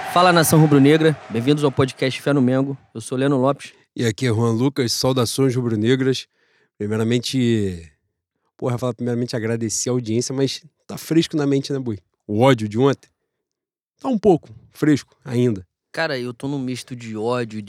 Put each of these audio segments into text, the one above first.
Fala, nação rubro-negra, bem-vindos ao podcast Fé no Mengo. Eu sou Leno Lopes. E aqui é Juan Lucas, saudações rubro-negras. Primeiramente agradecer a audiência, mas tá fresco na mente, né, Bui? O ódio de ontem tá um pouco fresco ainda. Cara, eu tô num misto de ódio,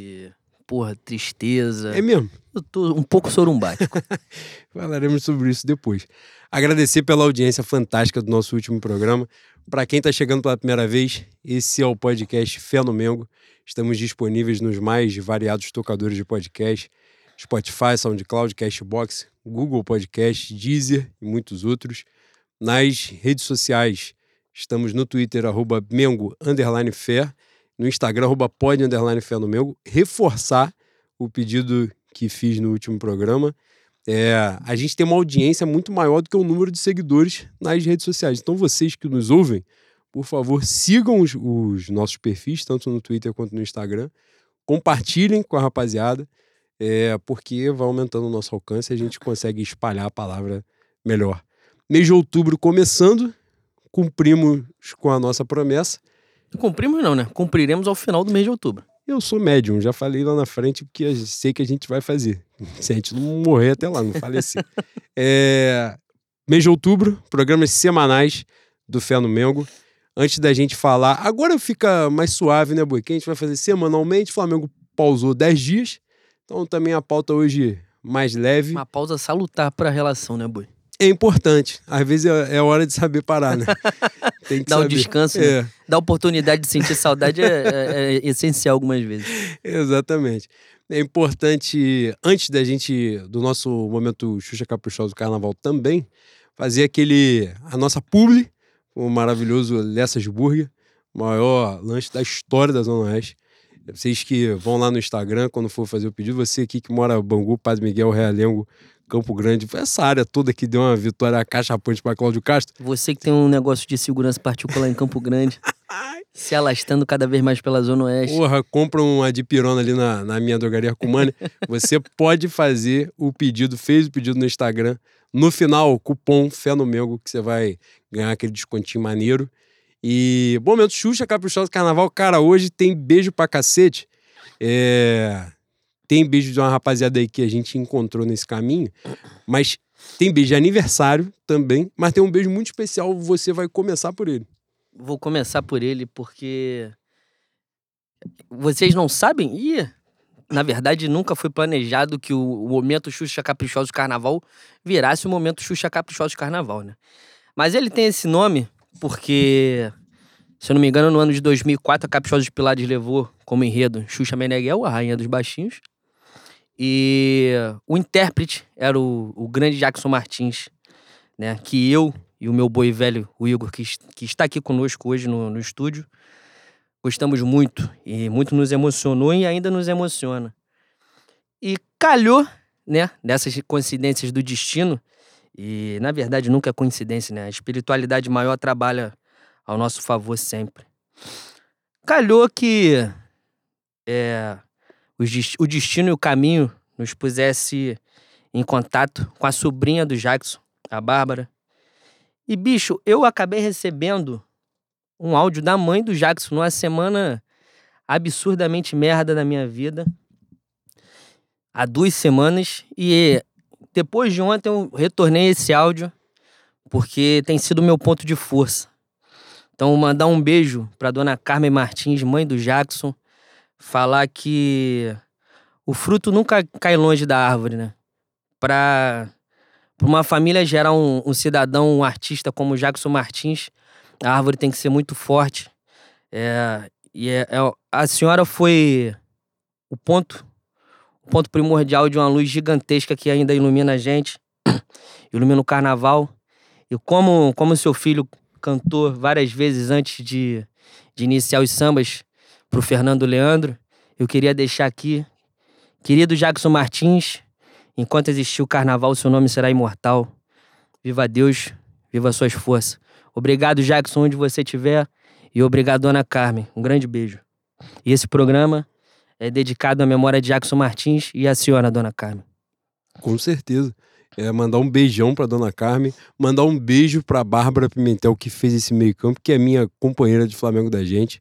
tristeza. É mesmo? Eu tô um pouco sorumbático. Falaremos sobre isso depois. Agradecer pela audiência fantástica do nosso último programa. Para quem tá chegando pela primeira vez, esse é o podcast Fé no Mengo. Estamos disponíveis nos mais variados tocadores de podcast: Spotify, SoundCloud, Castbox, Google Podcast, Deezer e muitos outros. Nas redes sociais, estamos no Twitter, @Mengo_Fé, no Instagram, @pod_Fé no Mengo. Reforçar o pedido que fiz no último programa. A gente tem uma audiência muito maior do que o número de seguidores nas redes sociais. Então vocês que nos ouvem, por favor, sigam os nossos perfis, tanto no Twitter quanto no Instagram. Compartilhem com a rapaziada, porque vai aumentando o nosso alcance e a gente consegue espalhar a palavra melhor. Mês de outubro começando, cumprimos com a nossa promessa. Cumprimos não, né? Cumpriremos ao final do mês de outubro. Eu sou médium, já falei lá na frente, porque eu sei que a gente vai fazer. Se a gente não morrer até lá, não falecer. Mês de outubro, programas semanais do Fé no Mengo. Antes da gente falar, agora fica mais suave, né, Boi? Que a gente vai fazer semanalmente. O Flamengo pausou 10 dias, então também a pauta hoje mais leve. Uma pausa salutar pra relação, né, Boi? É importante. Às vezes é hora de saber parar, né? Tem que Dar um saber. descanso, né? Dar oportunidade de sentir saudade é essencial algumas vezes. Exatamente. É importante, antes do nosso momento Xuxa Caprichosa do Carnaval também, fazer a nossa publi, o maravilhoso Lessas Burger, o maior lanche da história da Zona Oeste. Vocês que vão lá no Instagram, quando for fazer o pedido, você aqui que mora em Bangu, Padre Miguel, Realengo, Campo Grande, essa área toda que deu uma vitória a cachapante para Cláudio Castro. Você que tem um negócio de segurança particular em Campo Grande, se alastrando cada vez mais pela Zona Oeste. Porra, compra uma dipirona ali na minha drogaria Cumane. Você pode fazer o pedido, fez o pedido no Instagram. No final, cupom Fé no Mengo, que você vai ganhar aquele descontinho maneiro. E, bom momento, Xuxa Caprichosa Carnaval. Cara, hoje tem beijo pra cacete. Tem beijo de uma rapaziada aí que a gente encontrou nesse caminho. Mas tem beijo de aniversário também. Mas tem um beijo muito especial, você vai começar por ele. Vou começar por ele porque vocês não sabem? Na verdade, nunca foi planejado que o momento Xuxa Caprichosa de Carnaval virasse o momento Xuxa Caprichosa de Carnaval, né? Mas ele tem esse nome porque, se eu não me engano, no ano de 2004, a Caprichosa de Pilares levou como enredo Xuxa Meneghel, a rainha dos baixinhos. E o intérprete era o grande Jackson Martins, né? Que eu e o meu boi velho, o Igor, que está aqui conosco hoje no estúdio, gostamos muito e muito nos emocionou e ainda nos emociona. E calhou, né, dessas coincidências do destino, e na verdade nunca é coincidência, né? A espiritualidade maior trabalha ao nosso favor sempre. Calhou que o destino e o caminho nos pusesse em contato com a sobrinha do Jackson, a Bárbara. E, bicho, eu acabei recebendo um áudio da mãe do Jackson numa semana absurdamente merda da minha vida. Há 2 semanas. E depois de ontem eu retornei esse áudio porque tem sido o meu ponto de força. Então, mandar um beijo pra dona Carmen Martins, mãe do Jackson. Falar que o fruto nunca cai longe da árvore, né? Pra uma família gerar um cidadão, um artista como o Jackson Martins, a árvore tem que ser muito forte. A senhora foi o ponto primordial de uma luz gigantesca que ainda ilumina a gente, ilumina o carnaval. E como seu filho cantou várias vezes antes de iniciar os sambas pro Fernando Leandro, eu queria deixar aqui, querido Jackson Martins, enquanto existir o carnaval, seu nome será imortal. Viva Deus, viva suas forças. Obrigado, Jackson, onde você estiver. E obrigado, dona Carmen. Um grande beijo. E esse programa é dedicado à memória de Jackson Martins e à senhora, dona Carmen. Com certeza. Mandar um beijão pra dona Carmen, mandar um beijo pra Bárbara Pimentel, que fez esse meio campo, que é minha companheira de Flamengo da gente.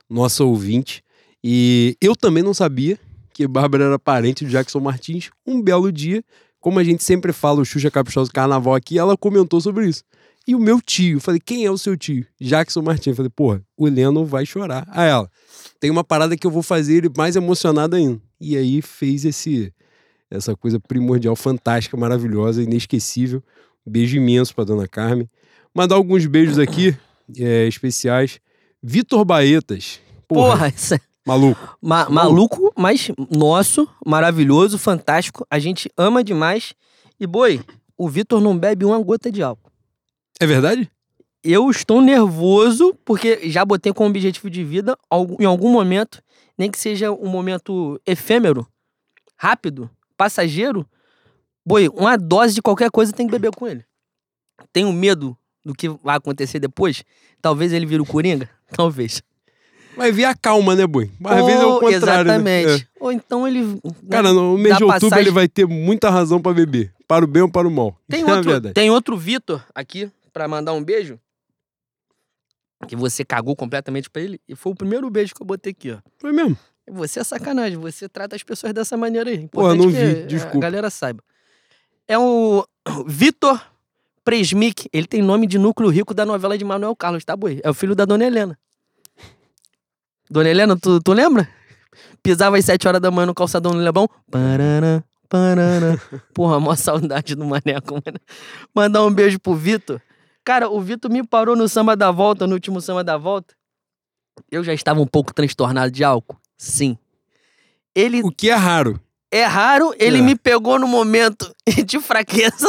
nossa ouvinte. E eu também não sabia que Bárbara era parente do Jackson Martins. Um belo dia, como a gente sempre fala, o Xuxa Caprichoso Carnaval aqui, ela comentou sobre isso. E o meu tio, falei, quem é o seu tio? Jackson Martins. Falei, porra, o Leno vai chorar. Aí ela, tem uma parada que eu vou fazer ele mais emocionado ainda. E aí fez essa coisa primordial, fantástica, maravilhosa, inesquecível. Beijo imenso pra Dona Carmen. Mandar alguns beijos aqui, especiais. Vitor Baetas. Porra, isso é... Maluco. Maluco, mas nosso, maravilhoso, fantástico. A gente ama demais. E, boi, o Vitor não bebe uma gota de álcool. É verdade? Eu estou nervoso, porque já botei como objetivo de vida, em algum momento, nem que seja um momento efêmero, rápido, passageiro, boi, uma dose de qualquer coisa tem que beber com ele. Tenho medo do que vai acontecer depois. Talvez ele vire o Coringa? Talvez. Vai vir a calma, né, boi? Mas às vezes é o contrário, exatamente. Né? Ou então ele... Cara, no mês de outubro ele vai ter muita razão pra beber. Para o bem ou para o mal. Tem outro Vitor aqui, pra mandar um beijo, que você cagou completamente pra ele, e foi o primeiro beijo que eu botei aqui, ó. Foi mesmo? Você é sacanagem, você trata as pessoas dessa maneira aí. Pô, não vi, que desculpa. A galera saiba. É o Vitor Presmic, ele tem nome de núcleo rico da novela de Manuel Carlos, tá, boi? É o filho da Dona Helena. Dona Helena, tu lembra? Pisava às 7 horas da manhã no calçadão no Leblon. Parará, parará. Porra, mó saudade do Maneco, mano. Mandar um beijo pro Vitor. Cara, o Vitor me parou no Samba da Volta, no último Samba da Volta. Eu já estava um pouco transtornado de álcool. Sim. O que é raro. É raro, ele me pegou no momento de fraqueza.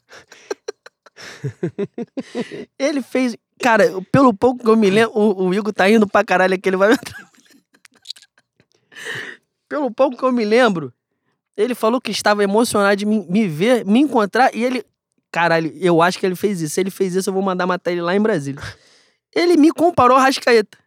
Ele fez... Cara, pelo pouco que eu me lembro, o Igor tá indo pra caralho aqui, ele vai... Pelo pouco que eu me lembro, ele falou que estava emocionado de me ver, me encontrar, e ele... Caralho, eu acho que ele fez isso. Se ele fez isso, eu vou mandar matar ele lá em Brasília. Ele me comparou a Arrascaeta.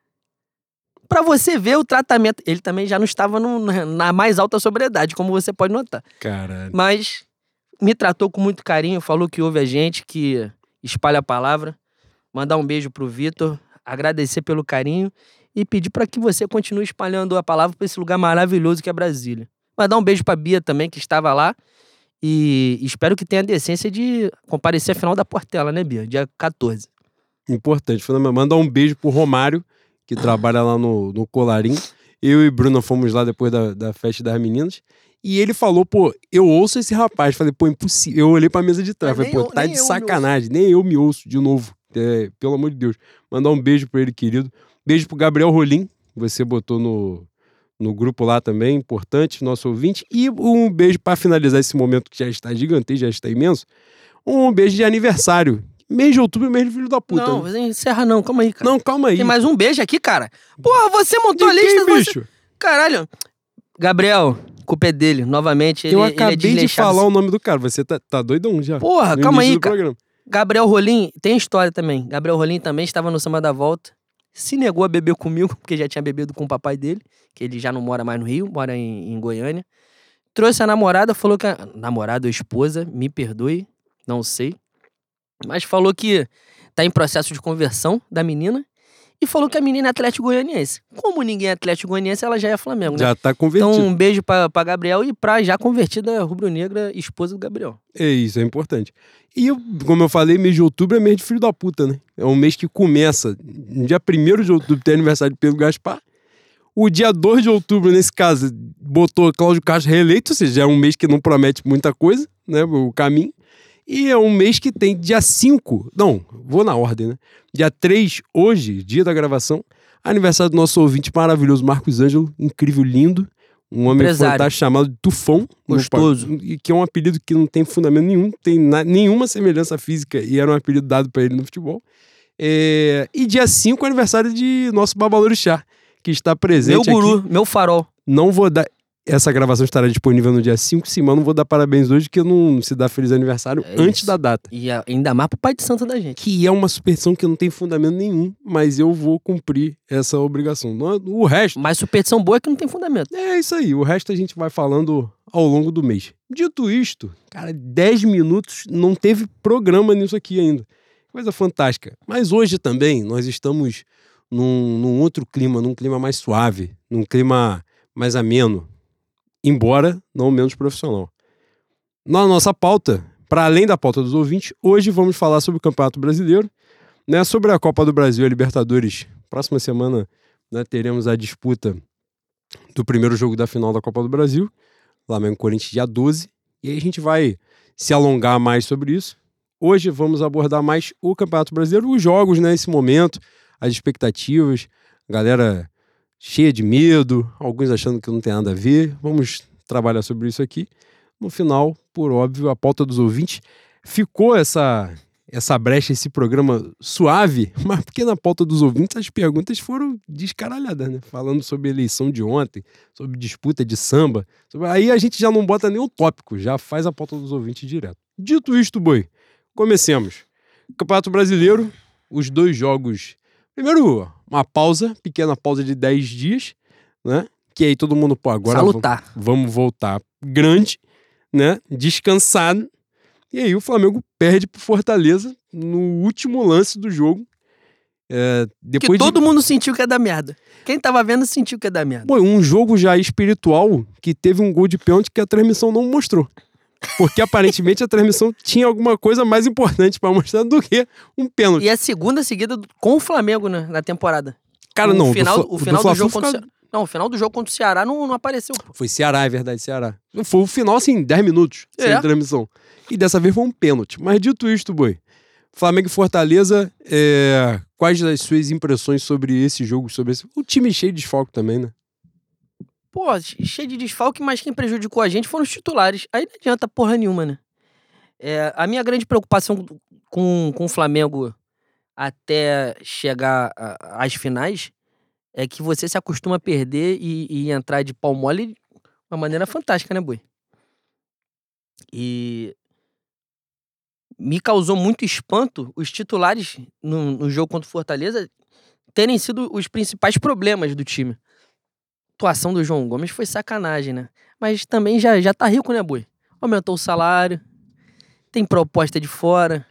Pra você ver o tratamento. Ele também já não estava na mais alta sobriedade, como você pode notar. Caralho. Mas me tratou com muito carinho, falou que ouve a gente, que espalha a palavra. Mandar um beijo pro Vitor, agradecer pelo carinho e pedir pra que você continue espalhando a palavra pra esse lugar maravilhoso que é Brasília. Mandar um beijo pra Bia também, que estava lá. E espero que tenha a decência de comparecer à final da Portela, né, Bia? Dia 14. Importante. Mandar um beijo pro Romário, que trabalha lá no Colarim. Eu e Bruna fomos lá depois da festa das meninas. E ele falou, pô, eu ouço esse rapaz. Falei, pô, impossível. Eu olhei pra mesa de trás. Falei, pô, tá de sacanagem. Nem eu me ouço de novo. Pelo amor de Deus. Mandar um beijo pra ele, querido. Beijo pro Gabriel Rolim. Você botou no grupo lá também, importante, nosso ouvinte. E um beijo pra finalizar esse momento que já está gigantesco, já está imenso. Um beijo de aniversário. Mês de outubro é mês de filho da puta. Não, né? Encerra não, calma aí, cara. Não, calma aí. Tem mais um beijo aqui, cara. Porra, você montou a lista... bicho? Caralho. Gabriel, culpa é dele, novamente. Eu acabei de falar o nome do cara, você tá doidão já. Porra, calma aí, cara. Programa. Gabriel Rolim, tem história também. Gabriel Rolim também estava no Samba da Volta. Se negou a beber comigo, porque já tinha bebido com o papai dele, que ele já não mora mais no Rio, mora em Goiânia. Trouxe a namorada, falou que namorada ou esposa, me perdoe, não sei. Mas falou que tá em processo de conversão da menina. E falou que a menina é Atlético Goianiense. Como ninguém é Atlético Goianiense, ela já é Flamengo, né? Já tá convertida. Então um beijo pra Gabriel e pra já convertida rubro-negra, esposa do Gabriel. É isso, é importante. E, como eu falei, mês de outubro é mês de filho da puta, né? É um mês que começa, no dia 1º de outubro, tem aniversário de Pedro Gaspar. O dia 2 de outubro, nesse caso, botou Cláudio Castro reeleito, ou seja, é um mês que não promete muita coisa, né? O caminho. E é um mês que tem dia 5, não, vou na ordem, né? Dia 3, hoje, dia da gravação, aniversário do nosso ouvinte maravilhoso, Marcos Ângelo, incrível, lindo. Um homem fantástico chamado de Tufão. Gostoso. Que é um apelido que não tem fundamento nenhum, tem nenhuma semelhança física e era um apelido dado pra ele no futebol. E dia 5, aniversário de nosso Babalorixá, que está presente meu guru, aqui. Meu farol. Não vou dar... Essa gravação estará disponível no dia 5, sim, mas não vou dar parabéns hoje, porque não se dá feliz aniversário antes da data. E ainda mais pro pai de santo da gente. Que é uma superstição que não tem fundamento nenhum, mas eu vou cumprir essa obrigação. O resto... Mas superstição boa é que não tem fundamento. É isso aí, o resto a gente vai falando ao longo do mês. Dito isto, cara, 10 minutos, não teve programa nisso aqui ainda. Coisa fantástica. Mas hoje também nós estamos num outro clima, num clima mais suave, num clima mais ameno, embora não menos profissional. Na nossa pauta, para além da pauta dos ouvintes, hoje vamos falar sobre o Campeonato Brasileiro, né, sobre a Copa do Brasil e a Libertadores. Próxima semana, né, teremos a disputa do primeiro jogo da final da Copa do Brasil, Flamengo-Corinthians, dia 12, e aí a gente vai se alongar mais sobre isso. Hoje vamos abordar mais o Campeonato Brasileiro, os jogos, né, nesse momento, as expectativas, a galera cheia de medo, alguns achando que não tem nada a ver. Vamos trabalhar sobre isso aqui. No final, por óbvio, a pauta dos ouvintes ficou essa brecha, esse programa suave, mas porque na pauta dos ouvintes as perguntas foram descaralhadas, né? Falando sobre a eleição de ontem, sobre disputa de samba. Aí a gente já não bota nenhum tópico, já faz a pauta dos ouvintes direto. Dito isto, boi, comecemos. Campeonato Brasileiro, os 2 jogos. Primeiro, uma pausa, pequena pausa de 10 dias, né? Que aí todo mundo, pô, agora salutar. Vamos voltar grande, né? Descansado. E aí o Flamengo perde pro Fortaleza no último lance do jogo. Que todo mundo sentiu que é da merda. Quem tava vendo sentiu que é da merda. Pô, um jogo já espiritual que teve um gol de pênalti que a transmissão não mostrou. Porque aparentemente a transmissão tinha alguma coisa mais importante pra mostrar do que um pênalti. E é a segunda seguida com o Flamengo, né, na temporada. Cara, não. O final do jogo contra Não, o final do jogo contra o Ceará não apareceu. Pô. Foi Ceará, é verdade, Ceará. Foi o final, assim, 10 minutos sem transmissão. E dessa vez foi um pênalti. Mas dito isto, boi, Flamengo e Fortaleza, quais as suas impressões sobre esse jogo? O time cheio de desfalque também, né? Pô, cheio de desfalque, mas quem prejudicou a gente foram os titulares. Aí não adianta porra nenhuma, né? A minha grande preocupação com o Flamengo até chegar às finais é que você se acostuma a perder e entrar de pau mole de uma maneira fantástica, né, boi? E me causou muito espanto os titulares no jogo contra o Fortaleza terem sido os principais problemas do time. A atuação do João Gomes foi sacanagem, né? Mas também já tá rico, né, boi? Aumentou o salário, tem proposta de fora.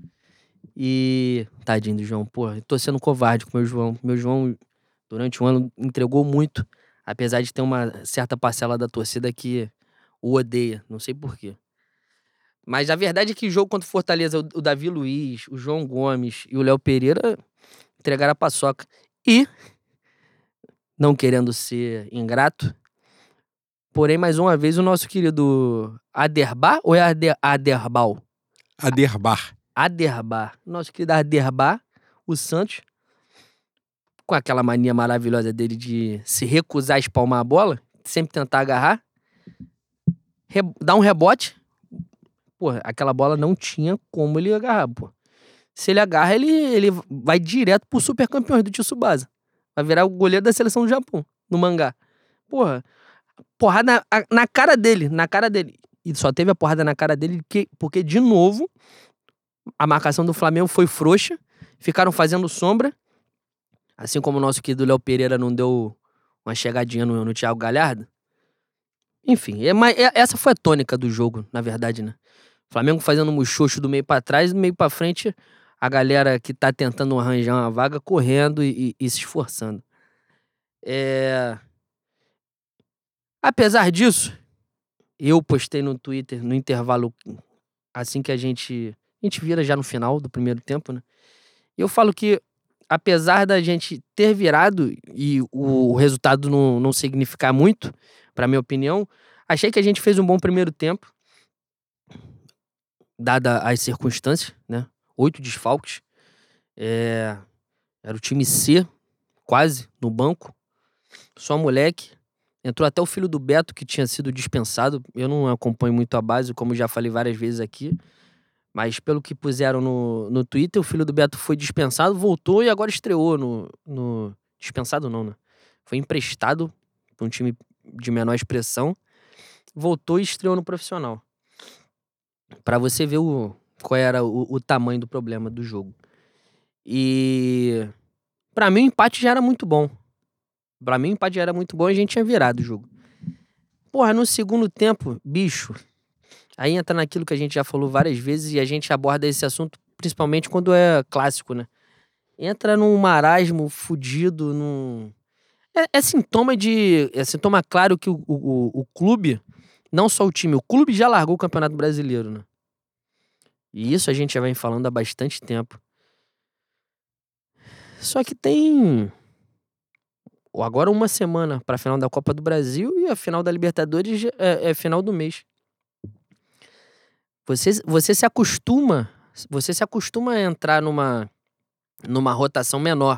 E tadinho do João, porra, tô sendo covarde com o meu João. Meu João, durante o ano, entregou muito, apesar de ter uma certa parcela da torcida que o odeia, não sei porquê. Mas a verdade é que o jogo contra o Fortaleza, o Davi Luiz, o João Gomes e o Léo Pereira entregaram a paçoca. E, não querendo ser ingrato, porém, mais uma vez, o nosso querido Aderbar, ou é Aderbal? Aderbar. Nosso querido Aderbar, o Santos, com aquela mania maravilhosa dele de se recusar a espalmar a bola, sempre tentar agarrar, dar um rebote. Pô, aquela bola não tinha como ele agarrar, pô. Se ele agarra, ele vai direto pro super campeões do Tsubasa. Vai virar o goleiro da seleção do Japão, no mangá. Porra, porrada na cara dele. E só teve a porrada na cara dele porque, de novo, a marcação do Flamengo foi frouxa. Ficaram fazendo sombra. Assim como o nosso querido Léo Pereira não deu uma chegadinha no Thiago Galhardo. Enfim, essa foi a tônica do jogo, na verdade, né? Flamengo fazendo um muxoxo do meio pra trás, do meio pra frente, a galera que tá tentando arranjar uma vaga correndo e se esforçando. Apesar disso, eu postei no Twitter, no intervalo, assim que a gente vira já no final do primeiro tempo, né? E eu falo que, apesar da gente ter virado e o resultado não significar muito, pra minha opinião, achei que a gente fez um bom primeiro tempo, dada as circunstâncias, né? 8 desfalques. Era o time C, quase, no banco. Só moleque. Entrou até o filho do Beto, que tinha sido dispensado. Eu não acompanho muito a base, como já falei várias vezes aqui. Mas pelo que puseram no Twitter, o filho do Beto foi dispensado, voltou e agora estreou no... Dispensado não, né? Foi emprestado para um time de menor expressão. Voltou e estreou no profissional. Pra você ver qual era o tamanho do problema do jogo. E pra mim o empate já era muito bom. E a gente tinha virado o jogo. Porra, no segundo tempo, bicho, aí entra naquilo que a gente já falou várias vezes e a gente aborda esse assunto principalmente quando é clássico, né? entra num marasmo fudido, É sintoma claro que o clube, não só o time, o clube já largou o Campeonato Brasileiro, né? E isso a gente já vem falando há bastante tempo. Só que tem agora uma semana para a final da Copa do Brasil e a final da Libertadores é final do mês. Você se acostuma a entrar numa rotação menor.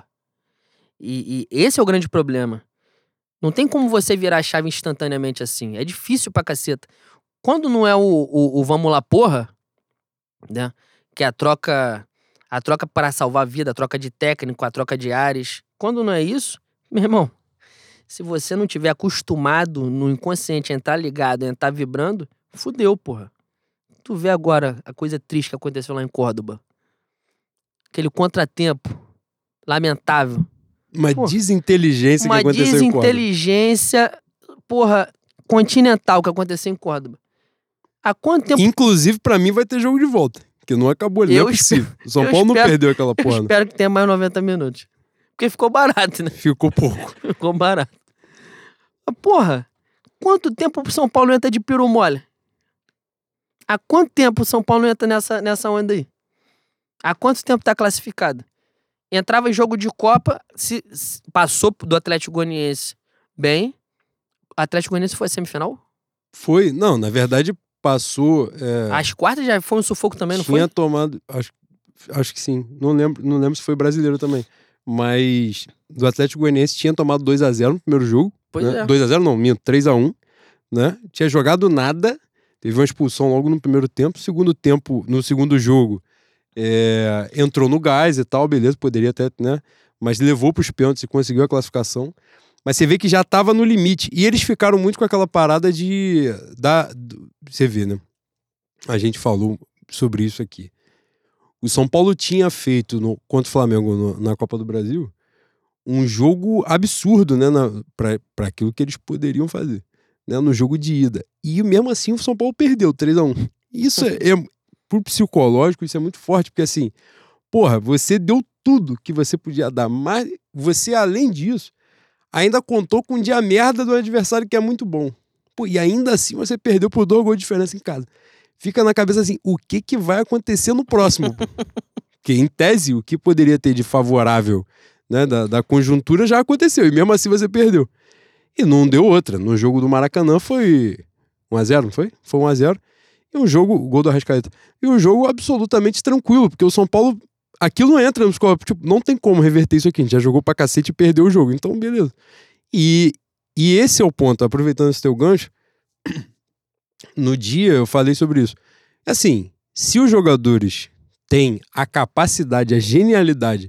E esse é o grande problema. Não tem como você virar a chave instantaneamente assim. É difícil pra caceta. Quando não é o vamos lá porra, né? Que é a troca para salvar a vida, a troca de técnico, a troca de ares. Quando não é isso, meu irmão, se você não tiver acostumado no inconsciente a entrar ligado, a entrar vibrando, fudeu, porra. Tu vê agora a coisa triste que aconteceu lá em Córdoba. Aquele contratempo lamentável. Uma desinteligência que aconteceu em Córdoba. Uma desinteligência, porra, continental que aconteceu em Córdoba. Há quanto tempo... Inclusive, pra mim, vai ter jogo de volta. Que não acabou ali, não é possível. O São Paulo não perdeu aquela porra. Eu espero que tenha mais 90 minutos. Porque ficou barato, né? Ficou pouco. Ficou barato. Mas, porra, quanto tempo o São Paulo entra de peru mole? Há quanto tempo o São Paulo entra nessa onda aí? Há quanto tempo tá classificado? Entrava em jogo de Copa, passou do Atlético Goianiense bem. O Atlético Goianiense foi a semifinal? Foi. Não, na verdade, passou... As quartas já foi um sufoco também, não foi? Tinha tomado... Acho que sim. Não lembro se foi brasileiro também. Mas do Atlético Goianiense tinha tomado 2-0 no primeiro jogo. Pois né? é. 2-0 não, minto, 3-1. Né? Tinha jogado nada. Teve uma expulsão logo no primeiro tempo. No segundo jogo, entrou no gás e tal, beleza, poderia até, né? Mas levou pros pênaltis e conseguiu a classificação. Mas você vê que já tava no limite. E eles ficaram muito com aquela parada você vê, né? A gente falou sobre isso aqui. O São Paulo tinha feito contra o Flamengo na Copa do Brasil um jogo absurdo, né? Para aquilo que eles poderiam fazer, né? No jogo de ida. E mesmo assim o São Paulo perdeu 3-1. Isso pro psicológico, isso é muito forte, porque assim, porra, você deu tudo que você podia dar, mas você, além disso, ainda contou com um dia merda do adversário que é muito bom. Pô, e ainda assim você perdeu por 2 gols de diferença em casa. Fica na cabeça assim, o que vai acontecer no próximo? Porque, em tese, o que poderia ter de favorável, né, da conjuntura já aconteceu. E mesmo assim você perdeu. E não deu outra. No jogo do Maracanã foi 1-0, não foi? Foi 1-0. E um jogo, o gol do Arrascaeta. E um jogo absolutamente tranquilo, porque o São Paulo, aquilo entra nos corpos. Tipo, não tem como reverter isso aqui. A gente já jogou pra cacete e perdeu o jogo. Então, beleza. E esse é o ponto. Aproveitando esse teu gancho, no dia eu falei sobre isso. Assim, se os jogadores têm a capacidade, a genialidade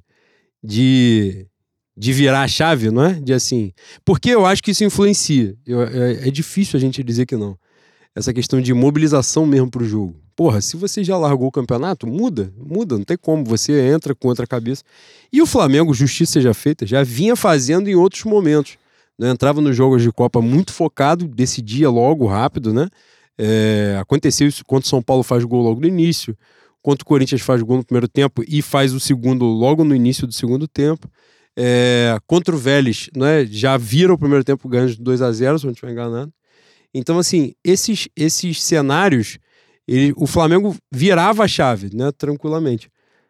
de virar a chave, não é? De assim... Porque eu acho que isso influencia. É difícil a gente dizer que não. Essa questão de mobilização mesmo pro jogo. Porra, se você já largou o campeonato, muda, não tem como. Você entra com outra cabeça. E o Flamengo, justiça seja feita, já vinha fazendo em outros momentos. Né? Entrava nos jogos de Copa muito focado, decidia logo, rápido, né? Aconteceu isso quando o São Paulo faz gol logo no início, quando o Corinthians faz gol no primeiro tempo e faz o segundo logo no início do segundo tempo. Contra o Vélez, né? Já vira o primeiro tempo ganhando de 2-0, se eu não estiver enganado. Então, assim, esses cenários, o Flamengo virava a chave, né, tranquilamente.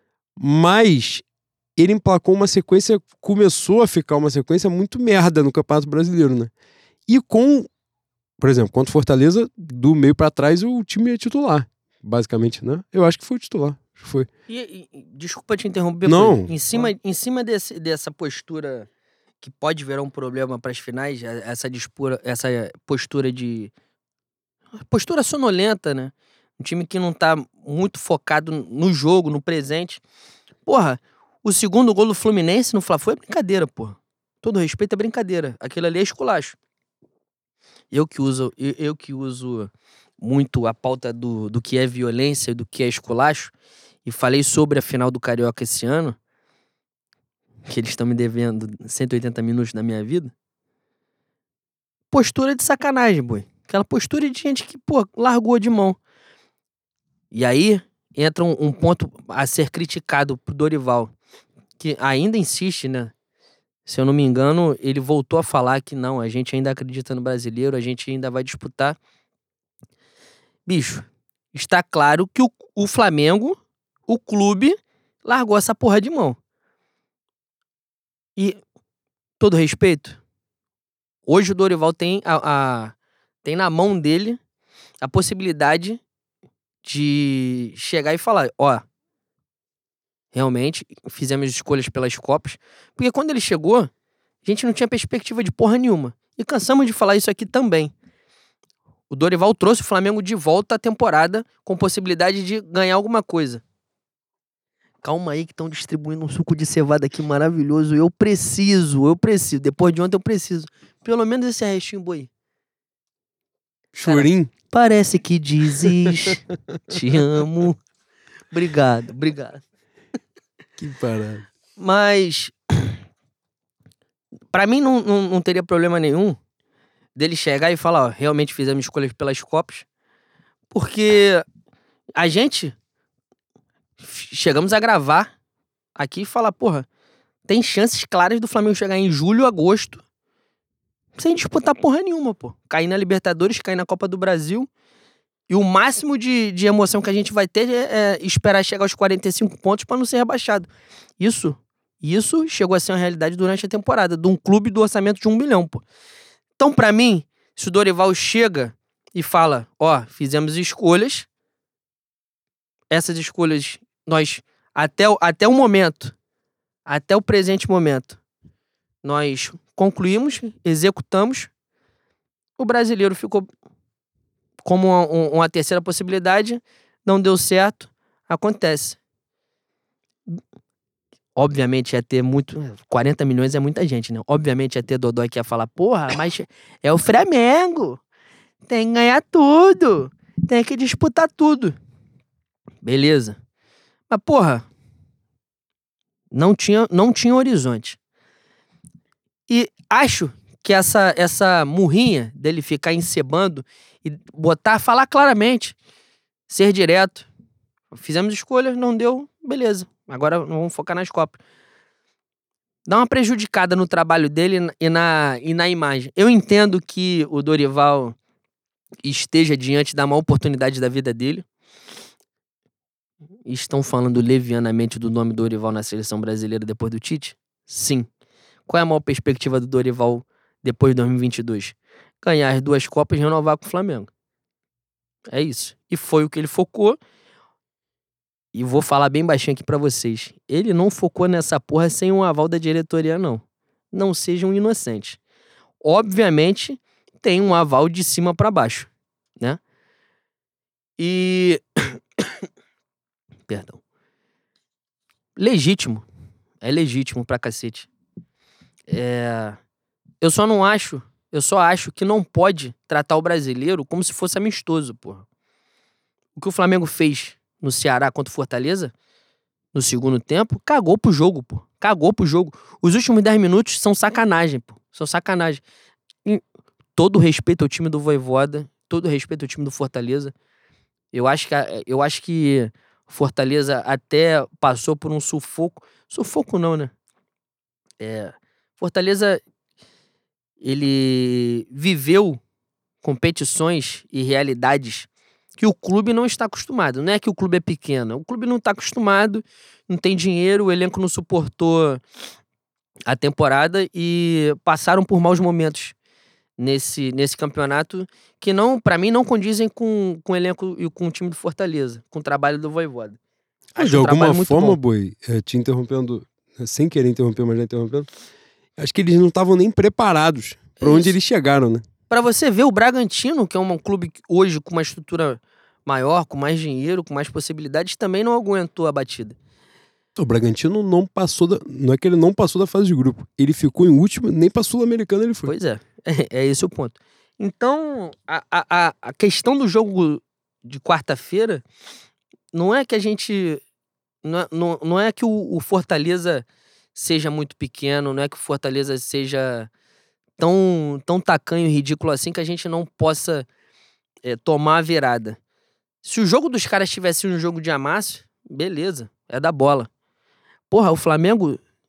Mas ele emplacou uma sequência, começou a ficar uma sequência muito merda no Campeonato Brasileiro, né? E por exemplo, contra o Fortaleza, do meio pra trás, o time é titular, basicamente, né? Eu acho que foi o titular. Foi. Desculpa te interromper. Não. Em cima dessa postura que pode virar um problema para as finais, essa postura postura sonolenta, né? Um time que não tá muito focado no jogo, no presente. Porra, o segundo gol do Fluminense no Fla-Flu é brincadeira, porra. Todo respeito é brincadeira. Aquilo ali é esculacho. Eu que uso muito a pauta do que é violência, do que é esculacho, e falei sobre a final do Carioca esse ano, que eles estão me devendo 180 minutos da minha vida. Postura de sacanagem, boi. Aquela postura de gente que, pô, largou de mão. E aí entra um ponto a ser criticado pro Dorival. que ainda insiste, né? Se eu não me engano, ele voltou a falar que não, a gente ainda acredita no brasileiro, a gente ainda vai disputar. Bicho, está claro que o Flamengo, o clube, largou essa porra de mão. E, todo respeito, hoje o Dorival tem tem na mão dele a possibilidade de chegar e falar, ó, realmente fizemos escolhas pelas Copas, porque quando ele chegou, a gente não tinha perspectiva de porra nenhuma. E cansamos de falar isso aqui também. O Dorival trouxe o Flamengo de volta à temporada com possibilidade de ganhar alguma coisa. Calma aí que estão distribuindo um suco de cevada aqui maravilhoso. Eu preciso. Depois de ontem eu preciso. Pelo menos esse restinho boi. Chorim? Parece que dizes te amo. Obrigado. Que parada. Mas pra mim não teria problema nenhum dele chegar e falar, ó, realmente fizemos escolhas pelas Copas, porque a gente chegamos a gravar aqui e falar, porra, tem chances claras do Flamengo chegar em julho, agosto, sem disputar porra nenhuma, pô. Cair na Libertadores, cair na Copa do Brasil, e o máximo de emoção que a gente vai ter é esperar chegar aos 45 pontos pra não ser rebaixado. Isso chegou a ser uma realidade durante a temporada, de um clube do orçamento de 1 milhão, pô. Então, pra mim, se o Dorival chega e fala, ó, fizemos escolhas, essas escolhas nós, até o momento, até o presente momento, nós concluímos, executamos, o brasileiro ficou como uma terceira possibilidade, não deu certo, acontece. Obviamente ia ter 40 milhões é muita gente, né? Obviamente ia ter Dodói que ia falar, porra, mas é o Flamengo, tem que ganhar tudo, tem que disputar tudo. Beleza. Mas, porra, não tinha horizonte. E acho que essa murrinha dele ficar encebando e falar claramente, ser direto. Fizemos escolhas, não deu, beleza. Agora vamos focar nas Copas. Dá uma prejudicada no trabalho dele e na imagem. Eu entendo que o Dorival esteja diante da maior oportunidade da vida dele. Estão falando levianamente do nome do Dorival na seleção brasileira depois do Tite? Sim. Qual é a maior perspectiva do Dorival depois de 2022? Ganhar as 2 Copas e renovar com o Flamengo. É isso. E foi o que ele focou. E vou falar bem baixinho aqui pra vocês. Ele não focou nessa porra sem um aval da diretoria, não. Não sejam inocentes. Obviamente, tem um aval de cima pra baixo, né? E... Perdão. Legítimo. É legítimo pra cacete. Eu só acho que não pode tratar o brasileiro como se fosse amistoso, porra. O que o Flamengo fez no Ceará contra o Fortaleza, no segundo tempo, cagou pro jogo, pô. Cagou pro jogo. Os últimos 10 minutos são sacanagem, pô. São sacanagem. E todo respeito ao time do Vojvoda, todo respeito ao time do Fortaleza. Eu acho que Fortaleza até passou por um sufoco. Sufoco não, né? Fortaleza, ele viveu competições e realidades que o clube não está acostumado. Não é que o clube é pequeno. O clube não está acostumado, não tem dinheiro, o elenco não suportou a temporada e passaram por maus momentos nesse campeonato que, não, pra mim, não condizem com o elenco e com o time do Fortaleza, com o trabalho do Vojvoda. De alguma forma, Boi, te interrompendo, sem querer interromper, mas já interrompendo, acho que eles não estavam nem preparados pra onde eles chegaram, né? Pra você ver, o Bragantino, que é um clube hoje com uma estrutura maior, com mais dinheiro, com mais possibilidades, também não aguentou a batida. O Bragantino não passou não é que ele não passou da fase de grupo. Ele ficou em último, nem pra Sul-Americana ele foi. Pois é. É esse o ponto. Então, a questão do jogo de quarta-feira não é que a gente... Não é que o Fortaleza seja muito pequeno, não é que o Fortaleza seja tão tacanho e ridículo assim que a gente não possa tomar a virada. Se o jogo dos caras tivesse um jogo de amasso, beleza, é da bola. Porra, o Flamengo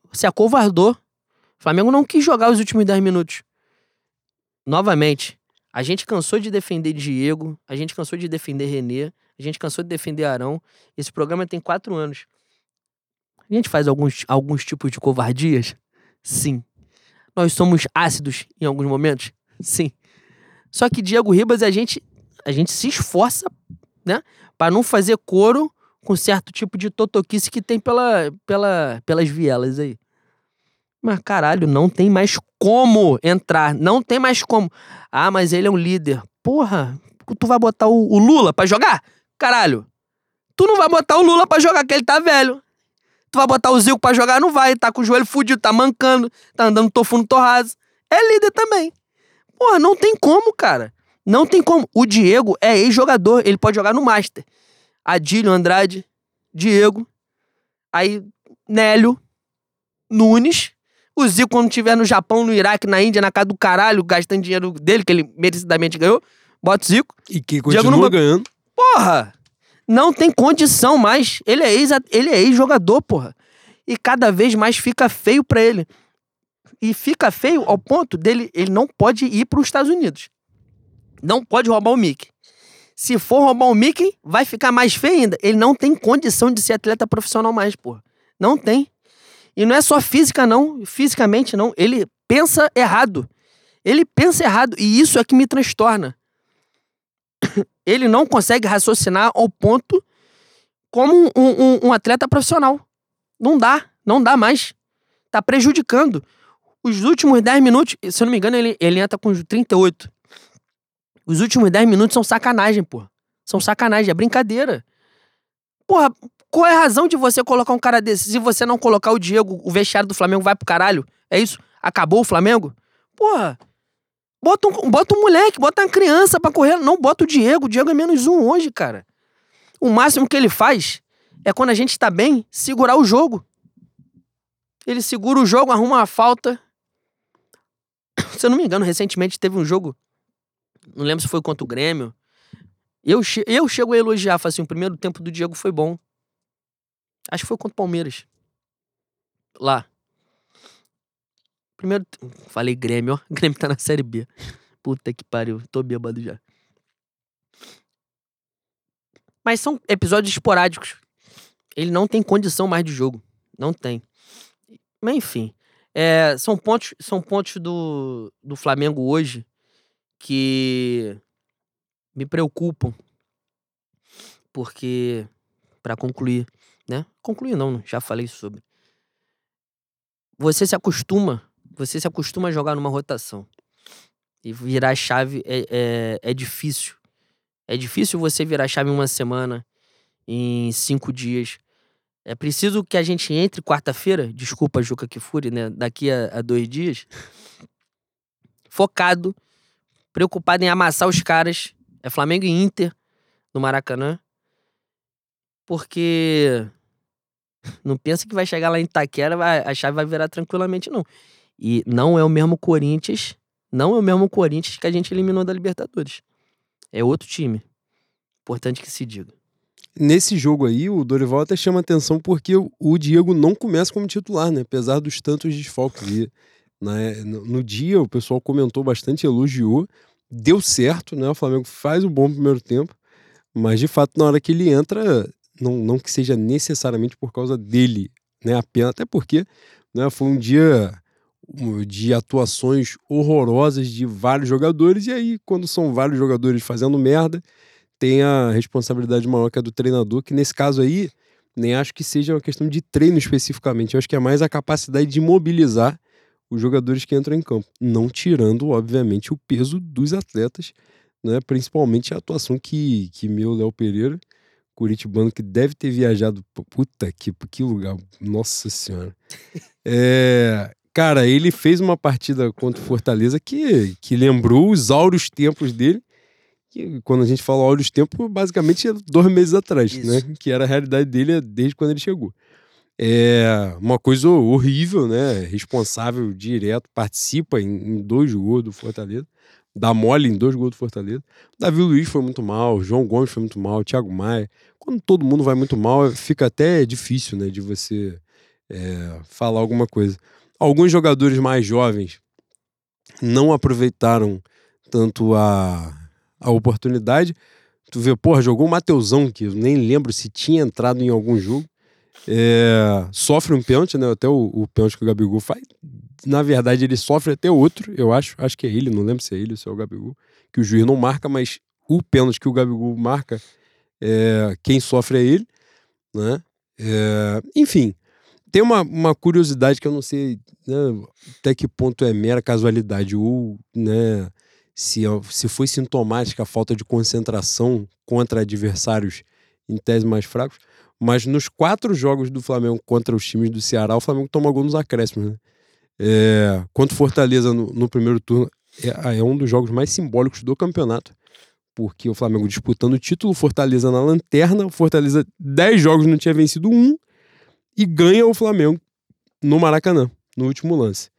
se acovardou. O Flamengo não quis jogar os últimos 10 minutos. Novamente, a gente cansou de defender Diego, a gente cansou de defender René, a gente cansou de defender Arão. Esse programa tem 4 anos. A gente faz alguns tipos de covardias? Sim. Nós somos ácidos em alguns momentos? Sim. Só que Diego Ribas, a gente se esforça, né, para não fazer coro com certo tipo de totoquice que tem pelas vielas aí. Mas, caralho, não tem mais como entrar. Não tem mais como. Ah, mas ele é um líder. Porra, tu vai botar o Lula pra jogar? Caralho. Tu não vai botar o Lula pra jogar, que ele tá velho. Tu vai botar o Zico pra jogar? Não vai. Tá com o joelho fudido, tá mancando, tá andando tofu no torraso. É líder também. Porra, não tem como, cara. Não tem como. O Diego é ex-jogador. Ele pode jogar no Master. Adílio, Andrade, Diego. Aí, Nélio, Nunes. O Zico, quando estiver no Japão, no Iraque, na Índia, na casa do caralho, gastando dinheiro dele, que ele merecidamente ganhou, bota o Zico. E que continua ganhando. Porra! Não tem condição mais. Ele é ex-jogador, porra. E cada vez mais fica feio pra ele. E fica feio ao ponto dele, ele não pode ir pros Estados Unidos. Não pode roubar o Mickey. Se for roubar o Mickey, vai ficar mais feio ainda. Ele não tem condição de ser atleta profissional mais, porra. Não tem. E não é só física, não. Fisicamente, não. Ele pensa errado. Ele pensa errado. E isso é que me transtorna. Ele não consegue raciocinar ao ponto como um atleta profissional. Não dá. Não dá mais. Tá prejudicando. Os últimos 10 minutos, se eu não me engano, ele entra com 38. Os últimos 10 minutos são sacanagem, porra. São sacanagem. É brincadeira. Porra, qual é a razão de você colocar um cara desse? Se você não colocar o Diego, o vestiário do Flamengo vai pro caralho? É isso? Acabou o Flamengo? Porra, bota um moleque, bota uma criança pra correr. Não bota o Diego. O Diego é -1 hoje, cara. O máximo que ele faz é, quando a gente tá bem, segurar o jogo. Ele segura o jogo, arruma uma falta. Se eu não me engano, recentemente teve um jogo, não lembro se foi contra o Grêmio. Eu chego a elogiar, falo assim, o primeiro tempo do Diego foi bom. Acho que foi contra o Palmeiras. Lá. Primeiro... Falei Grêmio, ó. Grêmio tá na Série B. Puta que pariu. Tô bêbado já. Mas são episódios esporádicos. Ele não tem condição mais de jogo. Não tem. Mas enfim. São pontos do Flamengo hoje que me preocupam. Porque, pra concluir, né? Concluir não, já falei sobre. Você se acostuma a jogar numa rotação. E virar a chave é difícil. É difícil você virar a chave em uma semana, em 5 dias. É preciso que a gente entre quarta-feira, desculpa, Juca Kfouri, né? Daqui a 2 dias, focado, preocupado em amassar os caras. É Flamengo e Inter no Maracanã. Porque não pensa que vai chegar lá em Itaquera, a chave vai virar tranquilamente, não. E não é o mesmo Corinthians que a gente eliminou da Libertadores. É outro time. Importante que se diga. Nesse jogo aí, o Dorival até chama atenção porque o Diego não começa como titular, né? Apesar dos tantos desfalques. E, no dia, o pessoal comentou bastante, elogiou. Deu certo, né? O Flamengo faz um bom primeiro tempo. Mas, de fato, na hora que ele entra, não que seja necessariamente por causa dele, né? Apenas, até porque, né, foi um dia de atuações horrorosas de vários jogadores. E aí, quando são vários jogadores fazendo merda, tem a responsabilidade maior que a do treinador, que nesse caso aí, nem acho que seja uma questão de treino especificamente. Eu acho que é mais a capacidade de mobilizar os jogadores que entram em campo. Não tirando, obviamente, o peso dos atletas, né? Principalmente a atuação que meu Léo Pereira, curitibano, que deve ter viajado... Puta que lugar, nossa senhora. Cara, ele fez uma partida contra o Fortaleza que lembrou os áureos tempos dele. Que, quando a gente fala áureos tempos, basicamente é 2 meses atrás, isso, né? Que era a realidade dele desde quando ele chegou. É uma coisa horrível, né? Responsável direto, participa em 2 gols do Fortaleza. Dá mole em 2 gols do Fortaleza. Davi Luiz foi muito mal, João Gomes foi muito mal, Thiago Maia. Quando todo mundo vai muito mal, fica até difícil, né? De você falar alguma coisa. Alguns jogadores mais jovens não aproveitaram tanto a oportunidade. Tu vê, porra, jogou o Mateusão, que eu nem lembro se tinha entrado em algum jogo. Sofre um pênalti, né? Até o pênalti que o Gabigol faz. Na verdade, ele sofre até outro, eu acho. Acho que é ele, não lembro se é ele ou se é o Gabigol. Que o juiz não marca, mas o pênalti que o Gabigol marca, quem sofre é ele, né? Enfim, tem uma curiosidade que eu não sei, né, até que ponto é mera casualidade ou, né, se foi sintomática a falta de concentração contra adversários em tese mais fracos, mas nos 4 jogos do Flamengo contra os times do Ceará, o Flamengo toma gol nos acréscimos, né? Contra o Fortaleza no primeiro turno, é um dos jogos mais simbólicos do campeonato, porque o Flamengo disputando o título, Fortaleza na lanterna, o Fortaleza 10 jogos não tinha vencido um, e ganha o Flamengo no Maracanã, no último lance.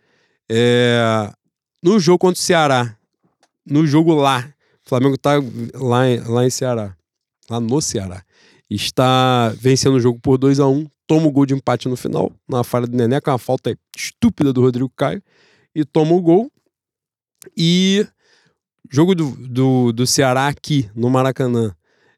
No jogo contra o Ceará, no jogo lá, o Flamengo tá lá em Ceará, lá no Ceará, está vencendo o jogo por 2-1, toma o gol de empate no final, na falha do Nené, com uma falta estúpida do Rodrigo Caio, e toma o gol. E jogo do Ceará aqui, no Maracanã,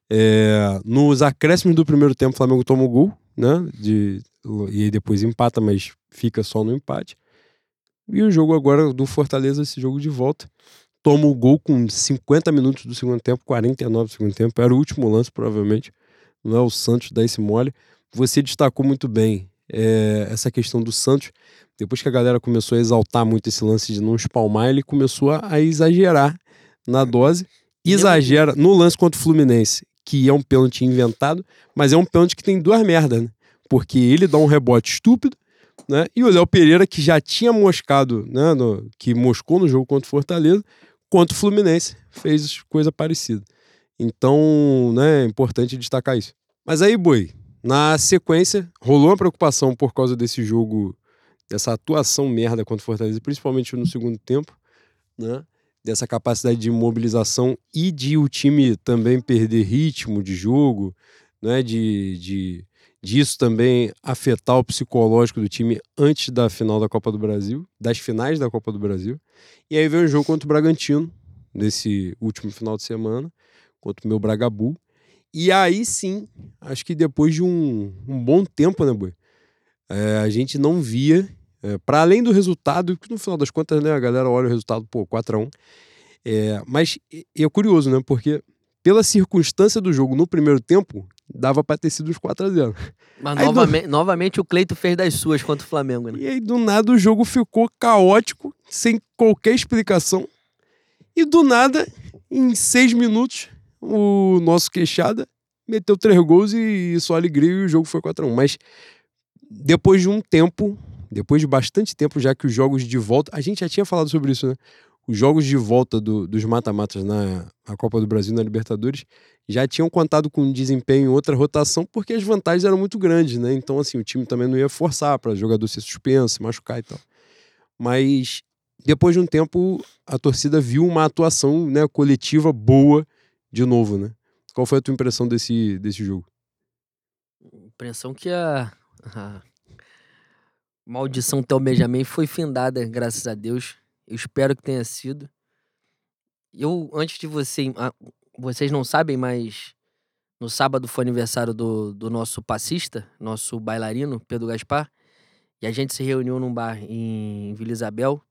nos acréscimos do primeiro tempo, o Flamengo toma o gol, né? E aí depois empata, mas fica só no empate. E o jogo agora do Fortaleza, esse jogo de volta, toma o gol com 50 minutos do segundo tempo, 49 do segundo tempo. Era o último lance, provavelmente. Não é o Santos dar esse mole. Você destacou muito bem essa questão do Santos. Depois que a galera começou a exaltar muito esse lance de não espalmar, ele começou a exagerar na dose. Exagera no lance contra o Fluminense, que é um pênalti inventado, mas é um pênalti que tem 2 merdas, né? Porque ele dá um rebote estúpido, né? E o Léo Pereira, que já tinha moscado, né? Que moscou no jogo contra o Fortaleza, contra o Fluminense, fez coisa parecida. Então, né, é importante destacar isso. Mas aí, Boi, na sequência, rolou uma preocupação por causa desse jogo, dessa atuação merda contra o Fortaleza, principalmente no segundo tempo, né? Dessa capacidade de mobilização e de o time também perder ritmo de jogo, né? Disso também afetar o psicológico do time antes da final da Copa do Brasil, das finais da Copa do Brasil. E aí veio o jogo contra o Bragantino, nesse último final de semana, contra o meu Bragabu. E aí sim, acho que depois de um bom tempo, né, Boi? A gente não via, para além do resultado, que no final das contas, né, a galera olha o resultado, 4-1. Mas é curioso, né? Porque pela circunstância do jogo no primeiro tempo, dava para ter sido uns 4-0. Mas novamente o Cleito fez das suas contra o Flamengo, né? E aí do nada o jogo ficou caótico, sem qualquer explicação. E do nada, em 6 minutos, o nosso Queixada meteu 3 gols e só alegria e o jogo foi 4-1. Mas depois de um tempo, depois de bastante tempo, já que os jogos de volta... A gente já tinha falado sobre isso, né? Os jogos de volta dos mata-matas na Copa do Brasil, na Libertadores, já tinham contado com um desempenho em outra rotação, porque as vantagens eram muito grandes, né? Então, assim, o time também não ia forçar para o jogador ser suspenso, se machucar e tal. Mas depois de um tempo, a torcida viu uma atuação, né, coletiva boa de novo, né? Qual foi a tua impressão desse jogo? Impressão que a maldição Theo Benjamin foi findada, graças a Deus. Eu espero que tenha sido. Antes de vocês não sabem, mas no sábado foi aniversário do nosso passista, nosso bailarino, Pedro Gaspar, e a gente se reuniu num bar em Vila Isabel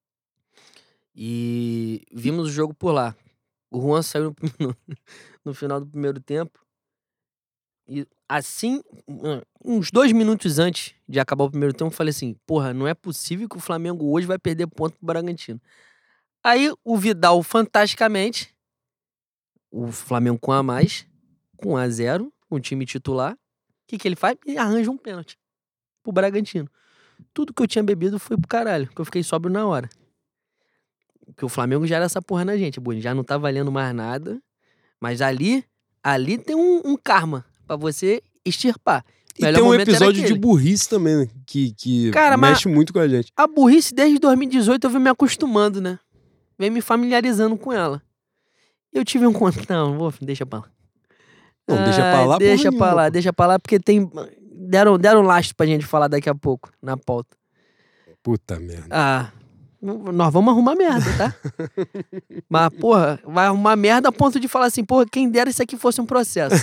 e vimos o jogo por lá. O Juan saiu no final do primeiro tempo e assim, uns 2 minutos antes de acabar o primeiro tempo, eu falei assim, porra, não é possível que o Flamengo hoje vai perder ponto pro Bragantino. Aí o Vidal, fantasticamente, o Flamengo com a mais, com 1-0, com o time titular, o que ele faz? Ele arranja um pênalti pro Bragantino. Tudo que eu tinha bebido foi pro caralho, que eu fiquei sóbrio na hora. Porque o Flamengo já era essa porra na gente, já não tá valendo mais nada, mas ali tem um karma pra você extirpar. E tem um episódio de burrice também, né? Que cara, mexe muito com a gente. A burrice desde 2018 eu venho me acostumando, né? Venho me familiarizando com ela. Eu tive deixa pra lá. Não, deixa pra lá, deixa pra lá, porque deram lastro pra gente falar daqui a pouco, na pauta. Puta merda. Ah, nós vamos arrumar merda, tá? Mas, porra, vai arrumar merda a ponto de falar assim, porra, quem dera isso aqui fosse um processo.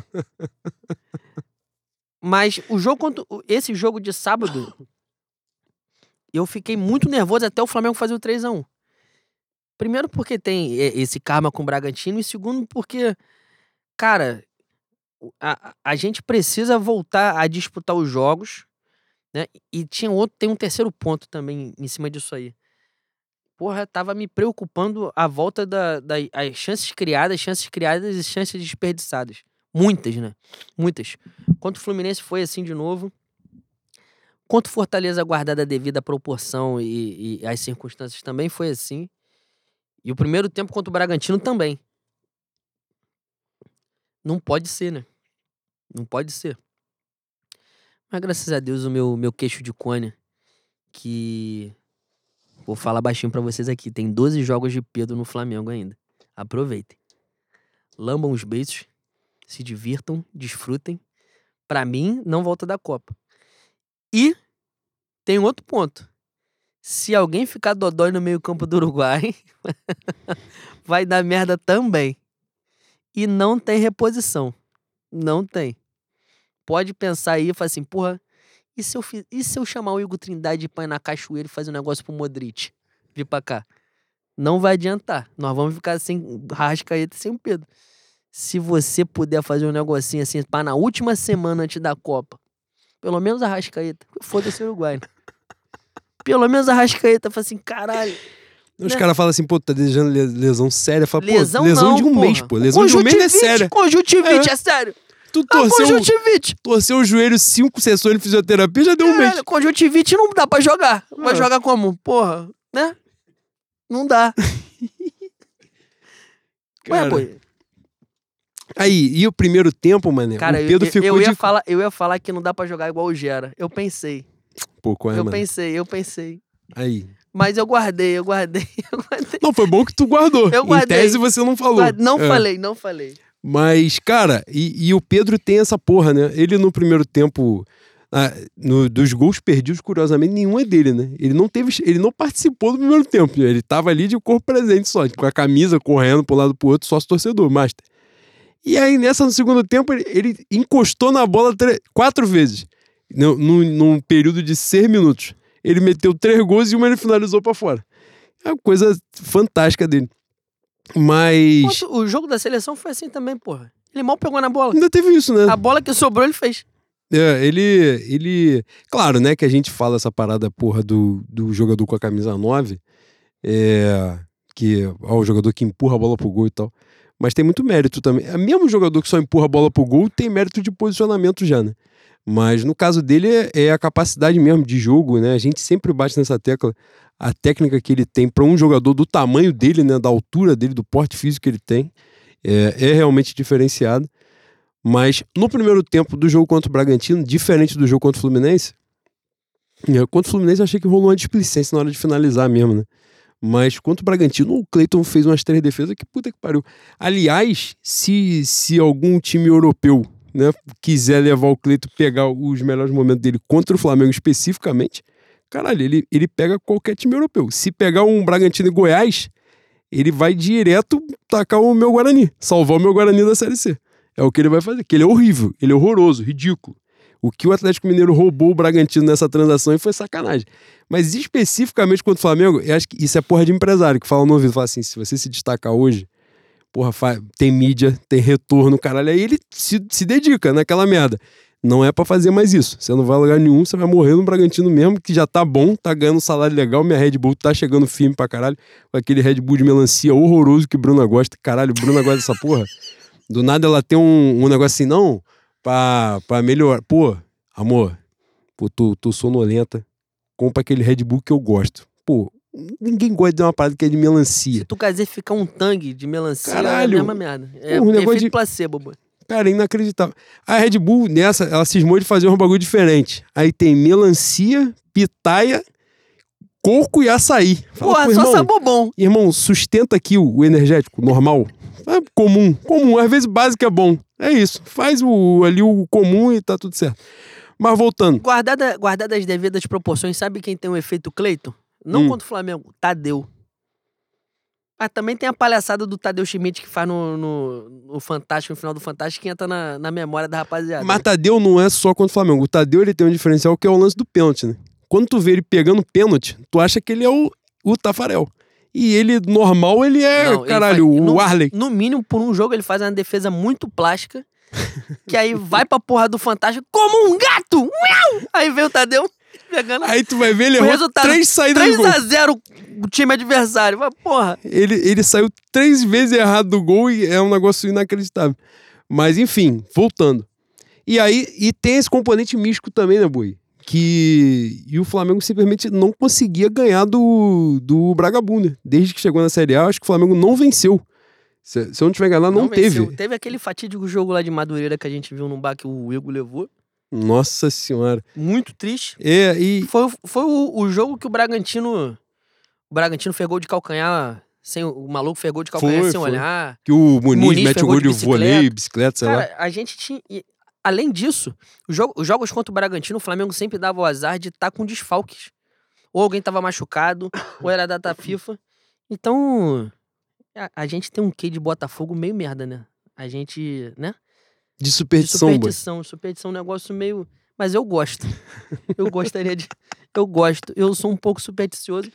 Mas esse jogo de sábado, eu fiquei muito nervoso até o Flamengo fazer o 3-1. Primeiro porque tem esse karma com o Bragantino e segundo porque, cara, a gente precisa voltar a disputar os jogos, né? E tem um terceiro ponto também em cima disso aí. Porra, tava me preocupando a volta as chances criadas e chances desperdiçadas. Muitas, né? Muitas. Contra o Fluminense foi assim de novo. Contra o Fortaleza, guardada a devida proporção e as circunstâncias também foi assim. E o primeiro tempo contra o Bragantino também. Não pode ser, né? Não pode ser. Mas graças a Deus o meu queixo de cônia, que... Vou falar baixinho pra vocês aqui. Tem 12 jogos de Pedro no Flamengo ainda. Aproveitem. Lambam os beiços. Se divirtam. Desfrutem. Pra mim, não volta da Copa. E tem outro ponto. Se alguém ficar dodói no meio campo do Uruguai, vai dar merda também. E não tem reposição. Não tem. Pode pensar aí e falar assim, porra, e se eu chamar o Igor Trindade pra ir na cachoeira e fazer um negócio pro Modric? Vir pra cá. Não vai adiantar. Nós vamos ficar sem Arrascaeta e sem o Pedro. Se você puder fazer um negocinho assim, pra na última semana antes da Copa, pelo menos Arrascaeta. Foda-se o Uruguai. Né? Pelo menos Arrascaeta. Fala assim, caralho. Os caras falam assim, pô, tá desejando lesão séria. Fala, pô, lesão não, de um porra. mês, pô. Lesão de um mês é séria. Conjuntivite, é sério. Tu conjuntivite. Torceu o joelho 5 sessões de fisioterapia, já deu um mês. Conjuntivite não dá pra jogar. Vai jogar como? Porra, né? Não dá. Cara, ué, pô. Aí, e o primeiro tempo, mané? Cara, o Pedro ficou eu ia falar que não dá pra jogar igual o Gera. Eu pensei. Pô, qual é, eu mano? pensei. Aí. Mas eu guardei. Não, foi bom que tu guardou. Eu guardei. Em tese você não falou. Não falei. Mas, cara, e o Pedro tem essa porra, né? Ele no primeiro tempo, dos gols perdidos, curiosamente, nenhum é dele, né? Ele não participou do primeiro tempo. Ele tava ali de corpo presente só, com a camisa correndo pro lado pro outro, sócio torcedor, master. E aí, no segundo tempo, ele encostou na bola 4 vezes. Num período de 6 minutos. Ele meteu 3 gols e uma ele finalizou pra fora. É uma coisa fantástica dele. Mas... O jogo da seleção foi assim também, porra. Ele mal pegou na bola. Ainda teve isso, né? A bola que sobrou, ele fez. Ele... Claro, né, que a gente fala essa parada, porra, do jogador com a camisa 9. Que é o jogador que empurra a bola pro gol e tal. Mas tem muito mérito também. Mesmo o jogador que só empurra a bola pro gol tem mérito de posicionamento já, né? Mas no caso dele é a capacidade mesmo de jogo, né? A gente sempre bate nessa tecla. A técnica que ele tem para um jogador do tamanho dele, né? Da altura dele, do porte físico que ele tem, é realmente diferenciado. Mas no primeiro tempo do jogo contra o Bragantino, diferente do jogo contra o Fluminense, contra o Fluminense eu achei que rolou uma displicência na hora de finalizar mesmo, né? Mas contra o Bragantino, o Cleiton fez umas 3 defesas que puta que pariu. Aliás, se algum time europeu, né, quiser levar o Cleiton, pegar os melhores momentos dele contra o Flamengo especificamente, caralho, ele pega qualquer time europeu. Se pegar um Bragantino e Goiás, ele vai direto tacar o meu Guarani, salvar o meu Guarani da Série C. É o que ele vai fazer, que ele é horrível, ele é horroroso, ridículo. O que o Atlético Mineiro roubou o Bragantino nessa transação foi sacanagem. Mas especificamente contra o Flamengo, eu acho que isso é porra de empresário, que fala no ouvido, fala assim, se você se destacar hoje, porra, tem mídia, tem retorno, caralho, aí ele se dedica naquela merda. Não é pra fazer mais isso. Você não vai a lugar nenhum, você vai morrer no Bragantino mesmo, que já tá bom, tá ganhando um salário legal, minha Red Bull tá chegando firme pra caralho, com aquele Red Bull de melancia horroroso que Bruna gosta. Caralho, Bruna gosta dessa porra. Do nada ela tem um negócio assim, não, pra melhorar. Pô, amor, tô sonolenta, compra aquele Red Bull que eu gosto. Pô, ninguém gosta de uma parada que é de melancia. Se tu quiser ficar um tangue de melancia, caralho, é a mesma merda. É um negócio efeito placebo, boy. Cara, é inacreditável. A Red Bull, nessa, ela cismou de fazer um bagulho diferente. Aí tem melancia, pitaia, coco e açaí. Porra, só irmão, sabor bom. Irmão, sustenta aqui o energético normal. É comum. Às vezes básico é bom. É isso. Faz ali o comum e tá tudo certo. Mas voltando. Guardada as devidas proporções, sabe quem tem um efeito Cleiton? Não contra o Flamengo, Tadeu. Mas também tem a palhaçada do Tadeu Schmidt que faz no Fantástico, no final do Fantástico, que entra na memória da rapaziada. Mas Tadeu não é só contra o Flamengo. O Tadeu, ele tem um diferencial que é o lance do pênalti, né? Quando tu vê ele pegando pênalti, tu acha que ele é o Tafarel. E ele, normal, ele é, Não, o Arley. No mínimo, por um jogo, ele faz uma defesa muito plástica, que aí vai pra porra do Fantástico como um gato! Uau! Aí vem o Tadeu pegando. Aí tu vai ver, ele o errou resultado, 3 saídas do gol. 3-0 o time adversário. Mas, porra. Ele saiu 3 vezes errado do gol e é um negócio inacreditável. Mas, enfim, voltando. E aí, tem esse componente místico também, né, Boi? E o Flamengo simplesmente não conseguia ganhar do Bragantino. Desde que chegou na Série A, acho que o Flamengo não venceu. Se eu não tiver enganado, não teve. Venceu. Teve aquele fatídico jogo lá de Madureira que a gente viu num bar que o Igor levou. Nossa Senhora. Muito triste. Foi o jogo que o Bragantino fez gol de calcanhar, o maluco fez gol de calcanhar sem olhar. Que o Muniz mete o gol de bicicleta. vôlei, bicicleta, sei lá. Cara, a gente tinha... Além disso, os jogos contra o Bragantino, o Flamengo sempre dava o azar de estar com desfalques. Ou alguém tava machucado, ou era data FIFA. Então, a gente tem um quê de Botafogo meio merda, né? A gente, né? De superstição, Superstição é um negócio meio... Mas eu gosto. Eu gostaria de... Eu gosto. Eu sou um pouco supersticioso.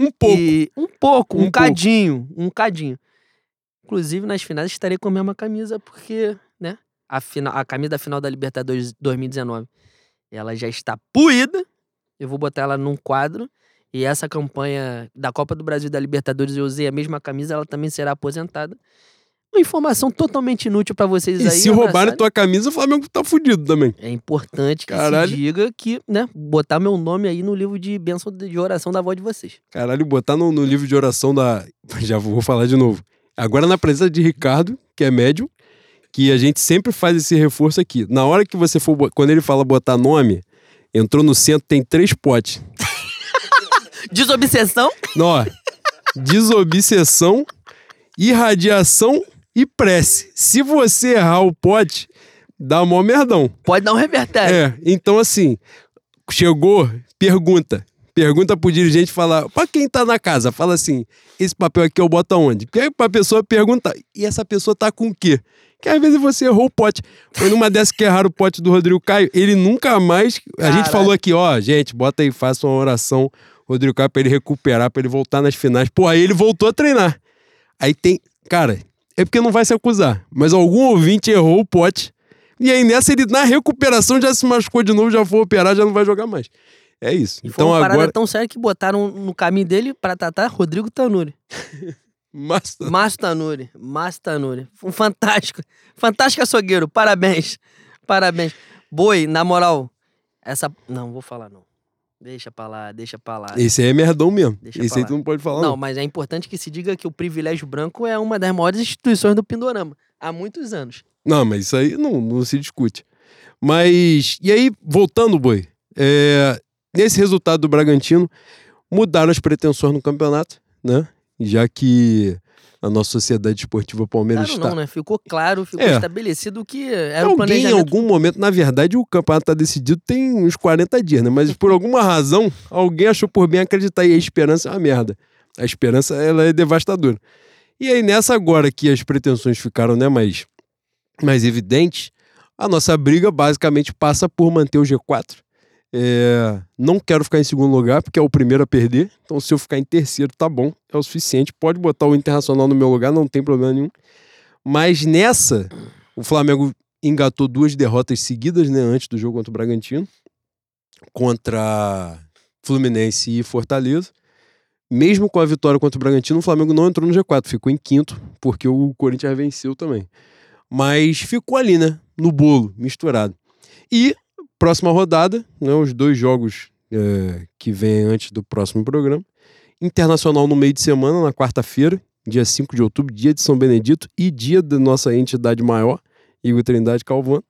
Um cadinho. Inclusive, nas finais, estarei com a mesma camisa, porque, né? A camisa da final da Libertadores 2019, ela já está puída. Eu vou botar ela num quadro. E essa campanha da Copa do Brasil e da Libertadores, eu usei a mesma camisa, ela também será aposentada. Uma informação totalmente inútil pra vocês aí. E se roubarem tua camisa, o Flamengo tá fudido também. É importante que se diga que, né, botar meu nome aí no livro de bênção de oração da avó de vocês. Caralho, botar no livro de oração da... Já vou falar de novo. Agora na presença de Ricardo, que é médium, que a gente sempre faz esse reforço aqui. Na hora que você for... Quando ele fala botar nome, entrou no centro, tem 3 potes. Desobsessão? Não, ó. Desobsessão, irradiação e prece. Se você errar o pote, dá mó merdão. Pode dar um revertério. Então assim, chegou, pergunta pro dirigente falar, pra quem tá na casa, fala assim, esse papel aqui eu boto aonde? Porque aí pra pessoa perguntar, e essa pessoa tá com o quê? Que às vezes você errou o pote. Foi numa dessas que erraram o pote do Rodrigo Caio, ele nunca mais... A gente falou aqui, gente, bota aí, faça uma oração, Rodrigo Caio, pra ele recuperar, pra ele voltar nas finais. Pô, aí ele voltou a treinar. Aí tem... Cara, é porque não vai se acusar, mas algum ouvinte errou o pote, e aí nessa ele, na recuperação, já se machucou de novo, já foi operar, já não vai jogar mais. É isso. E então, foi uma parada tão séria que botaram no caminho dele pra tratar Rodrigo Tanuri. Márcio Tanuri. Um fantástico. Fantástico açougueiro. Parabéns. Boi, na moral, não, vou falar não. Deixa pra lá. Esse aí é merdão mesmo. Esse aí tu não pode falar, não. Não, mas é importante que se diga que o Privilégio Branco é uma das maiores instituições do Pindorama. Há muitos anos. Não, mas isso aí não se discute. Mas, e aí, voltando, Boi, nesse resultado do Bragantino, mudaram as pretensões no campeonato, né? Já que a nossa Sociedade Esportiva Palmeiras Não, né? Ficou claro, estabelecido que era o planejamento. Em algum momento, na verdade, o campeonato tá decidido tem uns 40 dias, né? Mas por alguma razão, alguém achou por bem acreditar e a esperança é uma merda. A esperança, ela é devastadora. E aí, nessa agora que as pretensões ficaram, né, mais evidentes, a nossa briga basicamente passa por manter o G4. Não quero ficar em segundo lugar, porque é o primeiro a perder. Então, se eu ficar em terceiro, tá bom. É o suficiente. Pode botar o Internacional no meu lugar, não tem problema nenhum. Mas nessa, o Flamengo engatou 2 derrotas seguidas, né? Antes do jogo contra o Bragantino. Contra Fluminense e Fortaleza. Mesmo com a vitória contra o Bragantino, o Flamengo não entrou no G4. Ficou em 5º, porque o Corinthians venceu também. Mas ficou ali, né? No bolo, misturado. E próxima rodada, né, os 2 jogos que vêm antes do próximo programa. Internacional no meio de semana, na quarta-feira, dia 5 de outubro, dia de São Benedito e dia da nossa entidade maior, Igor Trindade Calvano.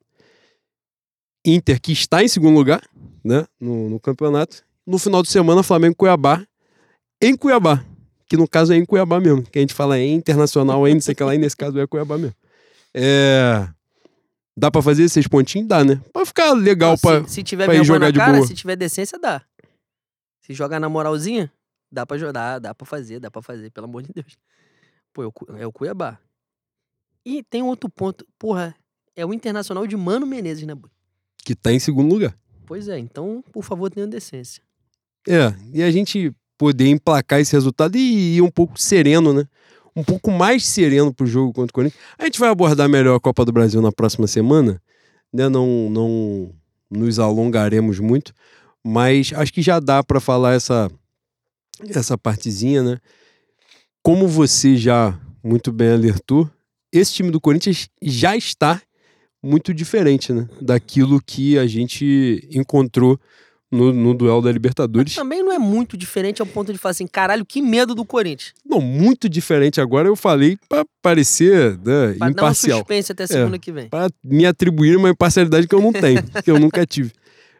Inter, que está em segundo lugar, né, no campeonato. No final de semana, Flamengo e Cuiabá, em Cuiabá, que no caso é em Cuiabá mesmo, que a gente fala Internacional, não sei o que lá, e nesse caso é Cuiabá mesmo. Dá pra fazer 6 pontinhos? Dá, né? Pra ficar legal Se tiver pra ir vergonha jogar na de cara, boa. se tiver decência, dá. Se jogar na moralzinha, dá pra jogar, dá pra fazer, pelo amor de Deus. Pô, é o Cuiabá. E tem outro ponto, porra, é o Internacional de Mano Menezes, né, boy? Que tá em segundo lugar. Pois é, então, por favor, tenha decência. E a gente poder emplacar esse resultado e ir um pouco sereno, né? Um pouco mais sereno pro jogo contra o Corinthians. A gente vai abordar melhor a Copa do Brasil na próxima semana, né? Não nos alongaremos muito, mas acho que já dá pra falar essa partezinha, né? Como você já muito bem alertou, esse time do Corinthians já está muito diferente, né? Daquilo que a gente encontrou no duelo da Libertadores. Mas também não é muito diferente ao ponto de falar assim, caralho, que medo do Corinthians. Não, muito diferente. Agora eu falei pra parecer, né, Pra imparcial. dar um suspense até segunda que vem. Pra me atribuir uma imparcialidade que eu não tenho, que eu nunca tive.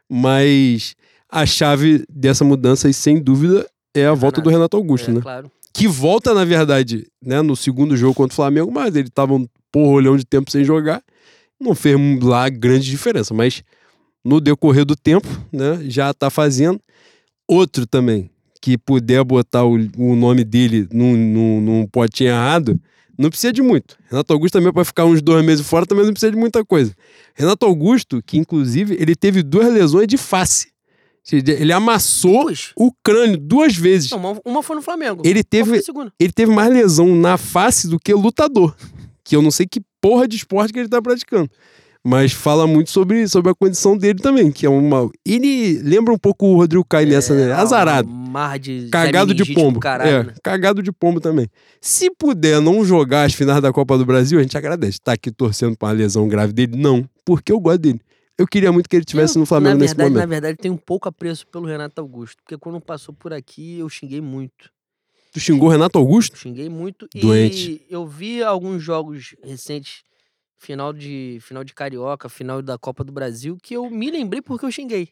Mas a chave dessa mudança, e sem dúvida, é a volta do Renato Augusto, né? Claro. Que volta, na verdade, né, no segundo jogo contra o Flamengo, mas ele tava um porrolhão de tempo sem jogar. Não fez lá grande diferença, mas no decorrer do tempo, né, já tá fazendo. Outro também, que puder botar o nome dele num potinho errado, não precisa de muito. Renato Augusto também, para ficar uns 2 meses fora, também não precisa de muita coisa. Renato Augusto, que inclusive ele teve 2 lesões de face. Ele amassou o crânio 2 vezes. Não, uma foi no Flamengo. Ele teve mais lesão na face do que lutador. Que eu não sei que porra de esporte que ele tá praticando. Mas fala muito sobre a condição dele também, que é uma... Ele lembra um pouco o Rodrigo Caio nessa, né? Azarado. Cagado de pombo. Caralho, né? Cagado de pombo também. Se puder não jogar as finais da Copa do Brasil, a gente agradece. Tá aqui torcendo pra uma lesão grave dele? Não, porque eu gosto dele. Eu queria muito que ele estivesse no Flamengo nesse momento. Na verdade, tenho um pouco apreço pelo Renato Augusto, porque quando passou por aqui, eu xinguei muito. Tu xingou o Renato Augusto? Xinguei muito. Doente. E eu vi alguns jogos recentes, final de Carioca, final da Copa do Brasil, que eu me lembrei porque eu xinguei.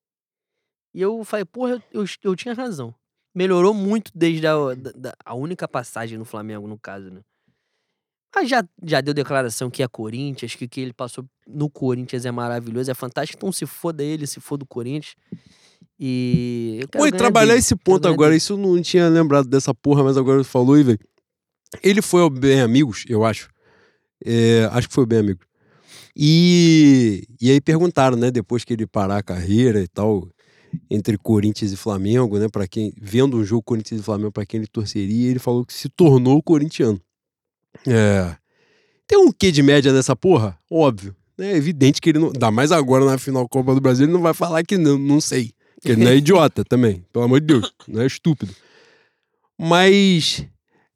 E eu falei, porra, eu tinha razão. Melhorou muito desde a única passagem no Flamengo, no caso, né? Mas já deu declaração que é Corinthians, que o que ele passou no Corinthians é maravilhoso, é fantástico. Então se foda ele, se foda o Corinthians. E eu quero trabalhar dele. esse ponto agora, dele. Isso eu não tinha lembrado dessa porra, mas agora falou e velho. Ele foi ao Bem Amigos, eu acho. Acho que foi o Bem Amigos. E aí perguntaram, né, depois que ele parar a carreira e tal, entre Corinthians e Flamengo, né, para quem, vendo um jogo Corinthians e Flamengo, para quem ele torceria, ele falou que se tornou corintiano. Tem um quê de média nessa porra? Óbvio. É evidente que ele não... Ainda mais agora na final Copa do Brasil, ele não vai falar que não sei. Porque ele não é idiota também. Pelo amor de Deus. Não é estúpido. Mas...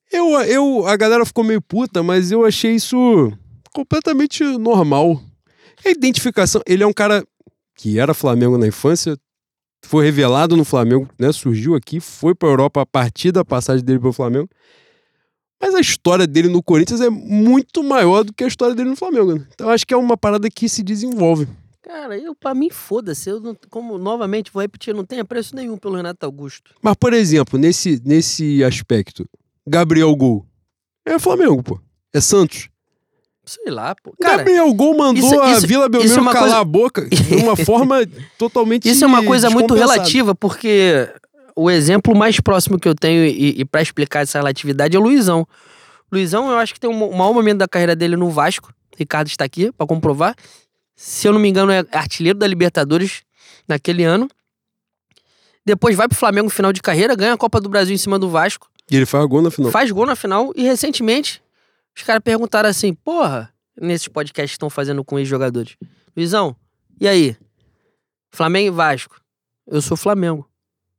A galera ficou meio puta, mas eu achei isso completamente normal. A identificação... Ele é um cara que era Flamengo na infância, foi revelado no Flamengo, né? Surgiu aqui, foi pra Europa a partir da passagem dele pro Flamengo. Mas a história dele no Corinthians é muito maior do que a história dele no Flamengo, né? Então acho que é uma parada que se desenvolve. Cara, pra mim, foda-se. Novamente, vou repetir, não tenho apreço nenhum pelo Renato Augusto. Mas, por exemplo, nesse aspecto, Gabriel Gol é Flamengo, pô. É Santos. Sei lá, pô. Cara, Gabriel Gol mandou a Vila Belmiro calar a boca de uma forma totalmente Isso é uma coisa muito relativa, porque... O exemplo mais próximo que eu tenho e pra explicar essa relatividade é o Luizão. Luizão, eu acho que tem um maior momento da carreira dele no Vasco. Ricardo está aqui pra comprovar. Se eu não me engano, é artilheiro da Libertadores naquele ano. Depois vai pro Flamengo no final de carreira, ganha a Copa do Brasil em cima do Vasco. E ele faz gol na final. Faz gol na final. E recentemente, os caras perguntaram assim, porra, nesses podcasts que estão fazendo com ex-jogadores. Luizão, e aí? Flamengo e Vasco. Eu sou Flamengo.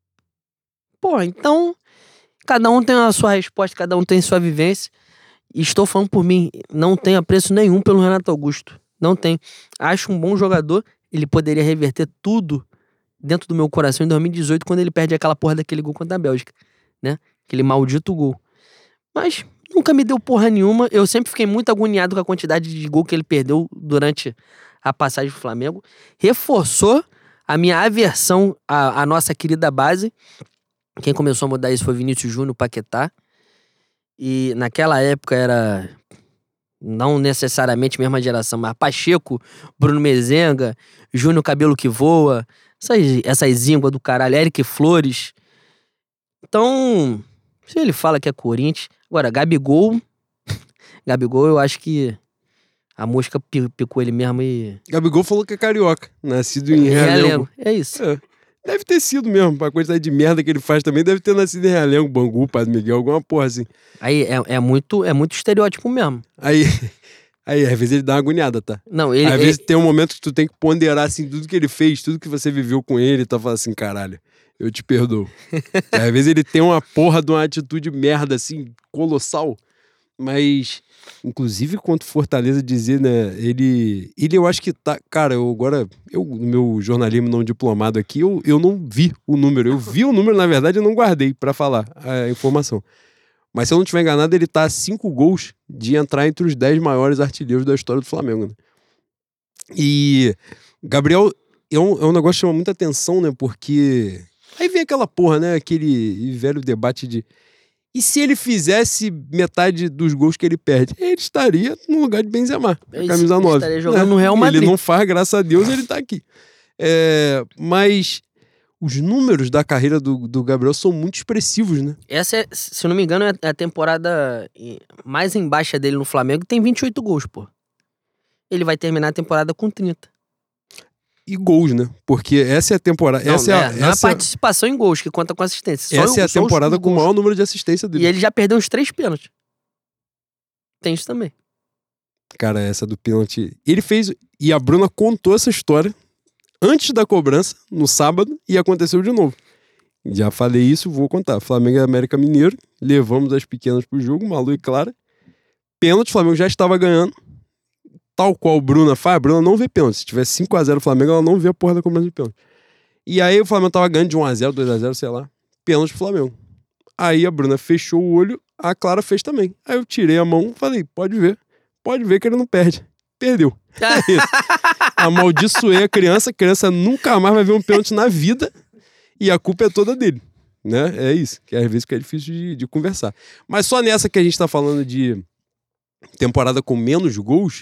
Pô, então, cada um tem a sua resposta, cada um tem sua vivência. E estou falando por mim, não tenho apreço nenhum pelo Renato Augusto. Não tenho. Acho um bom jogador, ele poderia reverter tudo dentro do meu coração em 2018, quando ele perde aquela porra daquele gol contra a Bélgica, né? Aquele maldito gol. Mas nunca me deu porra nenhuma. Eu sempre fiquei muito agoniado com a quantidade de gol que ele perdeu durante a passagem do Flamengo. Reforçou a minha aversão à nossa querida base. Quem começou a mudar isso foi Vinícius Júnior, Paquetá. E naquela época era não necessariamente mesma geração, mas Pacheco, Bruno Mezenga, Júnior Cabelo que Voa, essas ínguas do caralho, Eric Flores. Então, se ele fala que é Corinthians... Agora, Gabigol eu acho que a mosca picou ele mesmo e... Gabigol falou que é carioca, nascido em Realengo. É isso. Deve ter sido mesmo, pra quantidade de merda que ele faz também, deve ter nascido em Realengo, Bangu, Padre Miguel, alguma porra assim. Aí é muito estereótipo mesmo. Aí, às vezes ele dá uma agoniada, tá? Não, às vezes tem um momento que tu tem que ponderar, assim, tudo que ele fez, tudo que você viveu com ele, e tá falando assim, caralho, eu te perdoo. Às vezes ele tem uma porra de uma atitude merda, assim, colossal, mas, inclusive, quanto Fortaleza dizer, né, ele eu acho que tá, cara, eu no meu jornalismo não diplomado aqui, eu não vi o número, eu vi o número, na verdade, eu não guardei pra falar a informação. Mas se eu não estiver enganado, ele tá a 5 gols de entrar entre os 10 maiores artilheiros da história do Flamengo, né? E Gabriel é um negócio que chama muita atenção, né? Porque aí vem aquela porra, né? Aquele velho debate de... E se ele fizesse metade dos gols que ele perde? Ele estaria no lugar de Benzema, camisa 9. Ele estaria jogando no Real Madrid. Ele não faz, graças a Deus, ele tá aqui. Mas os números da carreira do Gabriel são muito expressivos, né? Essa, se eu não me engano, é a temporada mais em baixa dele no Flamengo. Tem 28 gols, pô. Ele vai terminar a temporada com 30. E gols, né? Porque essa é a temporada... Não é a participação em gols que conta com assistência. Essa é a temporada com o maior número de assistência dele. E ele já perdeu uns 3 pênaltis. Tem isso também. Cara, essa do pênalti... Ele fez... E a Bruna contou essa história antes da cobrança, no sábado, e aconteceu de novo. Já falei isso, vou contar. Flamengo e América Mineiro, levamos as pequenas pro jogo, Malu e Clara. Pênalti, o Flamengo já estava ganhando. Tal qual Bruna faz, a Bruna não vê pênalti. Se tivesse 5x0 o Flamengo, ela não vê a porra da cobrança de pênalti. E aí o Flamengo tava ganhando de 1x0, 2x0, sei lá. Pênalti pro Flamengo. Aí a Bruna fechou o olho, a Clara fez também. Aí eu tirei a mão e falei, pode ver que ele não perde. Perdeu. É isso. Amaldiçoei a criança nunca mais vai ver um pênalti na vida e a culpa é toda dele. Né? É isso, que às vezes fica difícil de conversar. Mas só nessa que a gente tá falando de temporada com menos gols,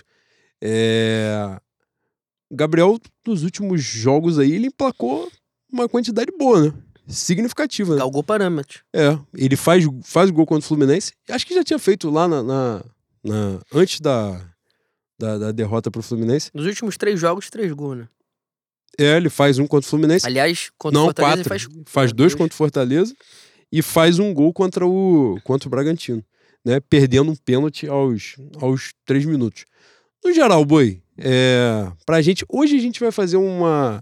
Gabriel, nos últimos jogos aí, ele emplacou uma quantidade boa, né? Significativa, né? Galgou parâmetro. Ele faz gol contra o Fluminense. Acho que já tinha feito lá antes da derrota pro Fluminense. Nos últimos 3 jogos, 3 gols, né? Ele faz um contra o Fluminense. Aliás, contra o Fortaleza 4. Faz 2 contra o Fortaleza e faz um gol contra o Bragantino, né? Perdendo um pênalti aos 3 minutos. No geral, Boi, pra gente... Hoje a gente vai fazer um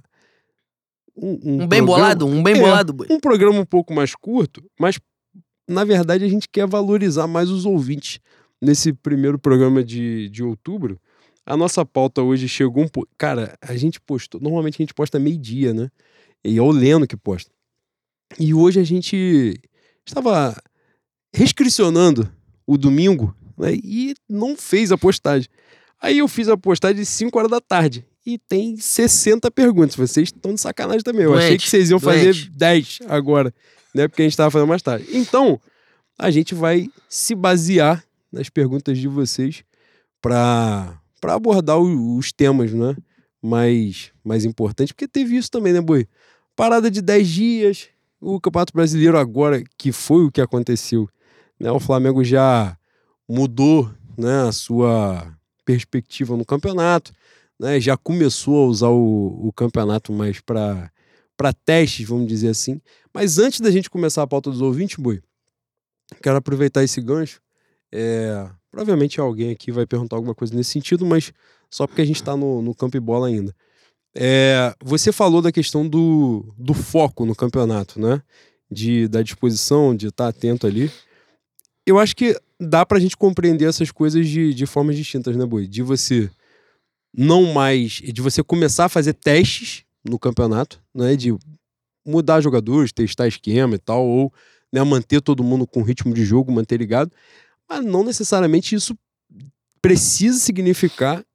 bem bolado, Boi. Um programa um pouco mais curto, mas na verdade a gente quer valorizar mais os ouvintes. Nesse primeiro programa de outubro, a nossa pauta hoje chegou um pouco... Cara, a gente postou... Normalmente a gente posta meio-dia, né? E é o Leno que posta. E hoje a gente estava restricionando o domingo, né? E não fez a postagem. Aí eu fiz a postagem de 5 horas da tarde. E tem 60 perguntas. Vocês estão de sacanagem também. Eu achei que vocês iam fazer 10 agora, né? Porque a gente estava fazendo mais tarde. Então, a gente vai se basear nas perguntas de vocês para abordar os temas, né? mais importantes. Porque teve isso também, né, Boi? Parada de 10 dias. O Campeonato Brasileiro agora, que foi o que aconteceu, né? O Flamengo já mudou, né, a sua perspectiva no campeonato, né? Já começou a usar o campeonato mais para testes, vamos dizer assim. Mas antes da gente começar a pauta dos ouvintes, Boi, quero aproveitar esse gancho. Provavelmente alguém aqui vai perguntar alguma coisa nesse sentido, mas só porque a gente está no campo e bola ainda. Você falou da questão do foco no campeonato, né? Da disposição, de estar atento ali. Eu acho que dá pra gente compreender essas coisas de formas distintas, né, Boi? De você de você começar a fazer testes no campeonato, né? De mudar jogadores, testar esquema e tal, ou, né, manter todo mundo com ritmo de jogo, manter ligado. Mas não necessariamente isso precisa significar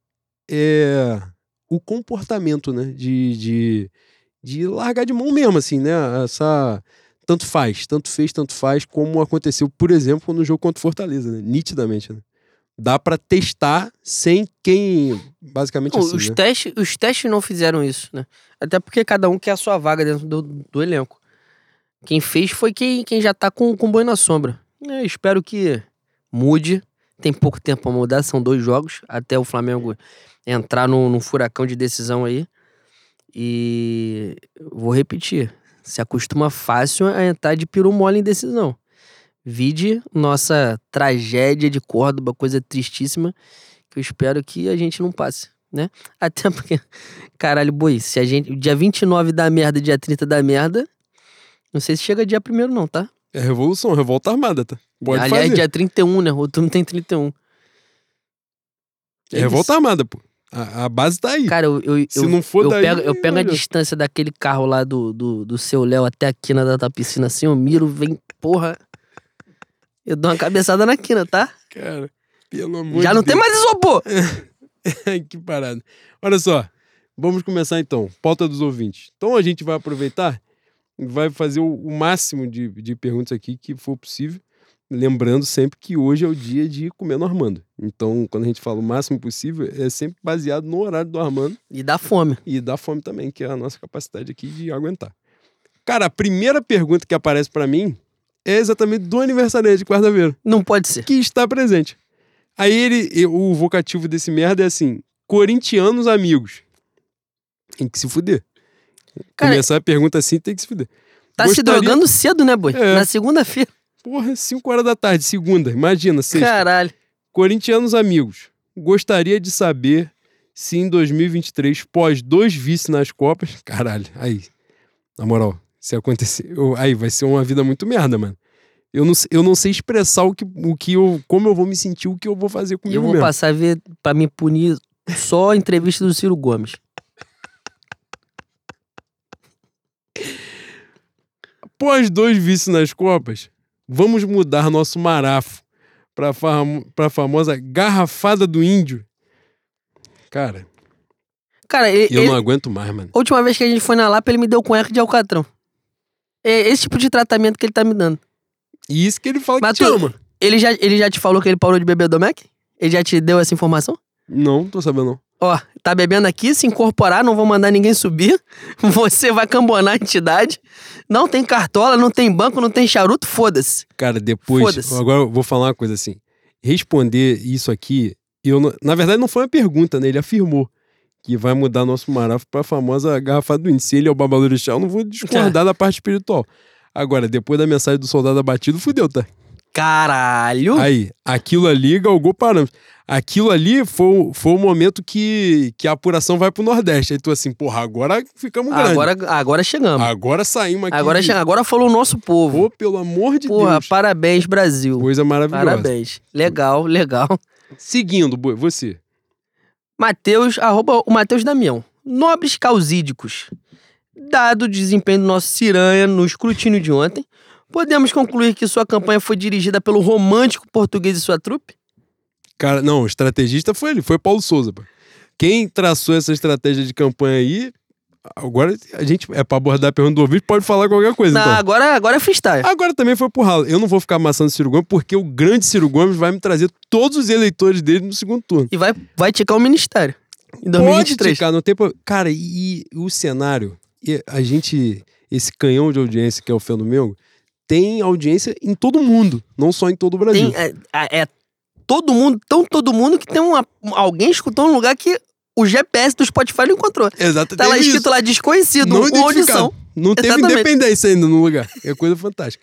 o comportamento, né? De largar de mão mesmo, assim, né? Tanto fez, tanto faz, como aconteceu, por exemplo, no jogo contra o Fortaleza, né? Nitidamente, né? dá pra testar sem quem... Basicamente Não, assim, né? os testes não fizeram isso, né? Até porque cada um quer a sua vaga dentro do elenco. Quem fez foi quem já tá com boi na sombra. Espero que mude. Tem pouco tempo pra mudar, são 2 jogos. Até o Flamengo entrar num furacão de decisão aí. E vou repetir. Se acostuma fácil a entrar de peru mole em decisão. Vide nossa tragédia de Córdoba, coisa tristíssima, que eu espero que a gente não passe, né? Até porque, caralho, boi, se a gente... Dia 29 dá merda, dia 30 dá merda, não sei se chega dia 1º não, tá? É revolução, revolta armada, tá? Pode Aliás, fazer. dia 31, né? O turno tem 31. É revolta armada, pô. A base tá aí. Cara, Se não for daí... eu pego a distância daquele carro lá do seu Léo até a quina da piscina assim, eu miro, vem, porra... Eu dou uma cabeçada na quina, tá? Cara, pelo amor Já de não Deus. tem mais isopor! Que parada. Olha só, vamos começar então. Pauta dos ouvintes. Então a gente vai aproveitar e vai fazer o máximo de perguntas aqui que for possível. Lembrando sempre que hoje é o dia de comer no Armando. Então, quando a gente fala o máximo possível, é sempre baseado no horário do Armando. E dá fome. E da fome também, que é a nossa capacidade aqui de aguentar. Cara, a primeira pergunta que aparece pra mim é exatamente do aniversariante de quarta-feira. Não pode ser. Que está presente. Aí o vocativo desse merda é assim: corintianos amigos. Tem que se fuder. Cara, começar a pergunta assim, tem que se fuder. Tá se drogando cedo, né, boi? É. Na segunda-feira. Porra, 5 horas da tarde, segunda. Imagina, sexta. Caralho. Corintianos amigos. Gostaria de saber se em 2023, pós 2 vices nas Copas... Caralho, aí. Na moral, se acontecer... aí vai ser uma vida muito merda, mano. Eu não sei expressar como eu vou me sentir, o que eu vou fazer comigo Eu vou mesmo. passar a ver, pra me punir, só a entrevista do Ciro Gomes. Após 2 vices nas Copas, vamos mudar nosso marafo pra famosa garrafada do índio. Cara, Cara, eu não aguento mais, mano. A última vez que a gente foi na Lapa, ele me deu cueca de alcatrão. É esse tipo de tratamento que ele tá me dando. E isso que ele fala Mas que te ama. ele já te falou que ele parou de beber Domec? Ele já te deu essa informação? Não, tô sabendo não. Ó, tá bebendo aqui, se incorporar, não vou mandar ninguém subir. Você vai cambonar a entidade. Não tem cartola, não tem banco, não tem charuto, foda-se. Cara, depois... Foda-se. Agora eu vou falar uma coisa assim. Responder isso aqui... na verdade, não foi uma pergunta, né? Ele afirmou que vai mudar nosso marafo pra famosa garrafada do índio. Se ele é o babalorixá, eu não vou discordar da parte espiritual. Agora, depois da mensagem do soldado abatido, fudeu, tá? Caralho! Aí, aquilo ali galgou parâmetros. Aquilo ali foi o momento que a apuração vai pro Nordeste. Aí tu assim, porra, agora ficamos grandes. Agora chegamos. Agora saímos aqui. Agora falou o nosso povo. Pô, pelo amor de Porra, Deus. parabéns, Brasil. Coisa maravilhosa. Parabéns. Legal. Seguindo, Boi, você. Mateus, @ o Mateus Damião. Nobres causídicos. Dado o desempenho do nosso Ciranha no escrutínio de ontem, podemos concluir que sua campanha foi dirigida pelo romântico português e sua trupe? Cara, não, o estrategista foi ele, foi Paulo Souza, pô. Quem traçou essa estratégia de campanha aí, agora a gente, é pra abordar a pergunta do ouvinte, pode falar qualquer coisa, Não, então. agora é freestyle. Agora também foi pro ralo. Eu não vou ficar amassando o Ciro Gomes, porque o grande Ciro Gomes vai me trazer todos os eleitores dele no segundo turno. E vai ticar o ministério. Em Pode 2023. ticar, não tem problema. Cara, e o cenário, a gente, esse canhão de audiência que é o Fenomengo, tem audiência em todo mundo, não só em todo o Brasil. Tem, todo mundo que tem alguém escutou um lugar que o GPS do Spotify não encontrou. Exato. Tá lá escrito lá, desconhecido, não com audição. Não teve Exatamente. independência ainda no lugar. É coisa fantástica.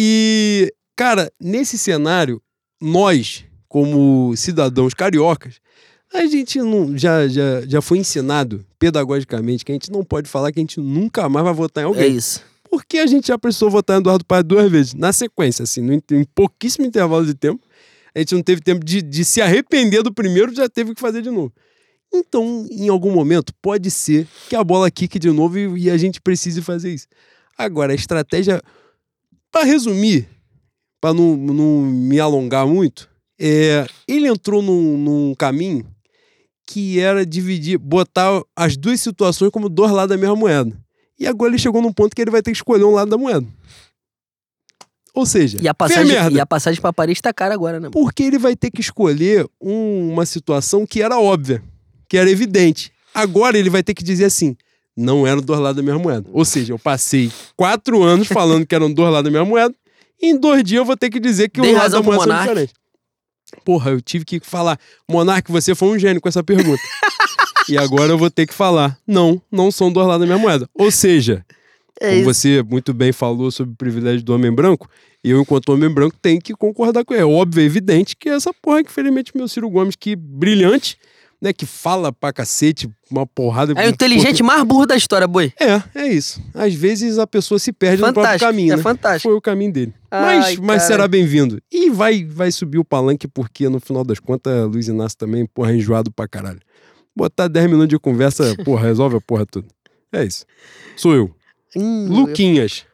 E, cara, nesse cenário, nós, como cidadãos cariocas, a gente não, já foi ensinado pedagogicamente que a gente não pode falar que a gente nunca mais vai votar em alguém. É isso. Porque a gente já precisou votar em Eduardo Paes 2 vezes, na sequência, assim, em pouquíssimo intervalo de tempo. A gente não teve tempo de se arrepender do primeiro, já teve que fazer de novo. Então, em algum momento, pode ser que a bola quique de novo e a gente precise fazer isso. Agora, a estratégia, para resumir, para não me alongar muito, ele entrou num caminho que era botar as duas situações como 2 lados da mesma moeda. E agora ele chegou num ponto que ele vai ter que escolher um lado da moeda. Ou seja, E a passagem pra Paris tá cara agora, né? Porque ele vai ter que escolher uma situação que era óbvia, que era evidente. Agora ele vai ter que dizer assim, não eram dois lados da mesma moeda. Ou seja, eu passei 4 anos falando que eram dois lados da mesma moeda, e em 2 dias eu vou ter que dizer que o lado da moeda são diferentes. Porra, eu tive que falar, Monark, você foi um gênio com essa pergunta. E agora eu vou ter que falar, não são dois lados da mesma moeda. Ou seja, como você muito bem falou sobre o privilégio do homem branco, eu, enquanto homem branco, tenho que concordar com ele. É óbvio, é evidente que essa porra que, infelizmente, meu Ciro Gomes, que brilhante, né, que fala pra cacete, uma porrada... É o inteligente mais burro da história, boi. É isso. Às vezes a pessoa se perde no próprio caminho, né? Fantástico. Foi o caminho dele. Mas será bem-vindo. E vai subir o palanque porque, no final das contas, Luiz Inácio também, porra, é enjoado pra caralho. Botar 10 minutos de conversa, porra, resolve a porra toda. É isso. Sou eu. Luquinhas.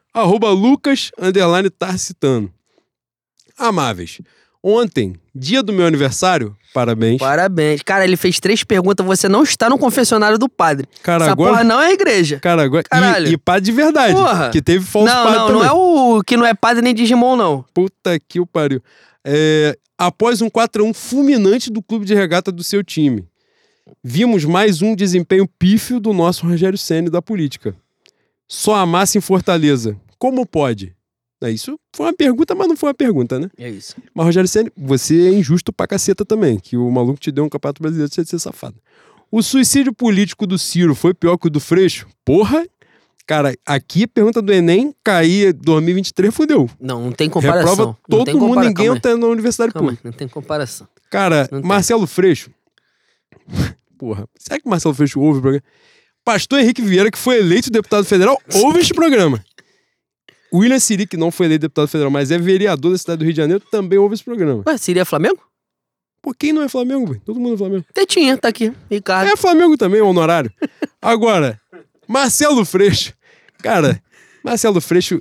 @Lucas_Tarcitano. Amáveis. Ontem, dia do meu aniversário, parabéns. Parabéns. Cara, ele fez 3 perguntas, você não está no confessionário do padre. Cara, essa agora... porra não é igreja. Cara, agora... Caralho. E padre de verdade. Porra. Que teve falso padre também. Não é o que não é padre nem Digimon, não. Puta que o pariu. Após um 4-1 fulminante do clube de regata do seu time, vimos mais um desempenho pífio do nosso Rogério Ceni da política. Só amassa em Fortaleza. Como pode? Isso foi uma pergunta, mas não foi uma pergunta, né? É isso. Mas, Rogério Ceni, você é injusto pra caceta também, que o maluco te deu um campeonato brasileiro de ser safado. O suicídio político do Ciro foi pior que o do Freixo? Porra! Cara, aqui a pergunta do Enem, cair 2023, fudeu. Não tem comparação. Reprova todo mundo, ninguém entra na universidade pública. Não tem comparação. Cara, Marcelo Freixo... Porra, será que o Marcelo Freixo ouve o programa? Pastor Henrique Vieira, que foi eleito deputado federal, ouve este programa. William Siri, que não foi eleito deputado federal, mas é vereador da cidade do Rio de Janeiro, também ouve esse programa. Ué, Siri é Flamengo? Pô, quem não é Flamengo, velho? Todo mundo é Flamengo. Tetinha, tá aqui. Ricardo. É Flamengo também, honorário. Agora, Marcelo Freixo. Cara, Marcelo Freixo...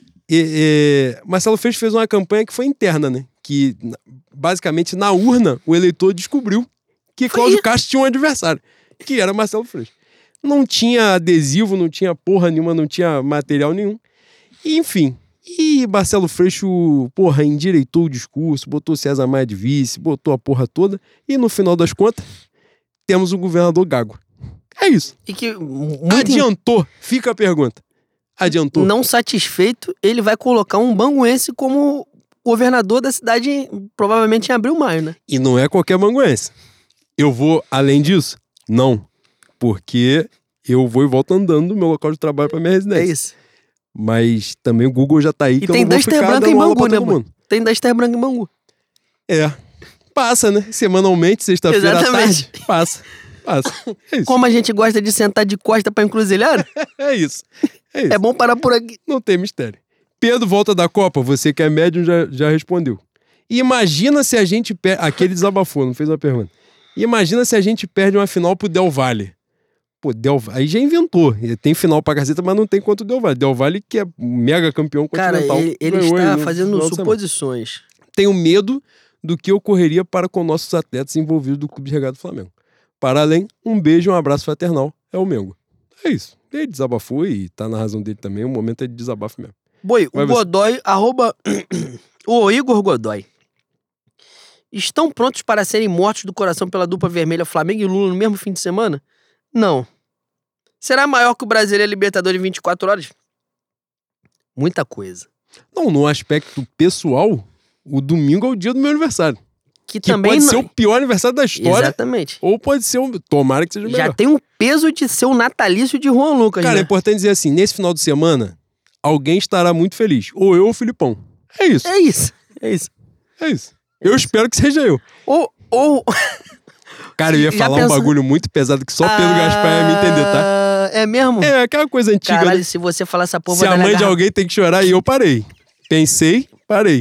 Marcelo Freixo fez uma campanha que foi interna, né? Que, basicamente, na urna, o eleitor descobriu que Cláudio Castro tinha um adversário, que era Marcelo Freixo. Não tinha adesivo, não tinha porra nenhuma, não tinha material nenhum. E, enfim, Marcelo Freixo, porra, endireitou o discurso, botou César Maia de vice, botou a porra toda, e no final das contas, temos um governador gago. É isso. E que adiantou, fica a pergunta. Adiantou. Não satisfeito, ele vai colocar um banguense como governador da cidade, provavelmente em abril, maio, né? E não é qualquer banguense. Eu vou além disso? Não. Porque eu vou e volto andando do meu local de trabalho pra minha residência. É isso. Mas também o Google já tá aí, e que tem eu não vou ficar branca em dando aula Bangu, pra todo mundo. Tem Duster branca em Bangu. Passa, né? Semanalmente, sexta-feira à tarde. Passa. É isso. Como a gente gosta de sentar de costa pra encruzilhada. É isso. É bom parar por aqui. Não tem mistério. Pedro, volta da Copa. Você que é médium já respondeu. E imagina se a gente perde... Aquele desabafou, não fez uma pergunta. Imagina se a gente perde uma final pro Del Valle. Pô, aí já inventou. Tem final pra Gazeta, mas não tem quanto o Del Valle. Del Valle, que é mega campeão continental. Cara, ele está fazendo suposições. Tenho medo do que ocorreria para com nossos atletas envolvidos do Clube de Regata do Flamengo. Para além, um beijo e um abraço fraternal. É o Mengo. É isso. Ele desabafou e tá na razão dele também. O momento é de desabafo mesmo. Boi, o Godoy, o Igor Godoy. Estão prontos para serem mortos do coração pela dupla vermelha Flamengo e Lula no mesmo fim de semana? Não. Será maior que o Brasileiro Libertadores em 24 horas? Muita coisa. Não, no aspecto pessoal, o domingo é o dia do meu aniversário. Que também pode ser o pior aniversário da história. Exatamente. Ou pode ser tomara que seja melhor. Já tem um peso de ser o natalício de Juan Lucas, Cara, né? É importante dizer assim, nesse final de semana, alguém estará muito feliz. Ou eu ou o Filipão. É isso. É isso. Eu espero que seja eu. Ou... Cara, eu ia falar um bagulho muito pesado que só Pedro Gaspar ia me entender, tá? É mesmo? É, aquela coisa antiga. Caralho, se você falar essa porra... Se a mãe de alguém tem que chorar, e eu parei. Pensei, parei.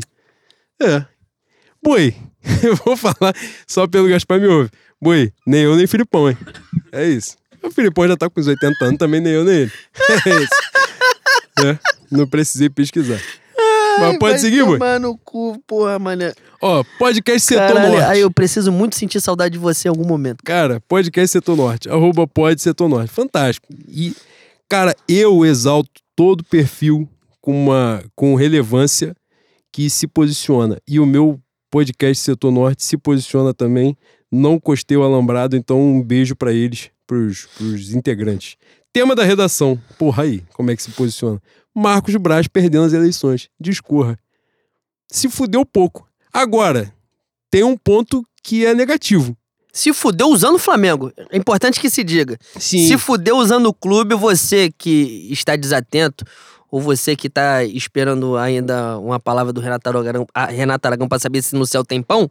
Boi, eu vou falar, só Pedro Gaspar me ouve. Boi, nem eu nem Filipão, hein? É isso. O Filipão já tá com os 80 anos, também nem eu nem ele. É isso. Não precisei pesquisar. Mas pode seguir, Boi? Vai tomar no cu, porra, mané. Ó, podcast Setor Norte. Aí eu preciso muito sentir saudade de você em algum momento. Cara, podcast Setor Norte. @pod Setor Norte. Fantástico. E, cara, eu exalto todo perfil com relevância que se posiciona. E o meu podcast Setor Norte se posiciona também. Não costei o alambrado, então um beijo pra eles, pros integrantes. Tema da redação. Porra, aí, como é que se posiciona? Marcos Braz perdendo as eleições. Discorra. Se fudeu pouco. Agora, tem um ponto que é negativo. Se fudeu usando o Flamengo. É importante que se diga. Sim. Se fudeu usando o clube, você que está desatento, ou você que está esperando ainda uma palavra do Renato Aragão para saber se no céu tem pão,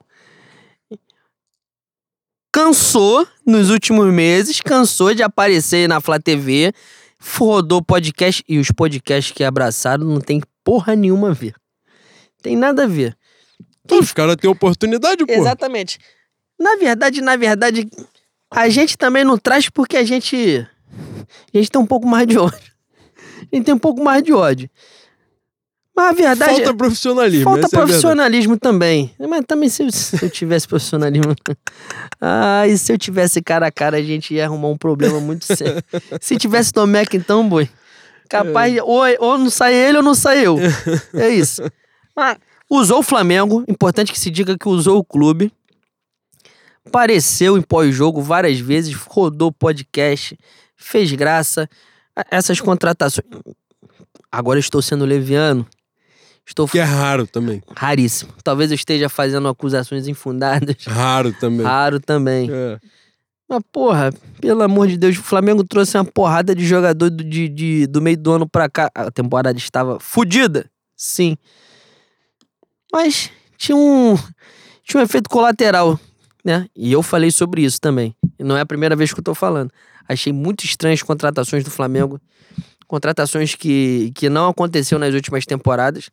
cansou nos últimos meses, cansou de aparecer na Flá TV, rodou podcast, e os podcasts que abraçaram não tem porra nenhuma a ver. Tem nada a ver. Os caras têm oportunidade, pô. Exatamente. Na verdade, a gente também não traz porque a gente tem um pouco mais de ódio. A gente tem um pouco mais de ódio. Mas a verdade Falta profissionalismo. Falta essa profissionalismo também. Mas também se eu tivesse profissionalismo... e se eu tivesse cara a cara, a gente ia arrumar um problema muito sério. Se tivesse Domecq, então, boi. Capaz de... Ou não sai ele ou não sai eu. É isso. Mas usou o Flamengo. Importante que se diga que usou o clube. Apareceu em pós-jogo várias vezes. Rodou podcast. Fez graça. Essas contratações... Agora eu estou sendo leviano. Que é raro também. Raríssimo. Talvez eu esteja fazendo acusações infundadas. Raro também. Raro também. É. Mas, porra, pelo amor de Deus, o Flamengo trouxe uma porrada de jogador do meio do ano pra cá. A temporada estava fodida, sim. Mas tinha um efeito colateral, né? E eu falei sobre isso também. E não é a primeira vez que eu tô falando. Achei muito estranhas as contratações do Flamengo. Contratações que não aconteceu nas últimas temporadas.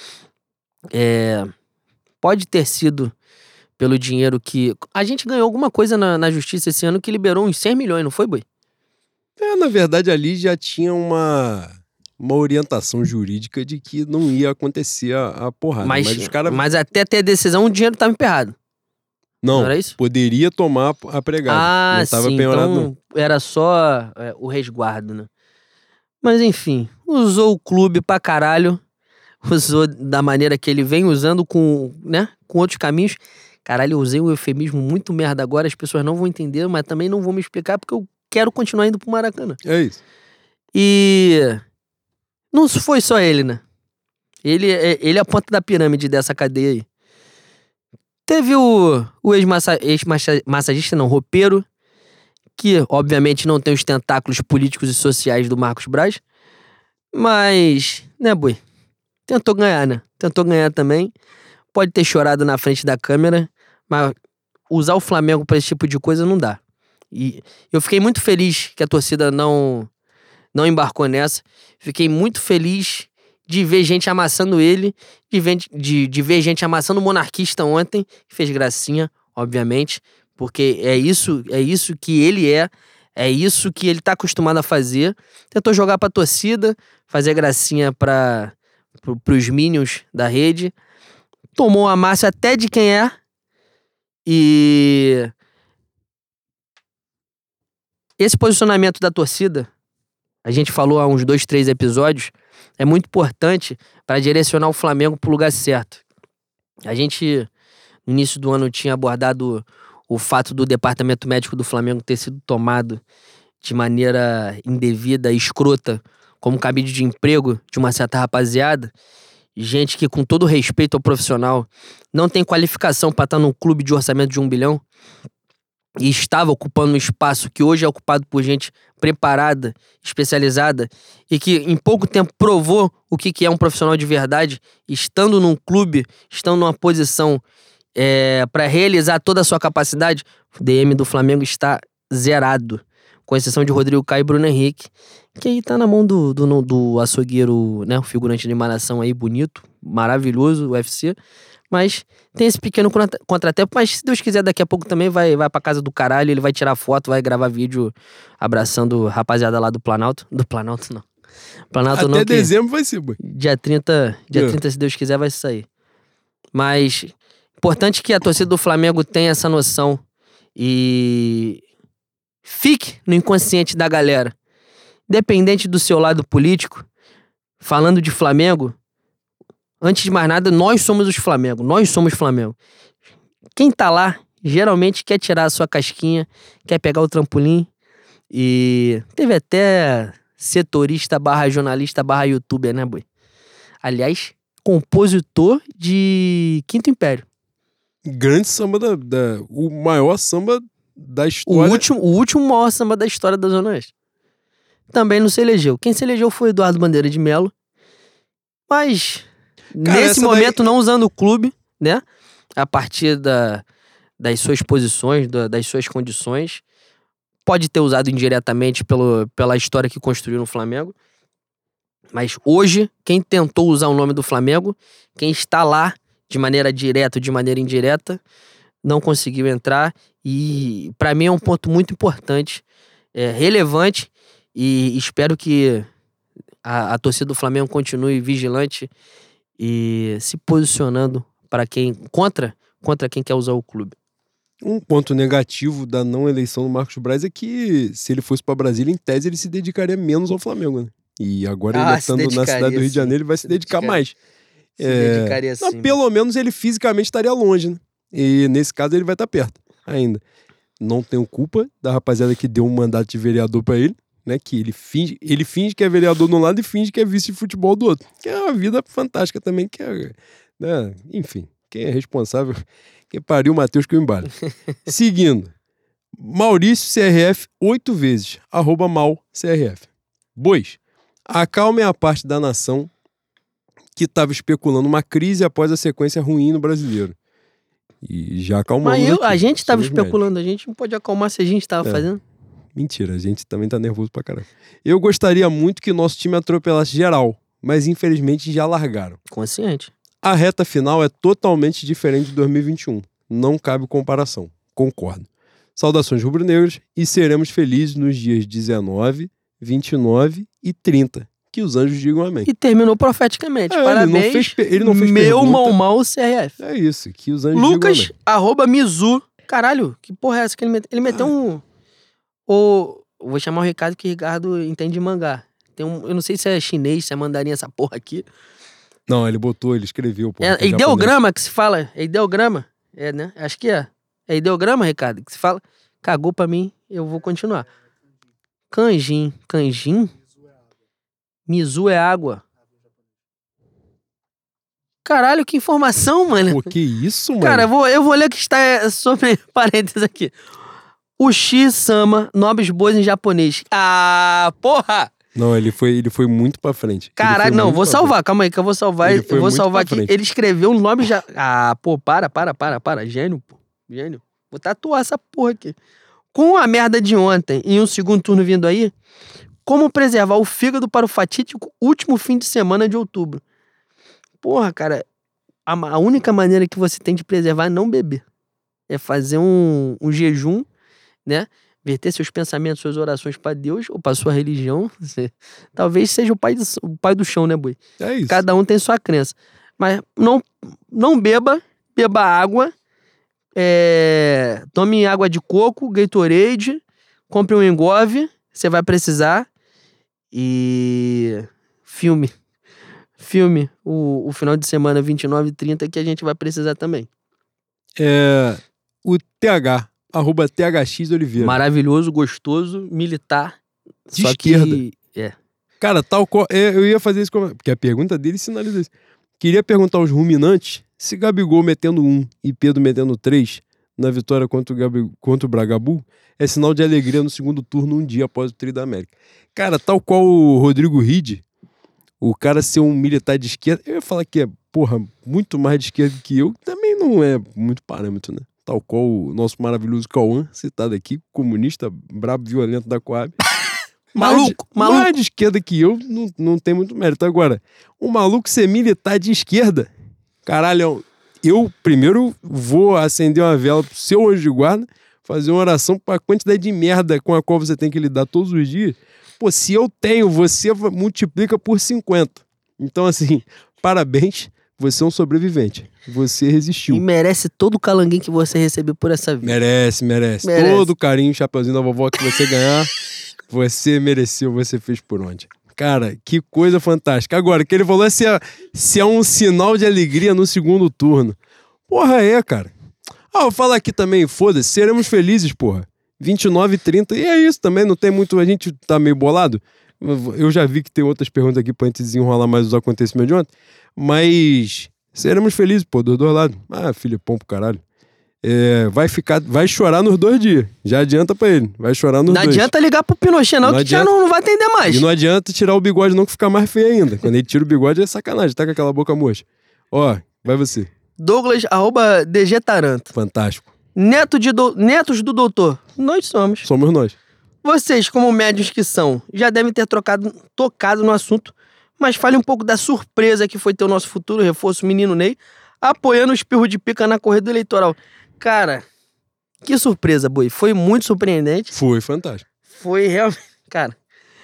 Pode ter sido pelo dinheiro que... A gente ganhou alguma coisa na justiça esse ano que liberou uns 100 milhões, não foi, Boi? Na verdade, ali já tinha uma orientação jurídica de que não ia acontecer a porrada. Mas os caras... Mas até ter a decisão, o dinheiro estava emperrado. Não era isso? Poderia tomar a pregada. Não tava sim, penhorado, então não. era só o resguardo, né? Mas enfim, usou o clube pra caralho. Usou da maneira que ele vem usando com outros caminhos. Caralho, eu usei um eufemismo muito merda agora, as pessoas não vão entender, mas também não vão me explicar porque eu quero continuar indo pro Maracanã. É isso. E não foi só ele, né? Ele é a ponta da pirâmide dessa cadeia aí. Teve o ex-massagista, roupeiro, que obviamente não tem os tentáculos políticos e sociais do Marcos Braz, mas, né, Boi? Tentou ganhar, né? Tentou ganhar também. Pode ter chorado na frente da câmera, mas usar o Flamengo pra esse tipo de coisa não dá. E eu fiquei muito feliz que a torcida não embarcou nessa. Fiquei muito feliz de ver gente amassando ele, de ver gente amassando o monarquista ontem, que fez gracinha, obviamente, porque é isso que ele é isso que ele tá acostumado a fazer. Tentou jogar pra torcida, fazer gracinha pros minions da rede, tomou a massa até de quem é, e esse posicionamento da torcida, a gente falou há uns 2, 3 episódios, é muito importante para direcionar o Flamengo pro lugar certo. A gente, no início do ano, tinha abordado o fato do departamento médico do Flamengo ter sido tomado de maneira indevida, escrota, como cabide de emprego de uma certa rapaziada. Gente que, com todo respeito ao profissional, não tem qualificação para estar num clube de orçamento de 1 bilhão e estava ocupando um espaço que hoje é ocupado por gente preparada, especializada e que em pouco tempo provou o que é um profissional de verdade, estando num clube, estando numa posição para realizar toda a sua capacidade. O DM do Flamengo está zerado, com exceção de Rodrigo Caio e Bruno Henrique, que aí tá na mão do açougueiro, né, o figurante de Malhação aí, bonito, maravilhoso, UFC, mas tem esse pequeno contratempo, mas se Deus quiser daqui a pouco também vai pra casa do caralho, ele vai tirar foto, vai gravar vídeo abraçando a rapaziada lá do Planalto. Do Planalto não. Planalto não. Até dezembro vai ser, boy. Dia 30, se Deus quiser, vai sair. Mas importante que a torcida do Flamengo tenha essa noção e fique no inconsciente da galera. Independente do seu lado político, falando de Flamengo, Antes de mais nada, nós somos os Flamengo. Nós somos Flamengo. Quem tá lá, geralmente quer tirar a sua casquinha, quer pegar o trampolim. E teve até setorista / jornalista / youtuber, né, boi? Aliás, compositor de Quinto Império. Grande samba o maior samba da história. O último maior samba da história da Zona Oeste. Também não se elegeu. Quem se elegeu foi Eduardo Bandeira de Melo. Mas, cara, nesse momento, não usando o clube, né? A partir das suas posições, das suas condições. Pode ter usado indiretamente pela história que construiu no Flamengo. Mas hoje, quem tentou usar o nome do Flamengo, quem está lá de maneira direta ou de maneira indireta, não conseguiu entrar. E para mim é um ponto muito importante, relevante, e espero que a torcida do Flamengo continue vigilante e se posicionando contra quem quer usar o clube. Um ponto negativo da não eleição do Marcos Braz é que, se ele fosse para Brasília, em tese, ele se dedicaria menos ao Flamengo, né? E agora, ele estando na cidade do Rio de Janeiro, ele vai se dedicar mais. Se dedicaria sim. Pelo menos ele fisicamente estaria longe, né? E nesse caso ele vai estar perto ainda. Não tenho culpa da rapaziada que deu um mandato de vereador para ele, né? Que ele finge que é vereador de um lado e finge que é vice de futebol do outro. Que é uma vida fantástica também, que é, né? Enfim, quem é responsável... Quem pariu o Matheus que eu embalo. Seguindo. Maurício CRF 8 vezes. @malcrf. Bois. Acalme a parte da nação que estava especulando uma crise após a sequência ruim no brasileiro. E já acalmamos. Mas a gente estava especulando. A gente não pode acalmar se a gente estava fazendo. Mentira, a gente também tá nervoso pra caramba. Eu gostaria muito que nosso time atropelasse geral, mas infelizmente já largaram. Consciente. A reta final é totalmente diferente de 2021. Não cabe comparação. Concordo. Saudações rubro-negras e seremos felizes nos dias 19, 29 e 30. Que os anjos digam amém. E terminou profeticamente. Parabéns. Ele não fez meu pergunta. mal CRF. É isso, que os anjos Lucas, digam amém. @Mizu. Caralho, que porra é essa que ele meteu? Ele meteu um... Vou chamar o Ricardo, que o Ricardo entende de mangá. Eu não sei se é chinês, se é mandarim essa porra aqui. Não, ele escreveu. É ideograma que se fala? É ideograma? É, né? Acho que é. É ideograma, Ricardo, que se fala? Cagou pra mim, eu vou continuar. Kanjin. Kanjin? Mizu é água. Caralho, que informação, mano. Pô, que isso, mano? Cara, eu vou ler o que está sobre parênteses aqui. Uchi-sama, nobres bois em japonês. Ah, porra! Não, ele foi muito pra frente. Caralho, não, vou salvar. Calma aí, que eu vou salvar. Eu vou salvar aqui. Ele escreveu um nome já... Ah, pô, para. Gênio, pô. Gênio. Vou tatuar essa porra aqui. Com a merda de ontem e um segundo turno vindo aí, como preservar o fígado para o fatídico último fim de semana de outubro? Porra, cara, a única maneira que você tem de preservar é não beber. É fazer um jejum, né? Verter seus pensamentos, suas orações para Deus ou para sua religião. Talvez seja o pai do chão, né, boi? É isso. Cada um tem sua crença. Mas não beba água. Tome água de coco, Gatorade, compre um Engove, você vai precisar. E filme o final de semana 29 e 30 que a gente vai precisar também. O TH, @THX Oliveira. Maravilhoso, gostoso, militar. De só esquerda. Que, Cara, tal qual... eu ia fazer isso, porque a pergunta dele sinaliza isso. Queria perguntar aos ruminantes se Gabigol metendo 1 e Pedro metendo 3 na vitória contra o Bragabu é sinal de alegria no segundo turno, um dia após o Tri da América. Cara, tal qual o Rodrigo Ride, o cara ser um militar de esquerda, eu ia falar que é, porra, muito mais de esquerda que eu, também não é muito parâmetro, né? Tal qual o nosso maravilhoso Cauã, citado aqui, comunista, brabo, violento da Coab. Maluco. Mais de esquerda que eu, não tem muito mérito. Agora, um maluco ser militar de esquerda, caralho, eu primeiro vou acender uma vela pro seu anjo de guarda, fazer uma oração pra quantidade de merda com a qual você tem que lidar todos os dias. Pô, se eu tenho, você multiplica por 50. Então, assim, parabéns, você é um sobrevivente. Você resistiu. E merece todo o calanguinho que você recebeu por essa vida. Merece. Todo o carinho, chapeuzinho da vovó que você ganhar, você mereceu, você fez por onde. Cara, que coisa fantástica. Agora, que ele falou se é um sinal de alegria no segundo turno. Porra, cara. Eu falo aqui também, foda-se, seremos felizes, porra. 29h30, e é isso também, não tem muito, a gente tá meio bolado. Eu já vi que tem outras perguntas aqui pra gente desenrolar mais os acontecimentos de ontem, mas seremos felizes, pô, dos dois lados. Filipão pro caralho. Vai chorar nos 2 dias. Já adianta pra ele. Vai chorar nos 2. Não adianta ligar pro Pinochet, não, que adianta, já não vai atender mais. E não adianta tirar o bigode, não, que fica mais feio ainda. Quando ele tira o bigode é sacanagem, tá com aquela boca murcha. Ó, vai você. Douglas, @DG Taranto. Fantástico. Netos do doutor. Nós somos. Somos nós. Vocês, como médios que são, já devem ter tocado no assunto, mas fale um pouco da surpresa que foi ter o nosso futuro reforço, menino Ney, apoiando o espirro de pica na corrida eleitoral. Cara, que surpresa, Boi. Foi muito surpreendente. Foi fantástico. Foi realmente... Cara,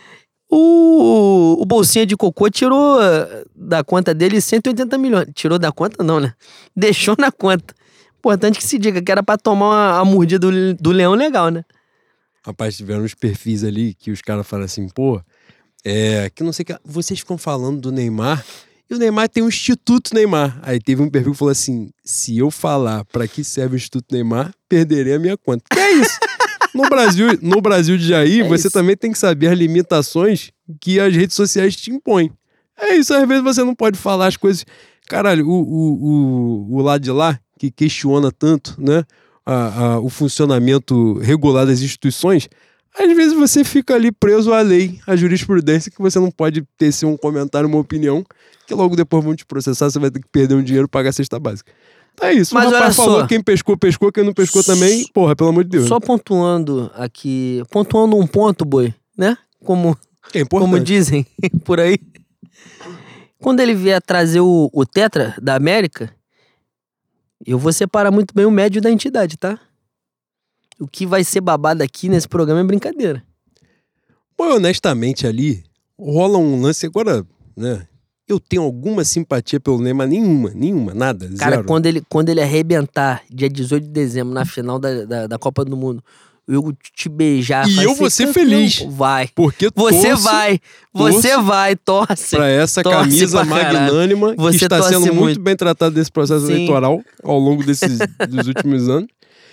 o Bolsinha de Cocô tirou da conta dele 180 milhões. Tirou da conta não, né? Deixou na conta. Importante que se diga que era pra tomar a mordida do leão legal, né? Rapaz, tiveram uns perfis ali que os caras falam assim, que não sei o que... Vocês ficam falando do Neymar... E o Neymar tem um Instituto Neymar. Aí teve um perfil que falou assim, se eu falar pra que serve o Instituto Neymar, perderei a minha conta. Que é isso? No Brasil de Jair, você também tem que saber as limitações que as redes sociais te impõem. É isso, às vezes você não pode falar as coisas... Caralho, o lado de lá, que questiona tanto, né, o funcionamento regular das instituições, às vezes você fica ali preso à lei, à jurisprudência, que você não pode tecer um comentário, uma opinião, que logo depois vão te processar, você vai ter que perder um dinheiro e pagar a cesta básica. Então é isso. Mas o rapaz falou, quem pescou, quem não pescou também, porra, pelo amor de Deus. Só pontuando aqui, um ponto, Boi, né? Como dizem por aí. Quando ele vier trazer o Tetra da América, eu vou separar muito bem o médio da entidade, tá? O que vai ser babado aqui nesse programa é brincadeira. Pô, honestamente ali, rola um lance agora, né? Eu tenho alguma simpatia pelo Neymar? Nenhuma, nada, cara, zero. Quando ele arrebentar, dia 18 de dezembro, na final da Copa do Mundo, eu te beijar... E eu vou ser feliz. Vai. Porque você vai, torce. Pra essa camisa magnânima que está sendo muito bem tratada desse processo eleitoral ao longo dos últimos anos.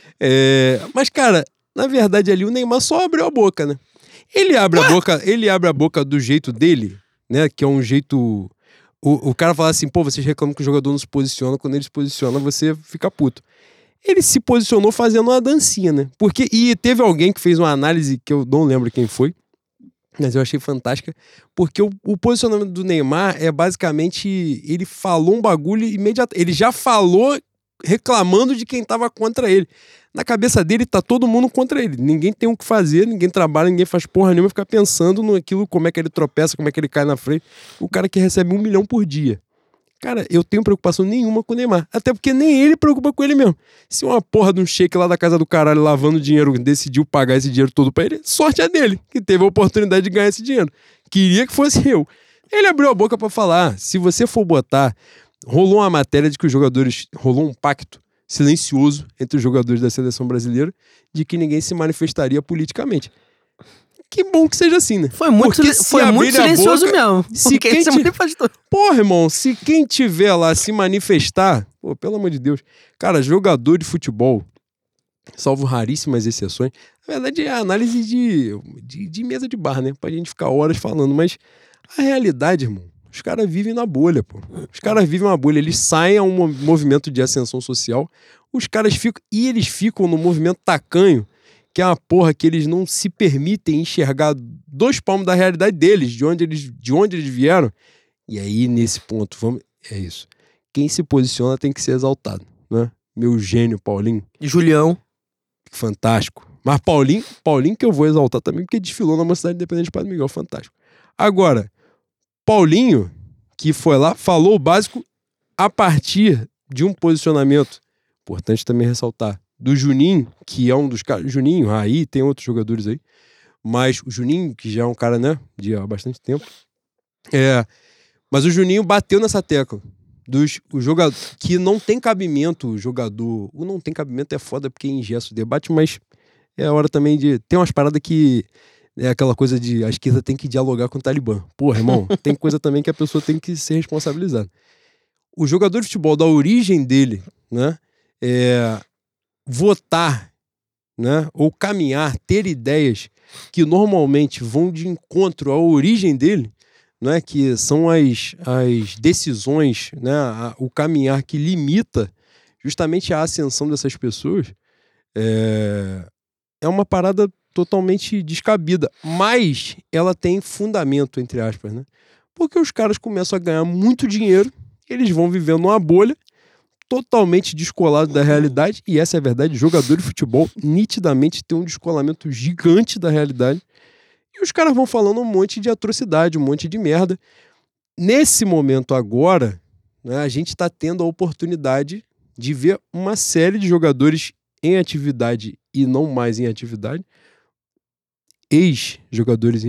Mas, cara, na verdade ali o Neymar só abriu a boca, né? Ele abre a boca do jeito dele, né? Que é um jeito... O cara fala assim, vocês reclamam que o jogador não se posiciona, quando ele se posiciona você fica puto. Ele se posicionou fazendo uma dancinha, né? E teve alguém que fez uma análise, que eu não lembro quem foi, mas eu achei fantástica, porque o posicionamento do Neymar é basicamente, ele falou um bagulho imediato, ele já falou reclamando de quem tava contra ele. Na cabeça dele tá todo mundo contra ele. Ninguém tem o que fazer, ninguém trabalha, ninguém faz porra nenhuma, fica pensando naquilo, como é que ele tropeça, como é que ele cai na frente. O cara que recebe 1 milhão por dia. Cara, eu tenho preocupação nenhuma com o Neymar. Até porque nem ele preocupa com ele mesmo. Se uma porra de um shake lá da casa do caralho lavando dinheiro decidiu pagar esse dinheiro todo pra ele, sorte é dele, que teve a oportunidade de ganhar esse dinheiro. Queria que fosse eu. Ele abriu a boca pra falar, se você for botar... Rolou uma matéria de que os jogadores... Rolou um pacto silencioso entre os jogadores da seleção brasileira de que ninguém se manifestaria politicamente. Que bom que seja assim, né? Foi muito silencioso mesmo. Porra, irmão, se quem tiver lá se manifestar... Pô, pelo amor de Deus. Cara, jogador de futebol, salvo raríssimas exceções, na verdade é análise de mesa de bar, né? Pra gente ficar horas falando, mas a realidade, irmão, os caras vivem na bolha, pô. Os caras vivem uma bolha. Eles saem a um movimento de ascensão social. Os caras ficam no movimento tacanho, que é uma porra que eles não se permitem enxergar 2 palmos da realidade deles, de onde eles vieram. E aí, nesse ponto, é isso. Quem se posiciona tem que ser exaltado, né? Meu gênio, Paulinho. Julião. Fantástico. Mas Paulinho que eu vou exaltar também, porque desfilou na Mocidade Independente de Padre Miguel. Fantástico. Agora... Paulinho, que foi lá, falou o básico a partir de um posicionamento, importante também ressaltar, do Juninho, que é um dos caras, Juninho, Raí, tem outros jogadores aí, mas o Juninho, que já é um cara, né, de há bastante tempo, mas o Juninho bateu nessa tecla, o jogador, que não tem cabimento, o não tem cabimento é foda porque engessa o debate, mas é a hora também de, tem umas paradas que É aquela coisa de a esquerda tem que dialogar com o Talibã. Porra, irmão, tem coisa também que a pessoa tem que ser responsabilizada. O jogador de futebol, da origem dele, né, votar, né, ou caminhar, ter ideias que normalmente vão de encontro à origem dele, né, que são as decisões, né, o caminhar que limita justamente a ascensão dessas pessoas, é uma parada totalmente descabida, mas ela tem fundamento, entre aspas, né? Porque os caras começam a ganhar muito dinheiro, eles vão vivendo uma bolha totalmente descolado da realidade, e essa é a verdade, jogador de futebol nitidamente tem um descolamento gigante da realidade, e os caras vão falando um monte de atrocidade, um monte de merda. Nesse momento agora, né, a gente está tendo a oportunidade de ver uma série de jogadores em atividade e não mais em atividade, ex-jogadores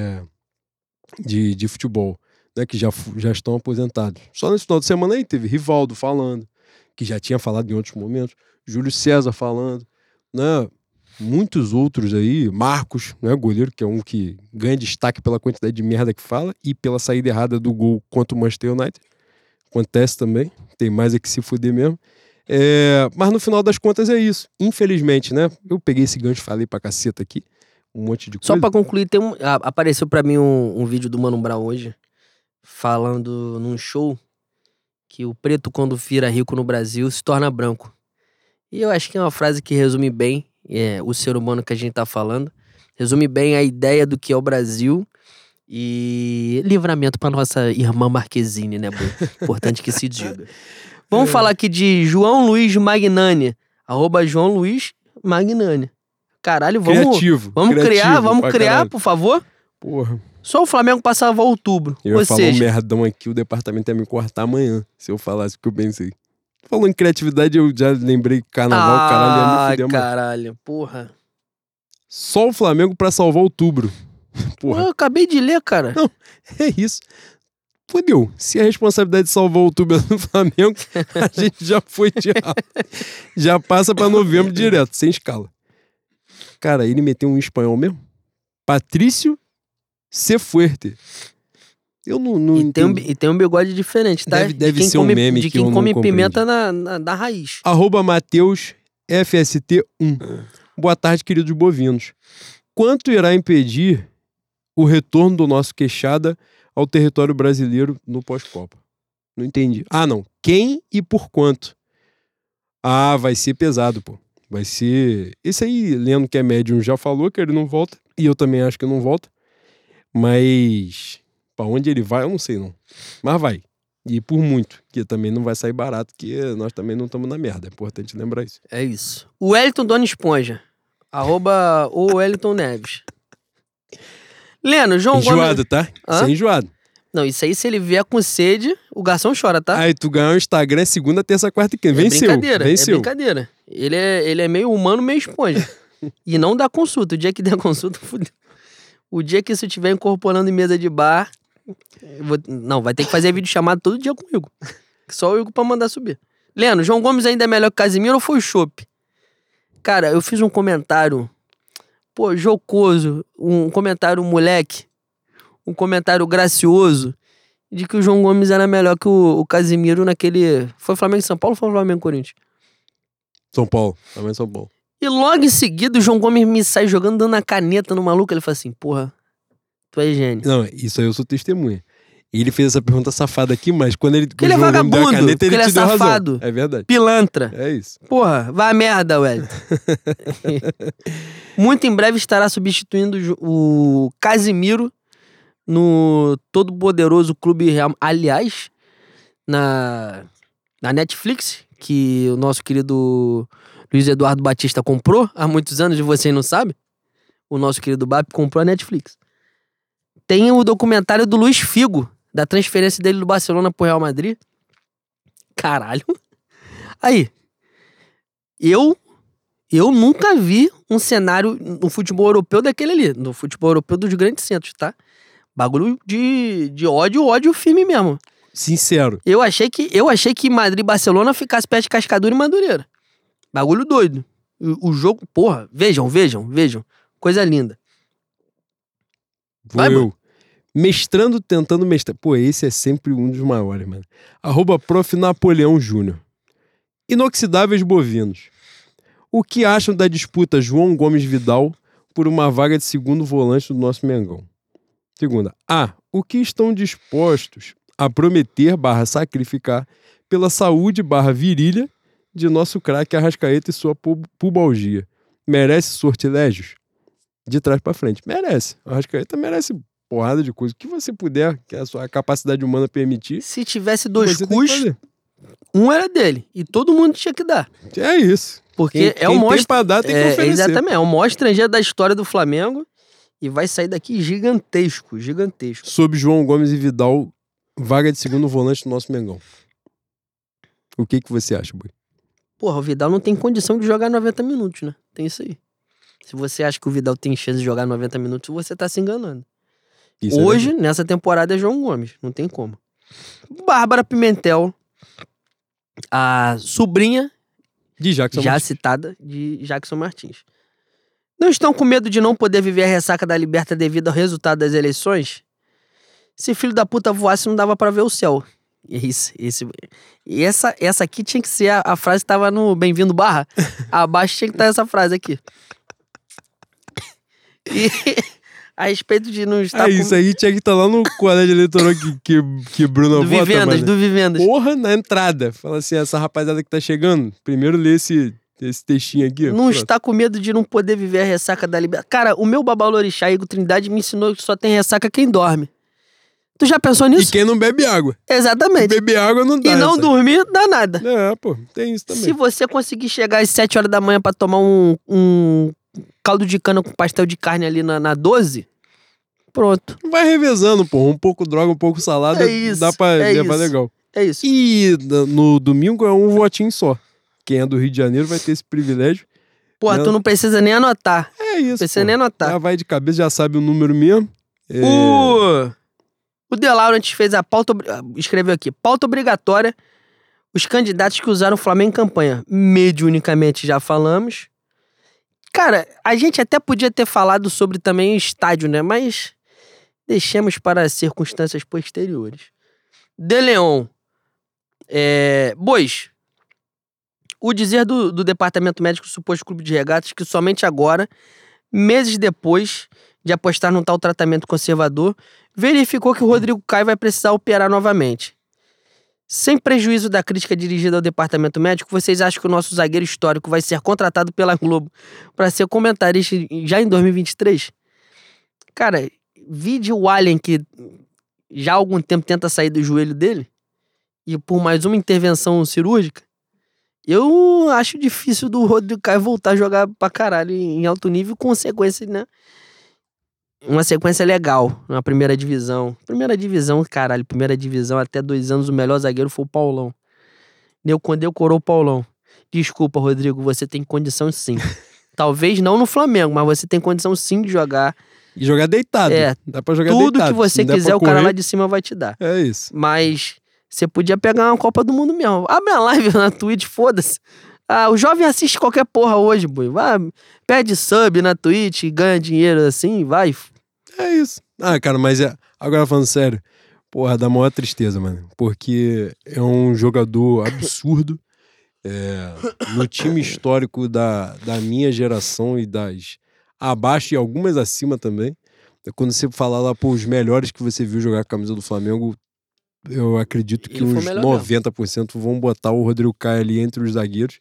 de futebol, né, que já estão aposentados. Só nesse final de semana aí teve Rivaldo falando, que já tinha falado em outros momentos, Júlio César falando, né, muitos outros aí, Marcos, né, goleiro, que é um que ganha destaque pela quantidade de merda que fala e pela saída errada do gol contra o Manchester United. Acontece também, tem mais é que se fuder mesmo. Mas no final das contas é isso. Infelizmente, né? Eu peguei esse gancho, falei pra caceta aqui, um monte de coisa. Só pra concluir, apareceu pra mim um vídeo do Mano Brown hoje, falando num show que o preto, quando vira rico no Brasil, se torna branco. E eu acho que é uma frase que resume bem o ser humano que a gente tá falando. Resume bem a ideia do que é o Brasil. E livramento pra nossa irmã Marquezine, né, boi? Importante que se diga. Vamos falar aqui de João Luiz Magnani. @João Luiz Magnani. Caralho, vamos criar, por favor? Porra. Só o Flamengo passava outubro. Eu ia falar um merdão aqui, o departamento ia me cortar amanhã, se eu falasse o que eu pensei. Falando em criatividade, eu já lembrei carnaval, caralho, ia me fuder, mano. Caralho, porra. Só o Flamengo pra salvar outubro. Porra. Eu acabei de ler, cara. Não, é isso. Fudeu. Se a responsabilidade de salvar outubro é do Flamengo, a gente já foi de já passa pra novembro direto, sem escala. Cara, ele meteu um espanhol mesmo? Patrício Cefuerte. Eu não entendo. E tem um bigode diferente, tá? Deve ser um meme de que eu quem não come compreendi. pimenta na raiz. @Mateus FST1. Boa tarde, queridos bovinos. Quanto irá impedir o retorno do nosso Queixada ao território brasileiro no pós-Copa? Não entendi. Não. Quem e por quanto? Vai ser pesado, pô. Vai ser... Esse aí, Leno, que é médium, já falou que ele não volta. E eu também acho que não volta. Mas... pra onde ele vai, eu não sei, não. Mas vai. E por muito. Que também não vai sair barato, que nós também não estamos na merda. É importante lembrar isso. É isso. O Wellington Dona Esponja. @o Wellington Neves. Leno, João enjoado, Gomes... tá? Isso é enjoado. Não, isso aí, se ele vier com sede, o garçom chora, tá? Aí tu ganhar o Instagram segunda, terça, quarta e quinta. Venceu. É brincadeira. Ele é meio humano, meio esponja. E não dá consulta. O dia que der consulta, fudeu. O dia que isso estiver incorporando em mesa de bar... vai ter que fazer vídeo chamado todo dia comigo. Só o Igor pra mandar subir. Leno, João Gomes ainda é melhor que Casimiro ou foi o Chopp? Cara, eu fiz um comentário... Pô, jocoso. Um comentário moleque. Um comentário gracioso. De que o João Gomes era melhor que o Casimiro naquele... Foi Flamengo e São Paulo ou foi Flamengo e Corinthians? São Paulo. Flamengo e São Paulo. E logo em seguida o João Gomes me sai jogando, dando a caneta no maluco. Ele fala assim, porra, tu é gênio. Não, isso aí eu sou testemunha. E ele fez essa pergunta safada aqui, mas quando ele... Porque ele é vagabundo, caneta, ele é safado. Razão. É verdade. Pilantra. É isso. Porra, vai a merda, Wellington. Muito em breve estará substituindo o Casimiro no todo poderoso Clube Real. Aliás, na Netflix, que o nosso querido Luiz Eduardo Batista comprou há muitos anos, e você não sabe, o nosso querido BAP comprou a Netflix. Tem o documentário do Luiz Figo, da transferência dele do Barcelona pro Real Madrid. Caralho. Aí, eu nunca vi um cenário no futebol europeu daquele ali, no futebol europeu dos grandes centros, tá? Bagulho de ódio firme mesmo. Sincero. Eu achei que Madrid e Barcelona ficasse perto de Cascadura e Madureira. Bagulho doido. O jogo, porra, vejam. Coisa linda. Vai, eu. Mestrando, tentando mestrar. Pô, esse é sempre um dos maiores, mano. @Prof. Napoleão Júnior. Inoxidáveis bovinos. O que acham da disputa João Gomes Vidal por uma vaga de segundo volante do nosso Mengão? Segunda. O que estão dispostos a prometer / sacrificar pela saúde / virilha de nosso craque Arrascaeta e sua pubalgia? Merece sortilégios? De trás pra frente. Merece. O Arrascaeta merece porrada de coisa. O que você puder, que a sua capacidade humana permitir. Se tivesse 2 você tem que cus, fazer. um era dele. E todo mundo tinha que dar. É isso. Porque é o quem maior. tem pra dar tem que oferecer. Exatamente. É o maior estrangeiro da história do Flamengo. E vai sair daqui gigantesco. Gigantesco. Sob João Gomes e Vidal, vaga de segundo volante do nosso Mengão. O que você acha, Boi? Porra, o Vidal não tem condição de jogar 90 minutos, né? Tem isso aí. Se você acha que o Vidal tem chance de jogar 90 minutos, você tá se enganando. Isso Hoje, nessa temporada, é João Gomes. Não tem como. Bárbara Pimentel, a sobrinha de Jackson já Martins. citada de Jackson Martins. Não estão com medo de não poder viver a ressaca da Liberta devido ao resultado das eleições? Se filho da puta voasse, não dava pra ver o céu. E essa aqui tinha que ser a frase que tava no Bem-vindo Barra. Abaixo tinha que estar essa frase aqui. E a respeito de não estar... Isso aí tinha que estar lá no colégio eleitoral que Bruno vota, Vivendas, mano. do Vivendas. Porra, na entrada. Fala assim, essa rapaziada que tá chegando, primeiro lê esse textinho aqui. Não está com medo de não poder viver a ressaca da liberdade. Cara, o meu babalorixá, Igor Trindade, me ensinou que só tem ressaca quem dorme. Tu já pensou nisso? E quem não bebe água. Exatamente. Beber água não dá. E não dormir, dá nada. Pô, tem isso também. Se você conseguir chegar às 7 horas da manhã pra tomar um caldo de cana com pastel de carne ali na 12, pronto. Vai revezando, pô. Um pouco droga, um pouco salada. É isso, dá pra levar legal. É isso. E no domingo é um votinho só. Quem é do Rio de Janeiro vai ter esse privilégio. Porra, tu não precisa nem anotar. É isso. Não precisa nem anotar. Já vai de cabeça, já sabe o número mesmo. O De Laurentiis fez a pauta... Escreveu aqui. Pauta obrigatória. Os candidatos que usaram o Flamengo em campanha. Mediunicamente já falamos. Cara, a gente até podia ter falado sobre também o estádio, né? Mas deixemos para circunstâncias posteriores. De Leon. Bois. O dizer do departamento médico do suposto clube de regatas que somente agora, meses depois de apostar num tal tratamento conservador, verificou que o Rodrigo Caio vai precisar operar novamente. Sem prejuízo da crítica dirigida ao departamento médico, vocês acham que o nosso zagueiro histórico vai ser contratado pela Globo para ser comentarista já em 2023? Cara, vide o Allen que já há algum tempo tenta sair do joelho dele e por mais uma intervenção cirúrgica, eu acho difícil do Rodrigo Caio voltar a jogar pra caralho em alto nível com sequência, né? Uma sequência legal na primeira divisão. Primeira divisão, até 2 anos o melhor zagueiro foi o Paulão. Quando eu corou o Paulão. Desculpa, Rodrigo, você tem condição sim. Talvez não no Flamengo, mas você tem condição sim de jogar. E jogar deitado. Dá pra jogar tudo deitado. Que você quiser, o cara lá de cima vai te dar. É isso. Mas você podia pegar uma Copa do Mundo mesmo. Abre a live na Twitch, foda-se. O jovem assiste qualquer porra hoje, boi. Vai, pede sub na Twitch, ganha dinheiro assim, vai. É isso. Cara, mas agora falando sério, porra, dá maior tristeza, mano. Porque é um jogador absurdo. No time histórico da minha geração e das abaixo e algumas acima também. Quando você falar lá, pô, os melhores que você viu jogar com a camisa do Flamengo, eu acredito que uns 90% vão botar o Rodrigo Caio ali entre os zagueiros.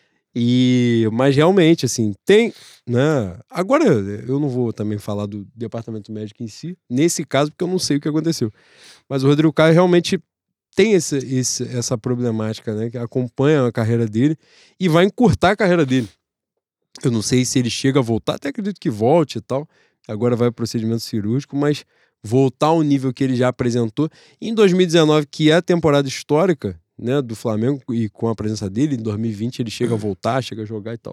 Mas realmente, assim, tem, né? Agora, eu não vou também falar do departamento médico em si, nesse caso, porque eu não sei o que aconteceu. Mas o Rodrigo Caio realmente tem essa problemática, né? Que acompanha a carreira dele e vai encurtar a carreira dele. Eu não sei se ele chega a voltar, até acredito que volte e tal. Agora vai pro procedimento cirúrgico, mas voltar ao nível que ele já apresentou. Em 2019, que é a temporada histórica, né, do Flamengo, e com a presença dele, em 2020 ele chega a voltar, chega a jogar e tal.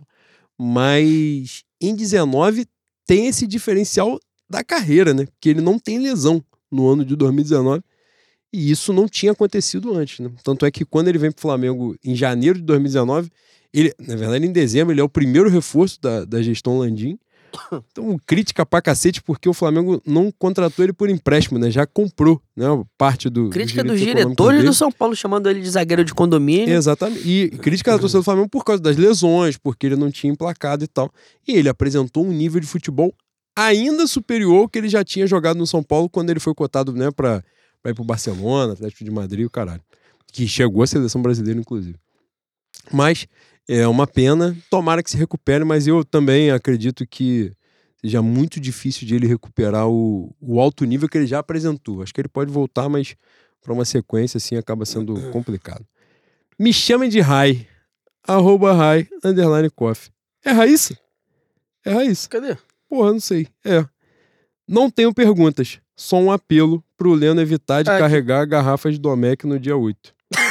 Mas em 19 tem esse diferencial da carreira, né? Porque ele não tem lesão no ano de 2019 e isso não tinha acontecido antes, né? Tanto é que quando ele vem pro Flamengo em janeiro de 2019, ele, na verdade em dezembro, ele é o primeiro reforço da gestão Landim. Então, crítica pra cacete porque o Flamengo não contratou ele por empréstimo, né? Já comprou, né? Parte do Crítica dos direitos econômicos diretores dele. do São Paulo chamando ele de zagueiro de condomínio. Exatamente. E crítica da torcida do Flamengo por causa das lesões, porque ele não tinha emplacado e tal. E ele apresentou um nível de futebol ainda superior ao que ele já tinha jogado no São Paulo quando ele foi cotado, né, pra ir pro Barcelona, Atlético de Madrid, o caralho. Que chegou à seleção brasileira, inclusive. Mas é uma pena. Tomara que se recupere, mas eu também acredito que seja muito difícil de ele recuperar o alto nível que ele já apresentou. Acho que ele pode voltar, mas para uma sequência assim acaba sendo complicado. Me chamem de Rai, @Rai_Coffee. É Raíssa? É Raíssa. Cadê? Porra, não sei. Não tenho perguntas. Só um apelo pro Leno evitar de carregar garrafas de Domec no dia 8.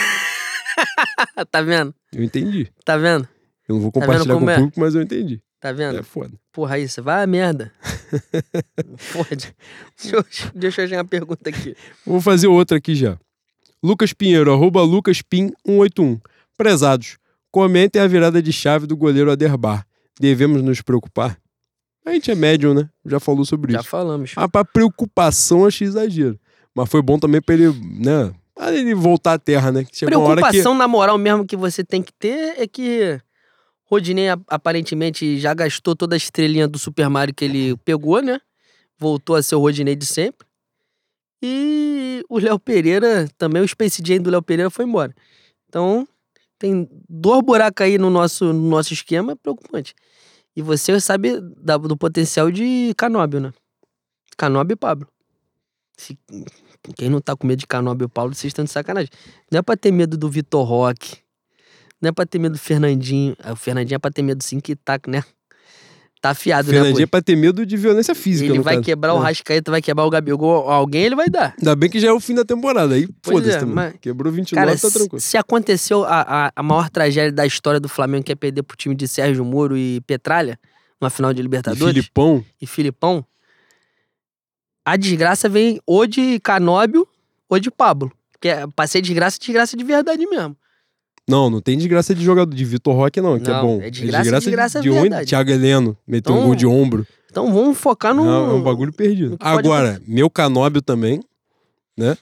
Tá vendo? Eu entendi. Tá vendo? Eu não vou compartilhar com o público, mas eu entendi. Tá vendo? É foda. Porra, isso, vai a merda. Pode. Deixa eu fazer uma pergunta aqui. Vou fazer outra aqui já. Lucas Pinheiro, @LucasPin181. Prezados, comentem a virada de chave do goleiro Aderbar. Devemos nos preocupar? A gente é médium, né? Já falou sobre isso. Já falamos. Ah, pra preocupação, achei exagero. Mas foi bom também pra ele, né? Pra ele voltar à terra, né? Chegou uma hora que... Preocupação na moral mesmo que você tem que ter é que Rodinei aparentemente já gastou toda a estrelinha do Super Mario que ele pegou, né? Voltou a ser o Rodinei de sempre. E o Léo Pereira, também o Space Jam do Léo Pereira foi embora. Então, tem 2 buracos aí no nosso esquema, preocupante. E você sabe do potencial de Canóbio, né? Canóbio e Pablo. Quem não tá com medo de Canóbio e Pablo, vocês estão de sacanagem. Não é pra ter medo do Vitor Roque. Não é pra ter medo do Fernandinho. O Fernandinho é pra ter medo sim que tá, né? Tá afiado, né? Fernandinho é pra ter medo de violência física. Ele vai quebrar o Rascaeta, vai quebrar o Gabigol. Alguém ele vai dar. Ainda bem que já é o fim da temporada. Aí foda-se também. Mas... Quebrou 29, cara, tá tranquilo. Se aconteceu a maior tragédia da história do Flamengo, que é perder pro time de Sérgio Moro e Petralha, numa final de Libertadores. E Filipão. A desgraça vem ou de Canóbio ou de Pablo. Que é, pra ser desgraça de verdade mesmo. Não tem desgraça de jogador de Vitor Roque, não, que é bom. É desgraça de verdade. Thiago Heleno meteu um gol de ombro. Então vamos focar no... É um bagulho perdido. Agora, meu Canóbio também, né?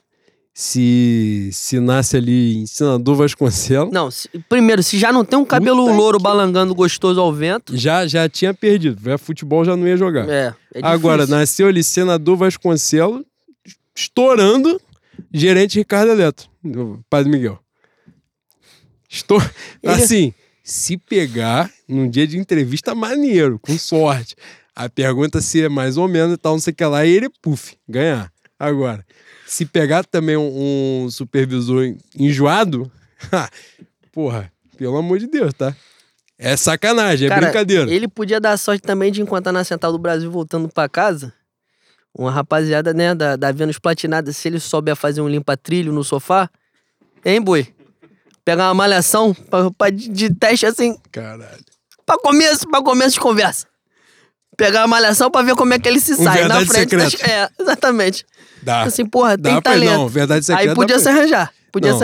Se nasce ali em Senador Vasconcelos... Não, primeiro, se já não tem um cabelo louro balangando gostoso ao vento... Já tinha perdido. Futebol já não ia jogar. É difícil. Agora, nasceu ali Senador Vasconcelos, estourando, gerente Ricardo Eletro, Padre Miguel. Assim, se pegar num dia de entrevista maneiro, com sorte, a pergunta se é mais ou menos e tal, não sei o que lá, e ele, ganhar. Agora, se pegar também um supervisor enjoado, porra, pelo amor de Deus, tá? É sacanagem, é brincadeira. Ele podia dar sorte também de encontrar na Central do Brasil voltando pra casa, uma rapaziada, né, da Vênus Platinada, se ele souber fazer um limpa-trilho no sofá, hein, boi? Pegar uma malhação de teste assim. Caralho. Pra começo de conversa. Pegar uma malhação pra ver como é que ele se sai na frente. Exatamente. Dá. Assim, porra, tem talento. Não, verdade secreta. Aí podia se arranjar.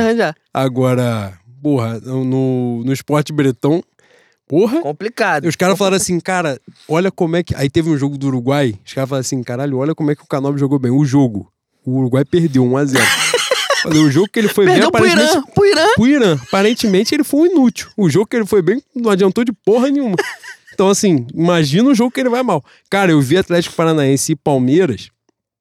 Agora, porra, no esporte bretão, porra. Complicado. Os caras falaram assim, cara, olha como é que... Aí teve um jogo do Uruguai, os caras falaram assim, caralho, olha como é que o Canóbio jogou bem. O Uruguai perdeu 1-0. O jogo que ele foi bem, aparentemente... Pro Irã. Aparentemente, ele foi um inútil. O jogo que ele foi bem, não adiantou de porra nenhuma. Então, assim, imagina o jogo que ele vai mal. Cara, eu vi Atlético Paranaense e Palmeiras.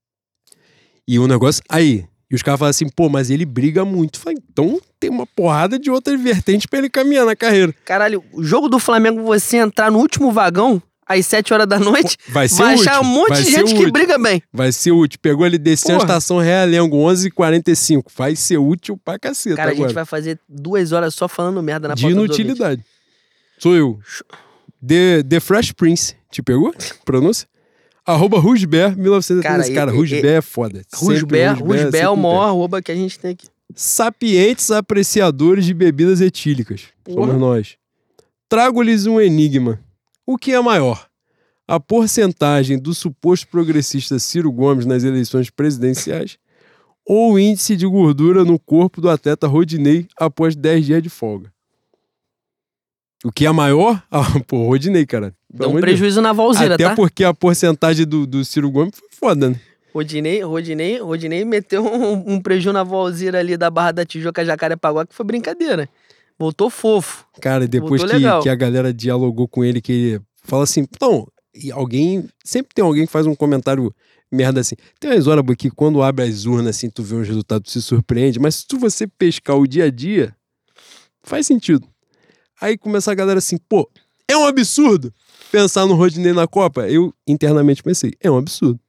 E o negócio... Aí, e os caras falam assim, pô, mas ele briga muito. Falei, então tem uma porrada de outras vertentes pra ele caminhar na carreira. Caralho, o jogo do Flamengo, você entrar no último vagão... às 7 horas da noite, vai achar um monte de gente que briga bem. Vai ser útil. Pegou ele, desceu a estação Realengo, 11h45. Vai ser útil pra caceta. Cara, agora. A gente vai fazer 2 horas só falando merda na pauta de inutilidade. Sou eu. The Fresh Prince. Te pegou? Pronúncia? @Rusber 1913. Cara, Rusber é foda. Rusber é o maior arroba que a gente tem aqui. Sapientes apreciadores de bebidas etílicas. Somos nós. Trago-lhes um enigma. O que é maior? A porcentagem do suposto progressista Ciro Gomes nas eleições presidenciais ou o índice de gordura no corpo do atleta Rodinei após 10 dias de folga? O que é maior? Pô, Rodinei, cara. Deu um prejuízo na Valzira, até tá? Porque a porcentagem do Ciro Gomes foi foda, né? Rodinei meteu um prejuízo na Valzira ali da Barra da Tijuca, Jacarepaguá, que foi brincadeira. Voltou fofo. Cara, depois que a galera dialogou com ele, que ele fala assim, então, sempre tem alguém que faz um comentário merda assim. Tem umas horas que quando abre as urnas assim, tu vê os resultados, se surpreende, mas se você pescar o dia a dia, faz sentido. Aí começa a galera assim, pô, é um absurdo pensar no Rodinei na Copa. Eu internamente pensei, é um absurdo.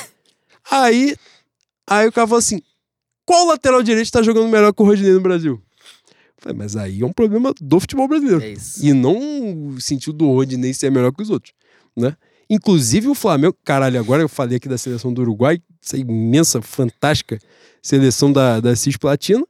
Aí o cara falou assim, qual lateral direito tá jogando melhor que o Rodinei no Brasil? Eu falei, mas aí é um problema do futebol brasileiro. É isso. E não o sentido do Rodinei ser melhor que os outros, né? Inclusive o Flamengo, caralho, agora eu falei aqui da seleção do Uruguai, essa imensa, fantástica seleção da Cisplatina,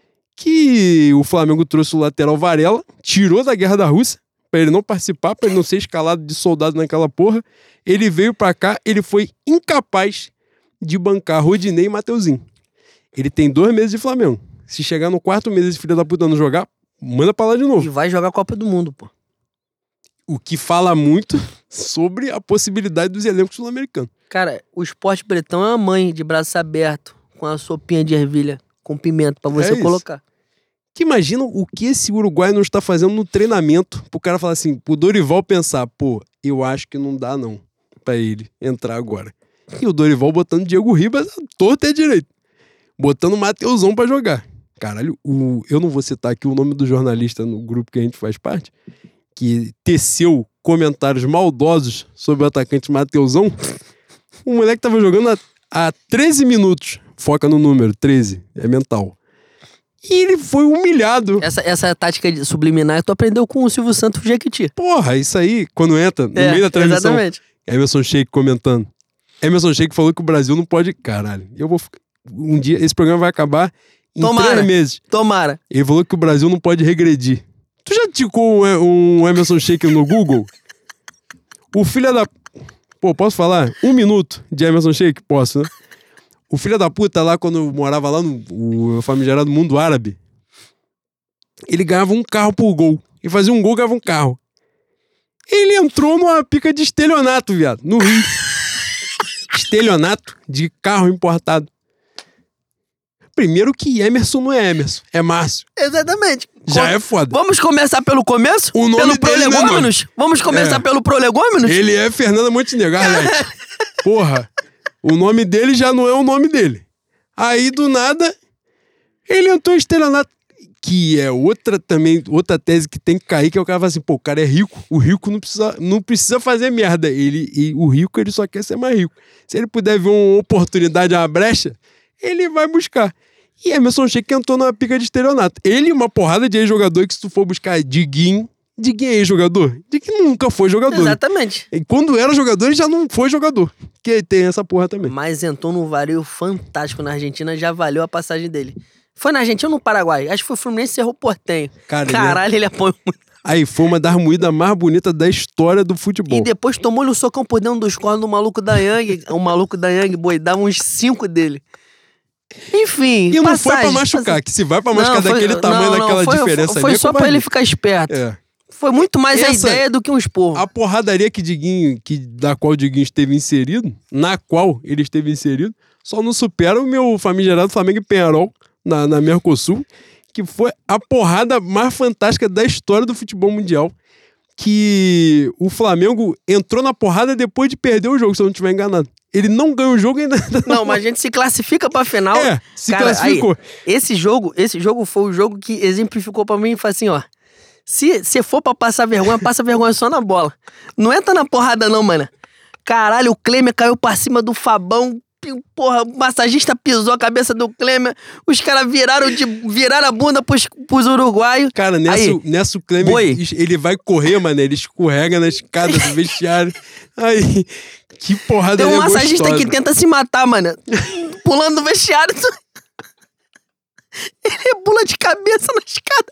que o Flamengo trouxe o lateral Varela, tirou da Guerra da Rússia, pra ele não participar, pra ele não ser escalado de soldado naquela porra. Ele veio pra cá, ele foi incapaz de bancar Rodinei e Mateuzinho. Ele tem 2 meses de Flamengo. Se chegar no 4º mês esse filho da puta não jogar, manda pra lá de novo. E vai jogar a Copa do Mundo, pô. O que fala muito sobre a possibilidade dos elencos sul-americanos. Cara, o Sport Bretão é uma mãe de braço aberto, com a sopinha de ervilha, com pimenta pra você colocar. Que imagina o que esse Uruguai não está fazendo no treinamento pro cara falar assim, pro Dorival pensar, pô, eu acho que não dá não pra ele entrar agora. E o Dorival botando Diego Ribas torto é direito. Botando o Mateusão pra jogar. Caralho, eu não vou citar aqui o nome do jornalista no grupo que a gente faz parte, que teceu comentários maldosos sobre o atacante Mateusão. O moleque tava jogando há 13 minutos. Foca no número, 13. É mental. E ele foi humilhado. Essa tática de subliminar tu aprendeu com o Silvio Santos Jequiti. Porra, isso aí, quando entra no meio da transmissão. Exatamente. Emerson Sheik comentando. Emerson Sheik falou que o Brasil não pode... Caralho, eu vou... Um dia, esse programa vai acabar em 3 meses. Tomara. Ele falou que o Brasil não pode regredir. Tu já ticou um Emerson Sheik no Google? O filho da... Pô, posso falar? 1 minuto de Emerson Sheik? Posso, né? O filho da puta lá, quando eu morava lá no famigerado mundo árabe, ele ganhava um carro por gol. E fazia um gol, ganhava um carro. Ele entrou numa pica de estelionato, viado, no Rio. Estelionato de carro importado. Primeiro que Emerson não é Emerson, é Márcio. Exatamente. Já é foda. Vamos começar pelo começo? O nome pelo dele Prolegômenos? Vamos começar pelo Prolegômenos? Ele é Fernanda Montenegro, Arlete. Porra, o nome dele já não é o nome dele. Aí, do nada, ele entrou em estelionato. Que é outra tese que tem que cair, que é o cara fala assim, pô, o cara é rico. O rico não precisa fazer merda. O rico, ele só quer ser mais rico. Se ele puder ver uma oportunidade, uma brecha, ele vai buscar. E Emerson Sheik entrou numa pica de estelionato. Ele e uma porrada de ex-jogador que se tu for buscar Diguinho é ex-jogador. Diguinho nunca foi jogador. Exatamente. E quando era jogador, ele já não foi jogador. Que tem essa porra também. Mas entrou num vareio fantástico na Argentina, já valeu a passagem dele. Foi na Argentina ou no Paraguai? Acho que foi o Fluminense e Cerro Porteño. Caralho, ele apoiou muito. Aí foi uma das moídas mais bonitas da história do futebol. E depois tomou-lhe um socão por dentro dos cornos do maluco da Yang. O maluco da Yang, boi, dava uns 5 dele. Enfim, e não foi pra machucar, que se vai pra machucar daquele tamanho, daquela diferença foi só pra ele ficar esperto. É. Foi muito mais a ideia do que um esporro. A porradaria da qual o Diguinho esteve inserido, só não supera o meu famigerado Flamengo e Peñarol na Mercosul, que foi a porrada mais fantástica da história do futebol mundial. Que o Flamengo entrou na porrada depois de perder o jogo, se eu não estiver enganado. Ele não ganhou o jogo ainda. Não, mas a gente se classifica pra final. Classificou. Aí, esse jogo foi o jogo que exemplificou pra mim e falou assim, ó. Se for pra passar vergonha, passa vergonha só na bola. Não entra na porrada não, mano. Caralho, o Klemer caiu pra cima do Fabão. Porra, o massagista pisou a cabeça do Klemer. Os caras viraram a bunda pros uruguaios. Cara, nessa o Klemer, ele vai correr, mano. Ele escorrega na escada do vestiário. Aí, que porrada. Tem um massagista que tenta se matar, mano. Pulando no vestiário. Ele pula de cabeça na escada.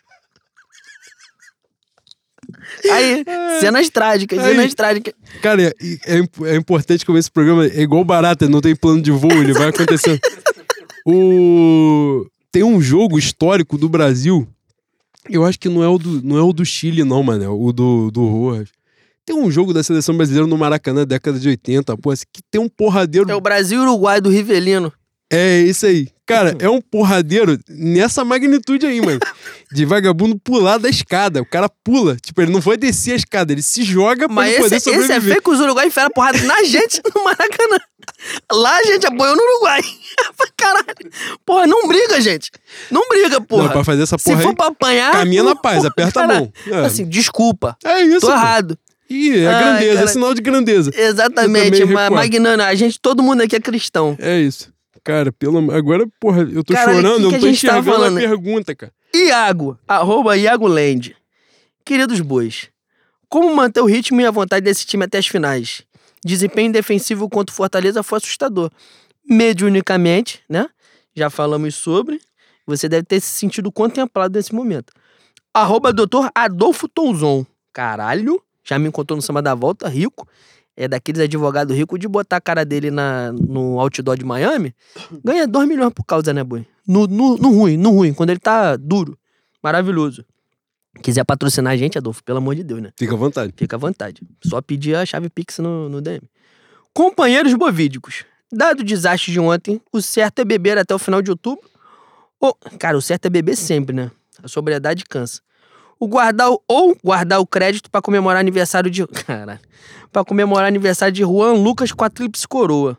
Aí, cenas trágicas. Cara, é importante que esse programa é igual barata, não tem plano de voo, ele vai acontecendo. Tem um jogo histórico do Brasil Eu acho que não é o do Chile, não, mano. O do Rojas. Tem um jogo da seleção brasileira no Maracanã, década de 80, pô, assim, que tem um porradeiro. É o Brasil e Uruguai do Rivelino. É, isso aí. Cara, é um porradeiro nessa magnitude aí, mano. De vagabundo pular da escada. O cara pula. Tipo, ele não vai descer a escada, ele se joga pra ele poder sobreviver. Esse é feio que os Uruguai enfiaram porrada na gente no Maracanã. Lá a gente apoiou no Uruguai. Caralho. Porra, não briga, gente. Não briga, porra. Não, pra fazer essa porra Se for pra apanhar... caminha na paz, aperta a mão. É. Assim, desculpa. É isso. Tô errado. Ih, é grandeza, cara. É sinal de grandeza. Exatamente, Magnano, todo mundo aqui é cristão. É isso. Cara, agora, porra, eu tô chorando, eu não tô enxergando a pergunta, cara. Iago, @IagoLand. Queridos bois, como manter o ritmo e a vontade desse time até as finais? Desempenho defensivo contra o Fortaleza foi assustador. Mediunicamente, né? Já falamos sobre. Você deve ter se sentido contemplado nesse momento. @Dr. Adolfo Tonzon. Caralho, já me encontrou no Samba da Volta, rico. É daqueles advogados ricos de botar a cara dele no outdoor de Miami. Ganha 2 milhões por causa, né, boi? No ruim, quando ele tá duro. Maravilhoso. Quiser patrocinar a gente, Adolfo, pelo amor de Deus, né? Fica à vontade. Fica à vontade. Só pedir a chave Pix no DM. Companheiros bovídicos. Dado o desastre de ontem, o certo é beber até o final de outubro. Cara, o certo é beber sempre, né? A sobriedade cansa. Guardar o crédito pra comemorar aniversário de... Caralho. Pra comemorar aniversário de Juan Lucas com a tríplice coroa.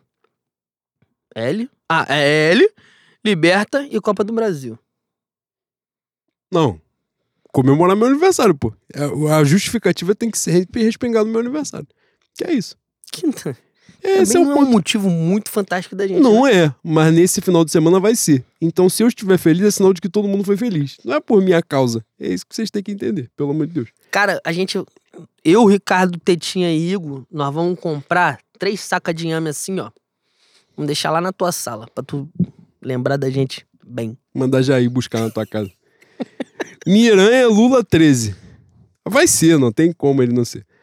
L, Liberta e Copa do Brasil. Não. Comemorar meu aniversário, pô. A justificativa tem que ser respingar no meu aniversário. Que é isso. Esse é um motivo muito fantástico da gente. Não é, mas nesse final de semana vai ser. Então, se eu estiver feliz, é sinal de que todo mundo foi feliz. Não é por minha causa. É isso que vocês têm que entender, pelo amor de Deus. Cara, eu, Ricardo, Tetinha e Igor, nós vamos comprar 3 sacas de inhame assim, ó. Vamos deixar lá na tua sala, pra tu lembrar da gente bem. Mandar Jair buscar na tua casa. Miranha Lula 13. Vai ser, não tem como ele não ser.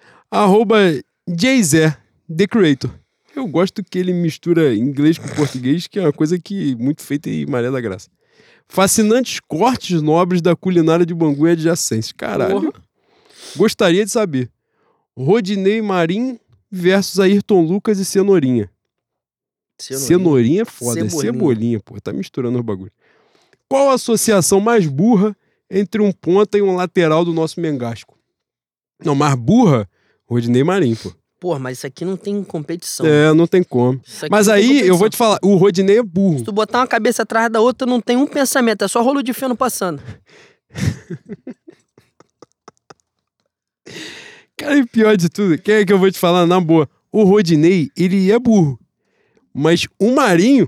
@Jayzé, The Creator. Eu gosto que ele mistura inglês com português, que é uma coisa que muito feita em Maré da Graça. Fascinantes cortes nobres da culinária de Bangu e adjacências. Caralho. Porra. Gostaria de saber. Rodinei Marim versus Ayrton Lucas e Cenourinha. Cenourinha é foda. Cebolinha, pô. Tá misturando os bagulhos. Qual a associação mais burra entre um ponta e um lateral do nosso Mengasco? Não, mais burra? Rodinei Marim, pô. Porra, mas isso aqui não tem competição. É, não tem como. Mas aí, eu vou te falar, o Rodinei é burro. Se tu botar uma cabeça atrás da outra, não tem um pensamento, é só rolo de feno passando. Cara, e pior de tudo, quem é que eu vou te falar na boa? O Rodinei, ele é burro. Mas o Marinho,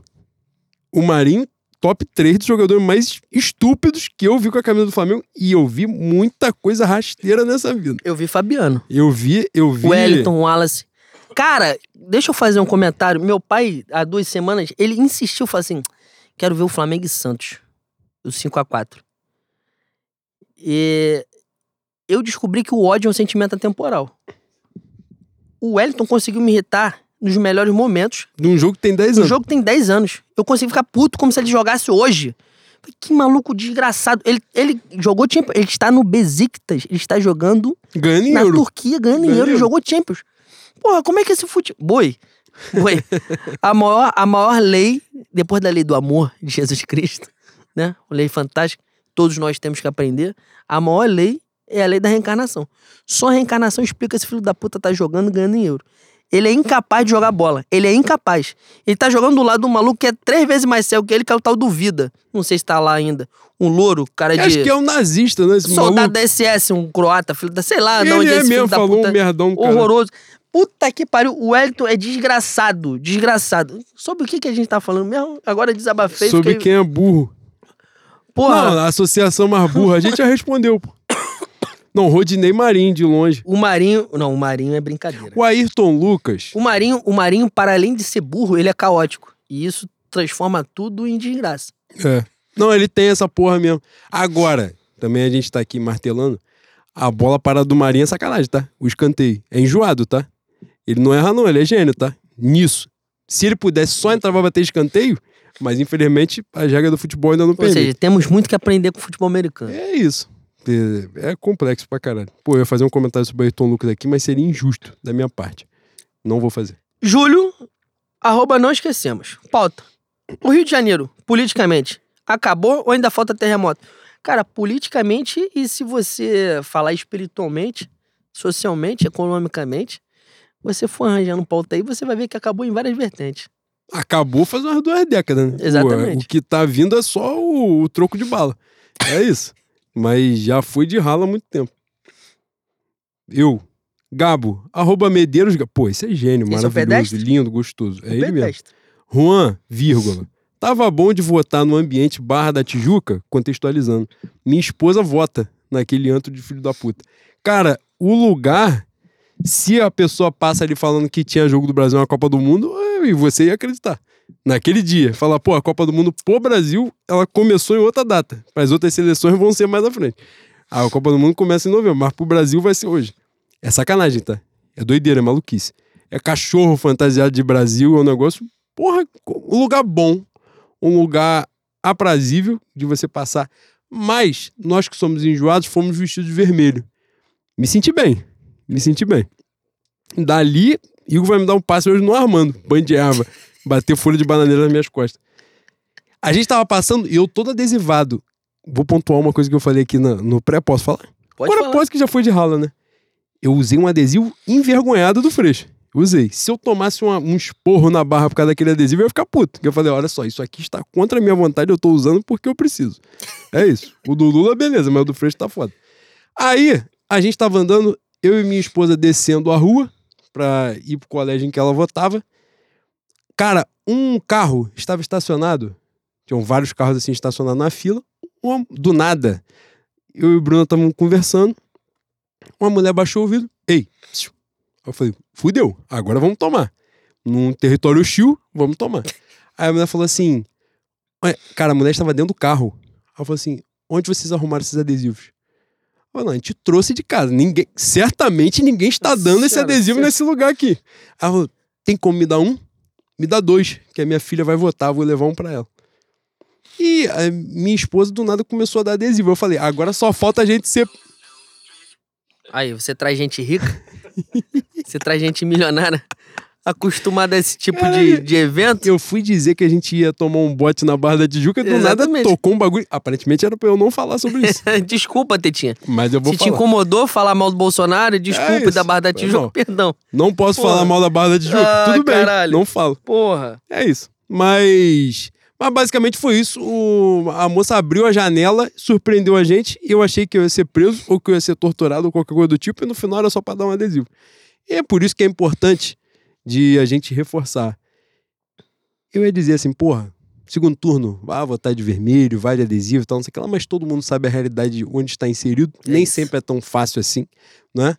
top 3 dos jogadores mais estúpidos que eu vi com a camisa do Flamengo. E eu vi muita coisa rasteira nessa vida. Eu vi Fabiano. Eu vi. Wellington, Wallace. Cara, deixa eu fazer um comentário. Meu pai, há 2 semanas, ele insistiu, falou assim, quero ver o Flamengo e Santos. O 5-4. E eu descobri que o ódio é um sentimento atemporal. O Wellington conseguiu me irritar nos melhores momentos. Num jogo que tem 10 anos. Num jogo que tem 10 anos. Eu consigo ficar puto como se ele jogasse hoje. Que maluco desgraçado. Ele jogou Champions. Ele está no Besiktas. Ele está jogando ganhando na euro. Turquia, ganhando em euro. Ele jogou Champions. Porra, como é que esse futebol... Boi. A maior lei, depois da lei do amor de Jesus Cristo, né? Uma lei fantástica. Todos nós temos que aprender. A maior lei é a lei da reencarnação. Só a reencarnação explica se filho da puta tá jogando e ganhando em euro. Ele é incapaz de jogar bola. Ele é incapaz. Ele tá jogando do lado de um maluco que é 3 vezes mais cego que ele, que é o tal do Vida. Não sei se tá lá ainda. Um louro, cara de... Acho que é um nazista, né? Esse soldado maluco. da SS, um croata, filho da... Sei lá, ele de onde é esse mesmo filho da falou puta. Um merdão, cara. Horroroso. Puta que pariu. O Wellington é desgraçado. Desgraçado. Sobre o que a gente tá falando mesmo? Agora desabafei. Sobre quem é burro. Porra. Não, a associação mais burra. A gente já respondeu, pô. Não, Rodinei Marinho, de longe. O Marinho é brincadeira. O Ayrton Lucas. O Marinho, para além de ser burro, ele é caótico. E isso transforma tudo em desgraça. É. Não, ele tem essa porra mesmo. Agora, também a gente tá aqui martelando, a bola parada do Marinho é sacanagem, tá? O escanteio. É enjoado, tá? Ele não erra não, ele é gênio, tá? Nisso. Se ele pudesse só entrar pra bater escanteio, mas infelizmente a regra do futebol ainda não permite. Ou seja, temos muito que aprender com o futebol americano. É isso. É complexo pra caralho. Pô, eu ia fazer um comentário sobre o Ayrton Lucas aqui, mas seria injusto da minha parte. Não vou fazer. Júlio, @não esquecemos. Pauta. O Rio de Janeiro, politicamente, acabou ou ainda falta terremoto? Cara, politicamente e se você falar espiritualmente, socialmente, economicamente, você for arranjando pauta aí, você vai ver que acabou em várias vertentes. Acabou faz umas 2 décadas, né? Exatamente. O que tá vindo é só o troco de bala. É isso. Mas já foi de ralo há muito tempo. Gabo, @Medeiros... Pô, esse é gênio, Esse é o maravilhoso, pedestre? lindo, gostoso. É ele mesmo. Pedestre. Juan, vírgula. Tava bom de votar no ambiente Barra da Tijuca, contextualizando. Minha esposa vota naquele antro de filho da puta. Cara, o lugar, se a pessoa passa ali falando que tinha jogo do Brasil na Copa do Mundo, e você ia acreditar. Naquele dia, falar, pô, a Copa do Mundo pro Brasil, ela começou em outra data. As outras seleções vão ser mais à frente. A Copa do Mundo começa em novembro, mas pro Brasil vai ser hoje. É sacanagem, tá? É doideira, é maluquice. É cachorro fantasiado de Brasil, é um negócio, porra, um lugar bom, um lugar aprazível de você passar. Mas nós que somos enjoados fomos vestidos de vermelho. Me senti bem. Dali, Igor vai me dar um passe hoje no Armando, banho de erva, bater folha de bananeira nas minhas costas. A gente tava passando e eu todo adesivado. Vou pontuar uma coisa que eu falei aqui no pré, posso falar? Pode Agora falar. posso, que já foi de rala, né? Eu usei um adesivo envergonhado do Freixo. Usei. Se eu tomasse um esporro na barra por causa daquele adesivo, eu ia ficar puto. Porque eu falei, olha só, isso aqui está contra a minha vontade, eu tô usando porque eu preciso. É isso. O do Lula, beleza, mas o do Freixo tá foda. Aí, a gente tava andando, eu e minha esposa descendo a rua pra ir pro colégio em que ela votava. Cara, um carro estava estacionado, tinham vários carros assim estacionados na fila, do nada, eu e o Bruno estavam conversando, uma mulher baixou o vidro, ei, eu falei, fudeu, agora vamos tomar. Num território hostil, vamos tomar. Aí a mulher falou assim, cara, a mulher estava dentro do carro. Ela falou assim, onde vocês arrumaram esses adesivos? Eu falei, não, a gente trouxe de casa, certamente ninguém está dando esse adesivo nesse lugar aqui. Ela falou, tem como me dar um? Me dá 2, que a minha filha vai votar, vou levar um pra ela. E a minha esposa do nada começou a dar adesivo. Eu falei, agora só falta a gente ser... Aí, você traz gente rica, você traz gente milionária, acostumada a esse tipo de evento. Eu fui dizer que a gente ia tomar um bote na Barra da Tijuca, do Exatamente. nada tocou um bagulho. Aparentemente era pra eu não falar sobre isso. Desculpa, Tetinha. Mas eu vou falar. Se te incomodou falar mal do Bolsonaro, desculpe da Barra da Tijuca, perdão. Não posso falar mal da Barra da Tijuca. Tudo bem, caralho. não falo. Porra. É isso. Mas basicamente foi isso. A moça abriu a janela, surpreendeu a gente, e eu achei que eu ia ser preso, ou que eu ia ser torturado, ou qualquer coisa do tipo, e no final era só pra dar um adesivo. E é por isso que é importante de a gente reforçar. Eu ia dizer assim, porra, segundo turno, vai votar de vermelho, vai de adesivo e tal, não sei o que lá, mas todo mundo sabe a realidade onde está inserido. Nem sempre é tão fácil assim, né?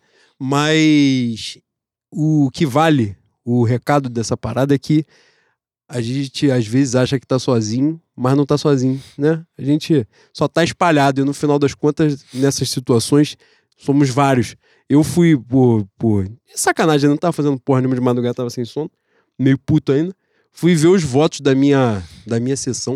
Mas o que vale, o recado dessa parada é que a gente às vezes acha que tá sozinho, mas não tá sozinho, né? A gente só tá espalhado e no final das contas, nessas situações, somos vários. Eu fui por sacanagem, eu não tava fazendo porra nenhuma de madrugada, tava sem sono, meio puto ainda. Fui ver os votos da minha sessão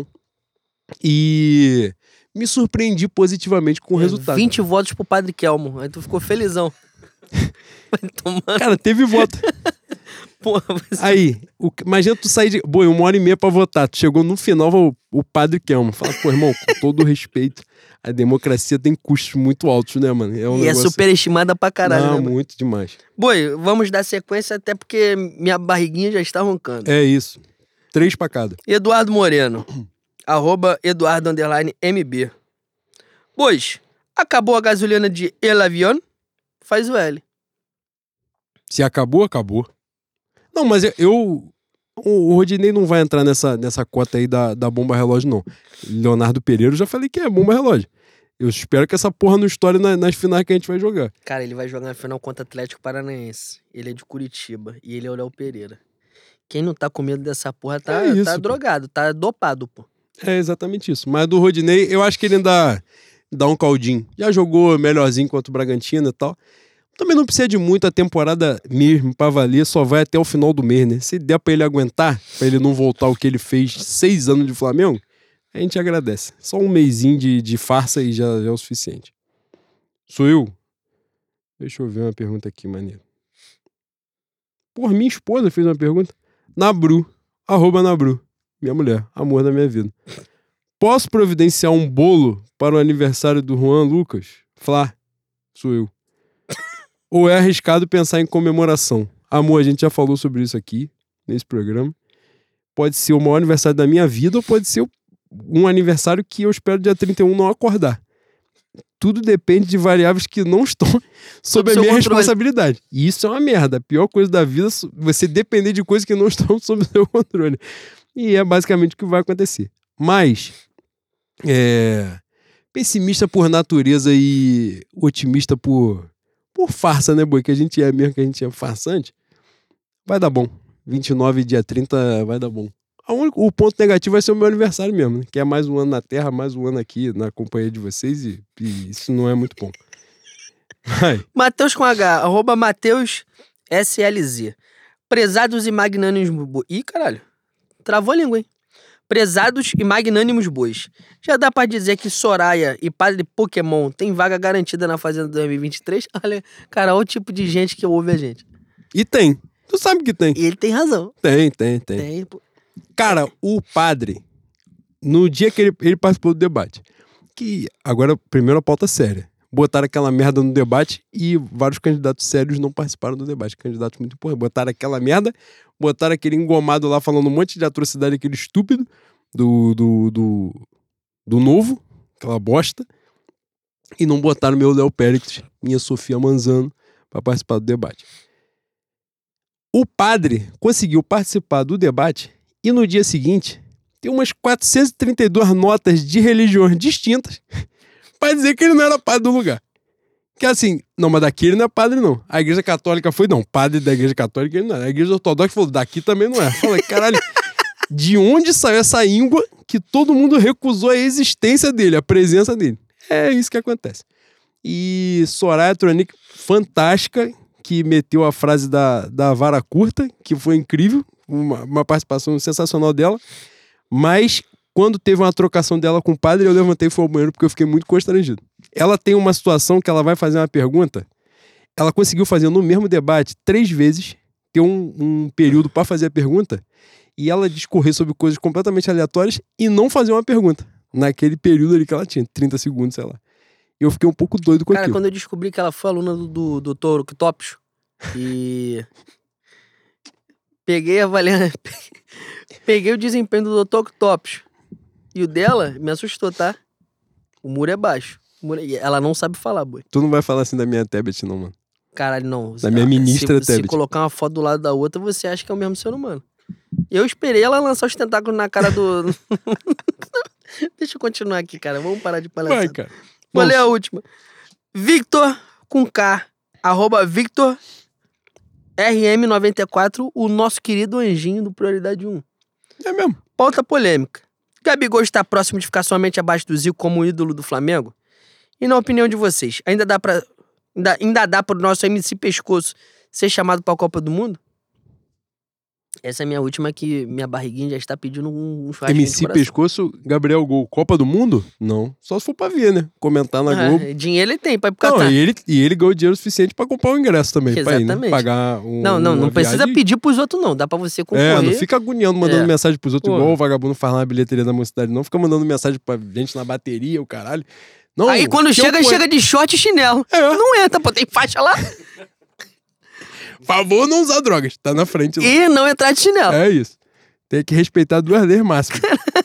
e me surpreendi positivamente com o resultado. 20 votos pro Padre Kelmo, aí tu ficou felizão. Vai tomar... Cara, teve voto. Porra, você... Aí, imagina tu sair de... Boi, 1h30 pra votar. Tu chegou no final, o Padre Kelmo. Fala, pô, irmão, com todo respeito, a democracia tem custos muito altos, né, mano? É superestimada pra caralho, não, né? Muito demais. Boi, vamos dar sequência até porque minha barriguinha já está roncando. É isso. 3 pra cada. Eduardo Moreno. @Eduardo_MB. Pois, acabou a gasolina de El Avión? Faz o L. Se acabou, acabou. Não, mas o Rodinei não vai entrar nessa cota aí da bomba relógio, não. Leonardo Pereira, eu já falei que é bomba relógio. Eu espero que essa porra não estoure nas finais que a gente vai jogar. Cara, ele vai jogar na final contra o Atlético Paranaense. Ele é de Curitiba e ele é o Léo Pereira. Quem não tá com medo dessa porra tá drogado, tá dopado, pô. É exatamente isso. Mas do Rodinei, eu acho que ele ainda dá um caldinho. Já jogou melhorzinho contra o Bragantino e tal. Também não precisa de muito, a temporada mesmo pra valer, só vai até o final do mês, né? Se der pra ele aguentar, pra ele não voltar o que ele fez 6 anos de Flamengo, a gente agradece. Só um mesinho de farsa e já é o suficiente. Sou eu? Deixa eu ver uma pergunta aqui, maneiro. Por minha esposa fez uma pergunta. Nabru, @Nabru. Minha mulher, amor da minha vida. Posso providenciar um bolo para o aniversário do Juan Lucas? Flá, sou eu. Ou é arriscado pensar em comemoração? Amor, a gente já falou sobre isso aqui, nesse programa. Pode ser o maior aniversário da minha vida ou pode ser um aniversário que eu espero dia 31 não acordar. Tudo depende de variáveis que não estão sob a minha responsabilidade. E isso é uma merda. A pior coisa da vida é você depender de coisas que não estão sob o seu controle. E é basicamente o que vai acontecer. Mas, pessimista por natureza e otimista por farsa, né, boi? Que a gente é mesmo, que a gente é farsante. Vai dar bom. 29 dia 30 vai dar bom. O ponto negativo vai ser o meu aniversário mesmo, né? Que é mais um ano na Terra, mais um ano aqui na companhia de vocês e isso não é muito bom. Vai. Mateus com H, @Mateus SLZ. Prezados e magnânimos bois. Ih, caralho. Travou a língua, hein? Prezados e magnânimos bois. Já dá pra dizer que Soraya e Padre Pokémon tem vaga garantida na Fazenda 2023? Olha, cara, olha o tipo de gente que ouve a gente. E tem. Tu sabe que tem. E ele tem razão. Tem. Tem, pô. Cara, o padre, no dia que ele participou do debate, que agora, primeiro a pauta séria, botaram aquela merda no debate e vários candidatos sérios não participaram do debate, candidatos muito importantes, botaram aquela merda, botaram aquele engomado lá falando um monte de atrocidade, aquele estúpido do Novo, aquela bosta, e não botaram meu Léo Péricles, minha Sofia Manzano, pra participar do debate. O padre conseguiu participar do debate e no dia seguinte tem umas 432 notas de religiões distintas pra dizer que ele não era padre do lugar. Que assim, não, mas daqui ele não é padre não. A igreja católica foi, não, padre da igreja católica ele não era. A igreja ortodoxa falou, daqui também não é. Falei, caralho, de onde saiu essa íngua que todo mundo recusou a existência dele, a presença dele? É isso que acontece. E Soraya Tronic, fantástica, que meteu a frase da vara curta, que foi incrível, uma participação sensacional dela, mas quando teve uma trocação dela com o padre, eu levantei e fui ao banheiro porque eu fiquei muito constrangido. Ela tem uma situação que ela vai fazer uma pergunta, ela conseguiu fazer no mesmo debate 3 vezes, ter um período para fazer a pergunta, e ela discorrer sobre coisas completamente aleatórias e não fazer uma pergunta, naquele período ali que ela tinha, 30 segundos, sei lá. Eu fiquei um pouco doido com aquilo. Cara, quando eu descobri que ela foi aluna do Toro Octopus e peguei o desempenho do Dr. Octopus e o dela me assustou, tá? O muro é baixo. Ela não sabe falar, boi. Tu não vai falar assim da minha Tebet, não, mano. Caralho, não. Da minha ministra Tebet. Se colocar uma foto do lado da outra, você acha que é o mesmo ser humano. Eu esperei ela lançar os tentáculos na cara do... Deixa eu continuar aqui, cara. Vamos parar de palhaçada. Vai, cara. Vou ler a última. Victor com K, @Victor RM94, o nosso querido anjinho do Prioridade 1. É mesmo. Pauta polêmica. Gabigol está próximo de ficar somente abaixo do Zico como ídolo do Flamengo? E na opinião de vocês, ainda dá pro nosso MC Pescoço ser chamado pra Copa do Mundo? Essa é a minha última, que minha barriguinha já está pedindo um churrasquinho MC Pescoço, Gabriel Gol, Copa do Mundo? Não. Só se for pra ver, né? Comentar na Globo. Dinheiro ele tem pra ir pro Catar. Não, e ele ganhou dinheiro suficiente pra comprar o ingresso também. Exatamente. Pra ir, né? Pagar Não precisa pedir pros outros, não. Dá pra você concorrer. Não fica agoniando, mandando mensagem pros outros, igual o vagabundo faz lá na bilheteria da Mocidade, não. Fica mandando mensagem pra gente na bateria, o caralho. Não, aí quando chega de short e chinelo. Não entra, pô, tem faixa lá. Favor não usar drogas, tá na frente lá. E não entrar de chinelo. É isso. Tem que respeitar 2 leis máximas.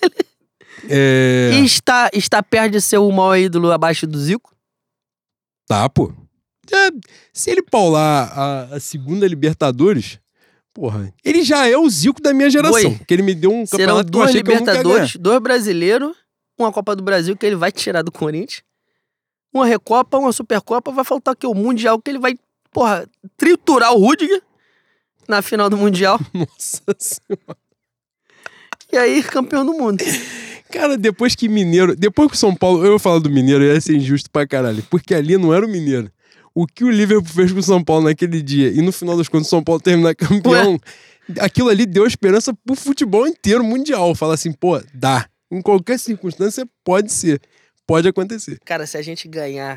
E está perto de ser o maior ídolo abaixo do Zico? Tá, pô. Se ele paular a segunda Libertadores, porra, ele já é o Zico da minha geração. Porque ele me deu um campeonato que eu achei que eu nunca ia ganhar. Serão 2 Libertadores, 2 brasileiros, uma Copa do Brasil que ele vai tirar do Corinthians, uma Recopa, uma Supercopa, vai faltar aqui o Mundial que ele vai, porra, triturar o Rudiger na final do Mundial. Nossa Senhora. E aí, campeão do mundo. Cara, depois que o São Paulo, eu vou falar do Mineiro, ia ser injusto pra caralho, porque ali não era o Mineiro. O que o Liverpool fez com o São Paulo naquele dia, e no final das contas o São Paulo terminar campeão, aquilo ali deu esperança pro futebol inteiro mundial. Fala assim, pô, dá. Em qualquer circunstância pode ser. Pode acontecer. Cara, se a gente ganhar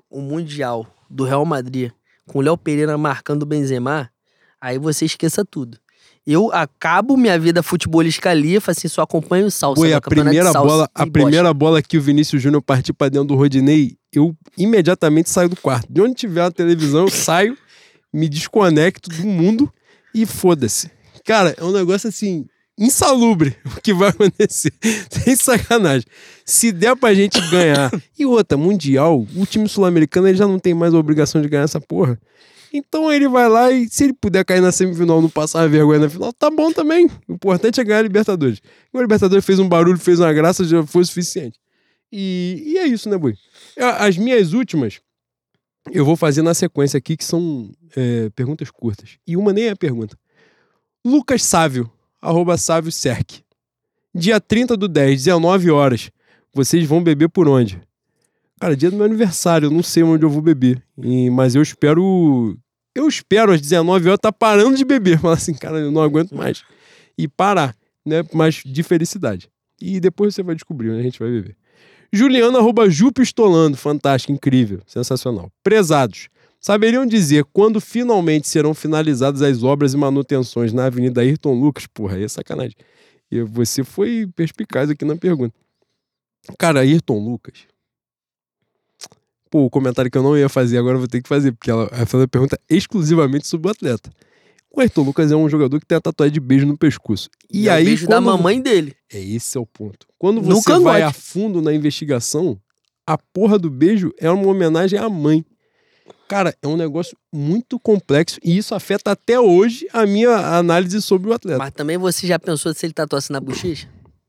o Mundial do Real Madrid com o Léo Pereira marcando o Benzema, aí você esqueça tudo. Eu acabo minha vida futebolística ali, assim, só acompanho o salsa. Foi a primeira bola que o Vinícius Júnior partiu pra dentro do Rodinei, eu imediatamente saio do quarto. De onde tiver a televisão, eu saio, me desconecto do mundo e foda-se. Cara, é um negócio assim, insalubre o que vai acontecer. Sem sacanagem. Se der pra gente ganhar. E outra, Mundial, o time sul-americano ele já não tem mais a obrigação de ganhar essa porra. Então ele vai lá e se ele puder cair na semifinal, não passar a vergonha na final, tá bom também. O importante é ganhar a Libertadores. O Libertadores fez um barulho, fez uma graça, já foi o suficiente. E é isso, né, Boi? As minhas últimas, eu vou fazer na sequência aqui, que são perguntas curtas. E uma nem é pergunta. Lucas Sávio, @SávioSerc. Dia 30/10, 19 horas. Vocês vão beber por onde? Cara, dia do meu aniversário, eu não sei onde eu vou beber. Mas eu espero às 19 horas tá parando de beber. Falar assim, cara, eu não aguento mais. E parar, né? Mas de felicidade. E depois você vai descobrir onde a gente vai beber. Juliana, @Jupistolando. Fantástico, incrível, sensacional. Prezados, saberiam dizer quando finalmente serão finalizadas as obras e manutenções na Avenida Ayrton Lucas? Porra, aí é sacanagem. E você foi perspicaz aqui na pergunta. Cara, Ayrton Lucas... Pô, o comentário que eu não ia fazer, agora eu vou ter que fazer, porque ela fez a pergunta exclusivamente sobre o atleta. O Ayrton Lucas é um jogador que tem a tatuagem de beijo no pescoço. E aí, o beijo da mamãe dele. Esse é o ponto. Quando você vai a fundo na investigação, a porra do beijo é uma homenagem à mãe. Cara, é um negócio muito complexo e isso afeta até hoje a minha análise sobre o atleta. Mas também você já pensou se ele tatuasse na bochecha?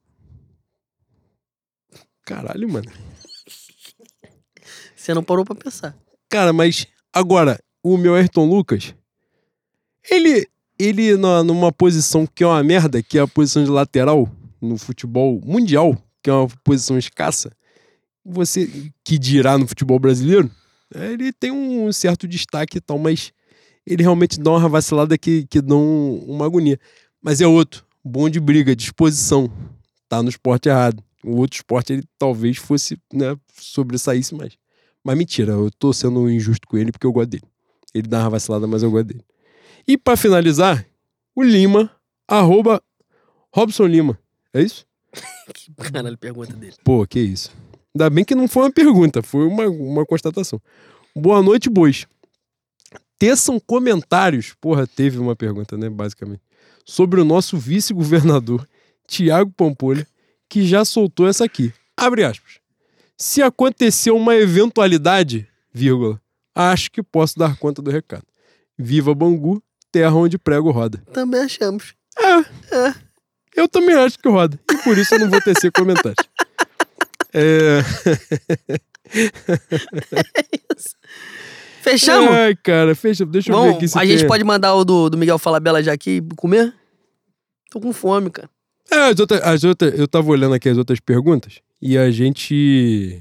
Caralho, mano. Você não parou pra pensar. Cara, mas agora, o meu Ayrton Lucas, ele numa posição que é uma merda, que é a posição de lateral no futebol mundial, que é uma posição escassa, você que dirá no futebol brasileiro, ele tem um certo destaque e tal, mas ele realmente dá uma vacilada que dá uma agonia. Mas é outro, bom de briga, disposição, tá no esporte errado. O outro esporte ele talvez fosse, né, sobressaísse mais. Mas mentira, eu tô sendo injusto com ele porque eu gosto dele. Ele dá uma vacilada, mas eu gosto dele. E pra finalizar, o Lima, @Robson Lima. É isso? Que caralho, pergunta dele. Pô, que isso. Ainda bem que não foi uma pergunta, foi uma constatação. Boa noite, bois. Teçam comentários, porra, teve uma pergunta, né, basicamente, sobre o nosso vice-governador, Thiago Pampolha, que já soltou essa aqui. Abre aspas. Se aconteceu uma eventualidade, vírgula, acho que posso dar conta do recado. Viva Bangu, terra onde prego roda. Também achamos. Eu também acho que roda. E por isso eu não vou tecer comentários. É isso. Fechamos? Ai, cara, fecha. Deixa eu ver aqui se a gente pode mandar o do Miguel Falabella já aqui comer? Tô com fome, cara. Eu tava olhando aqui as outras perguntas e a gente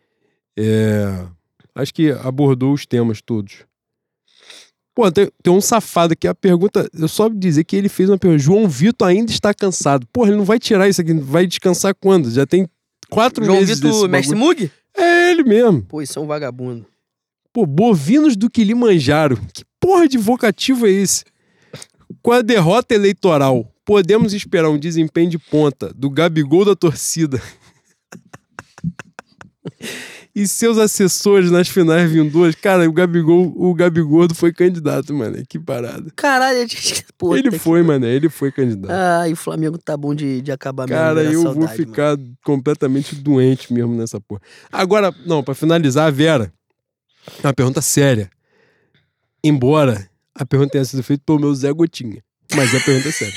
acho que abordou os temas todos. Pô, tem um safado aqui, a pergunta, eu só dizer que ele fez uma pergunta, João Vitor ainda está cansado. Porra, ele não vai tirar isso aqui, vai descansar quando? Já tem 4 meses desse João Vitor Mestre Mug? É ele mesmo. Pô, isso é um vagabundo. Pô, bovinos do Quilimanjaro. Que porra de vocativo é esse? Com a derrota eleitoral, podemos esperar um desempenho de ponta do Gabigol da torcida e seus assessores nas finais vindouras. Cara, o Gabigordo foi candidato, mano. Que parada. Caralho, a gente... Pô, ele foi, mano. Ele foi candidato. E o Flamengo tá bom de acabar mesmo. Cara, eu vou ficar completamente doente mesmo nessa porra. Agora, não, pra finalizar, a Vera, uma pergunta séria. Embora a pergunta tenha sido feita pelo meu Zé Gotinha. Mas a pergunta é séria.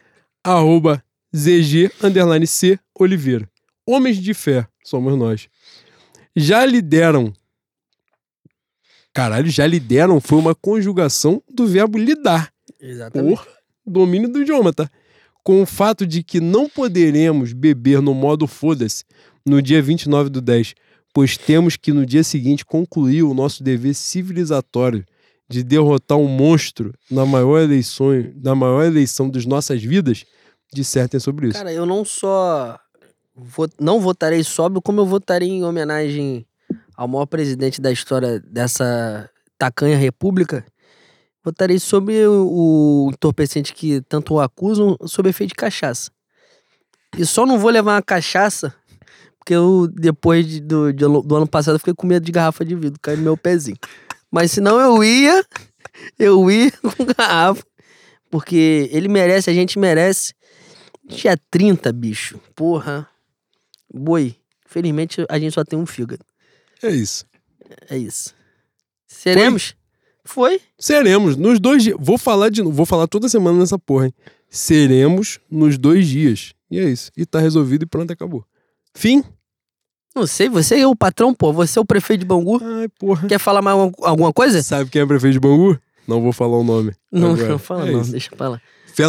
@ZG_C Oliveira. Homens de fé, somos nós. Já lhe deram. Caralho, já lhe deram foi uma conjugação do verbo lidar. Exatamente. Por domínio do idioma, tá? Com o fato de que não poderemos beber no modo foda-se no dia 29/10, pois temos que no dia seguinte concluir o nosso dever civilizatório de derrotar um monstro na maior eleição das nossas vidas, dissertem sobre isso. Cara, eu não só não votarei sóbrio, como eu votarei em homenagem ao maior presidente da história dessa tacanha república, votarei sobre o entorpecente que tanto o acusam, sob efeito de cachaça. E só não vou levar uma cachaça, porque eu, depois do ano passado, eu fiquei com medo de garrafa de vidro, caiu no meu pezinho. Mas senão eu ia com garrafa, porque ele merece, a gente merece. Dia 30, bicho. Porra. Boi. Felizmente a gente só tem um fígado. É isso. É isso. Seremos? Foi? Seremos nos 2 dias. Vou falar toda semana nessa porra, hein? Seremos nos 2 dias. E é isso. E tá resolvido e pronto, acabou. Fim? Não sei, você é o patrão, pô. Você é o prefeito de Bangu. Ai, porra. Quer falar mais alguma coisa? Sabe quem é prefeito de Bangu? Não vou falar o nome. Não, agora. não fala É não. isso. Deixa eu falar.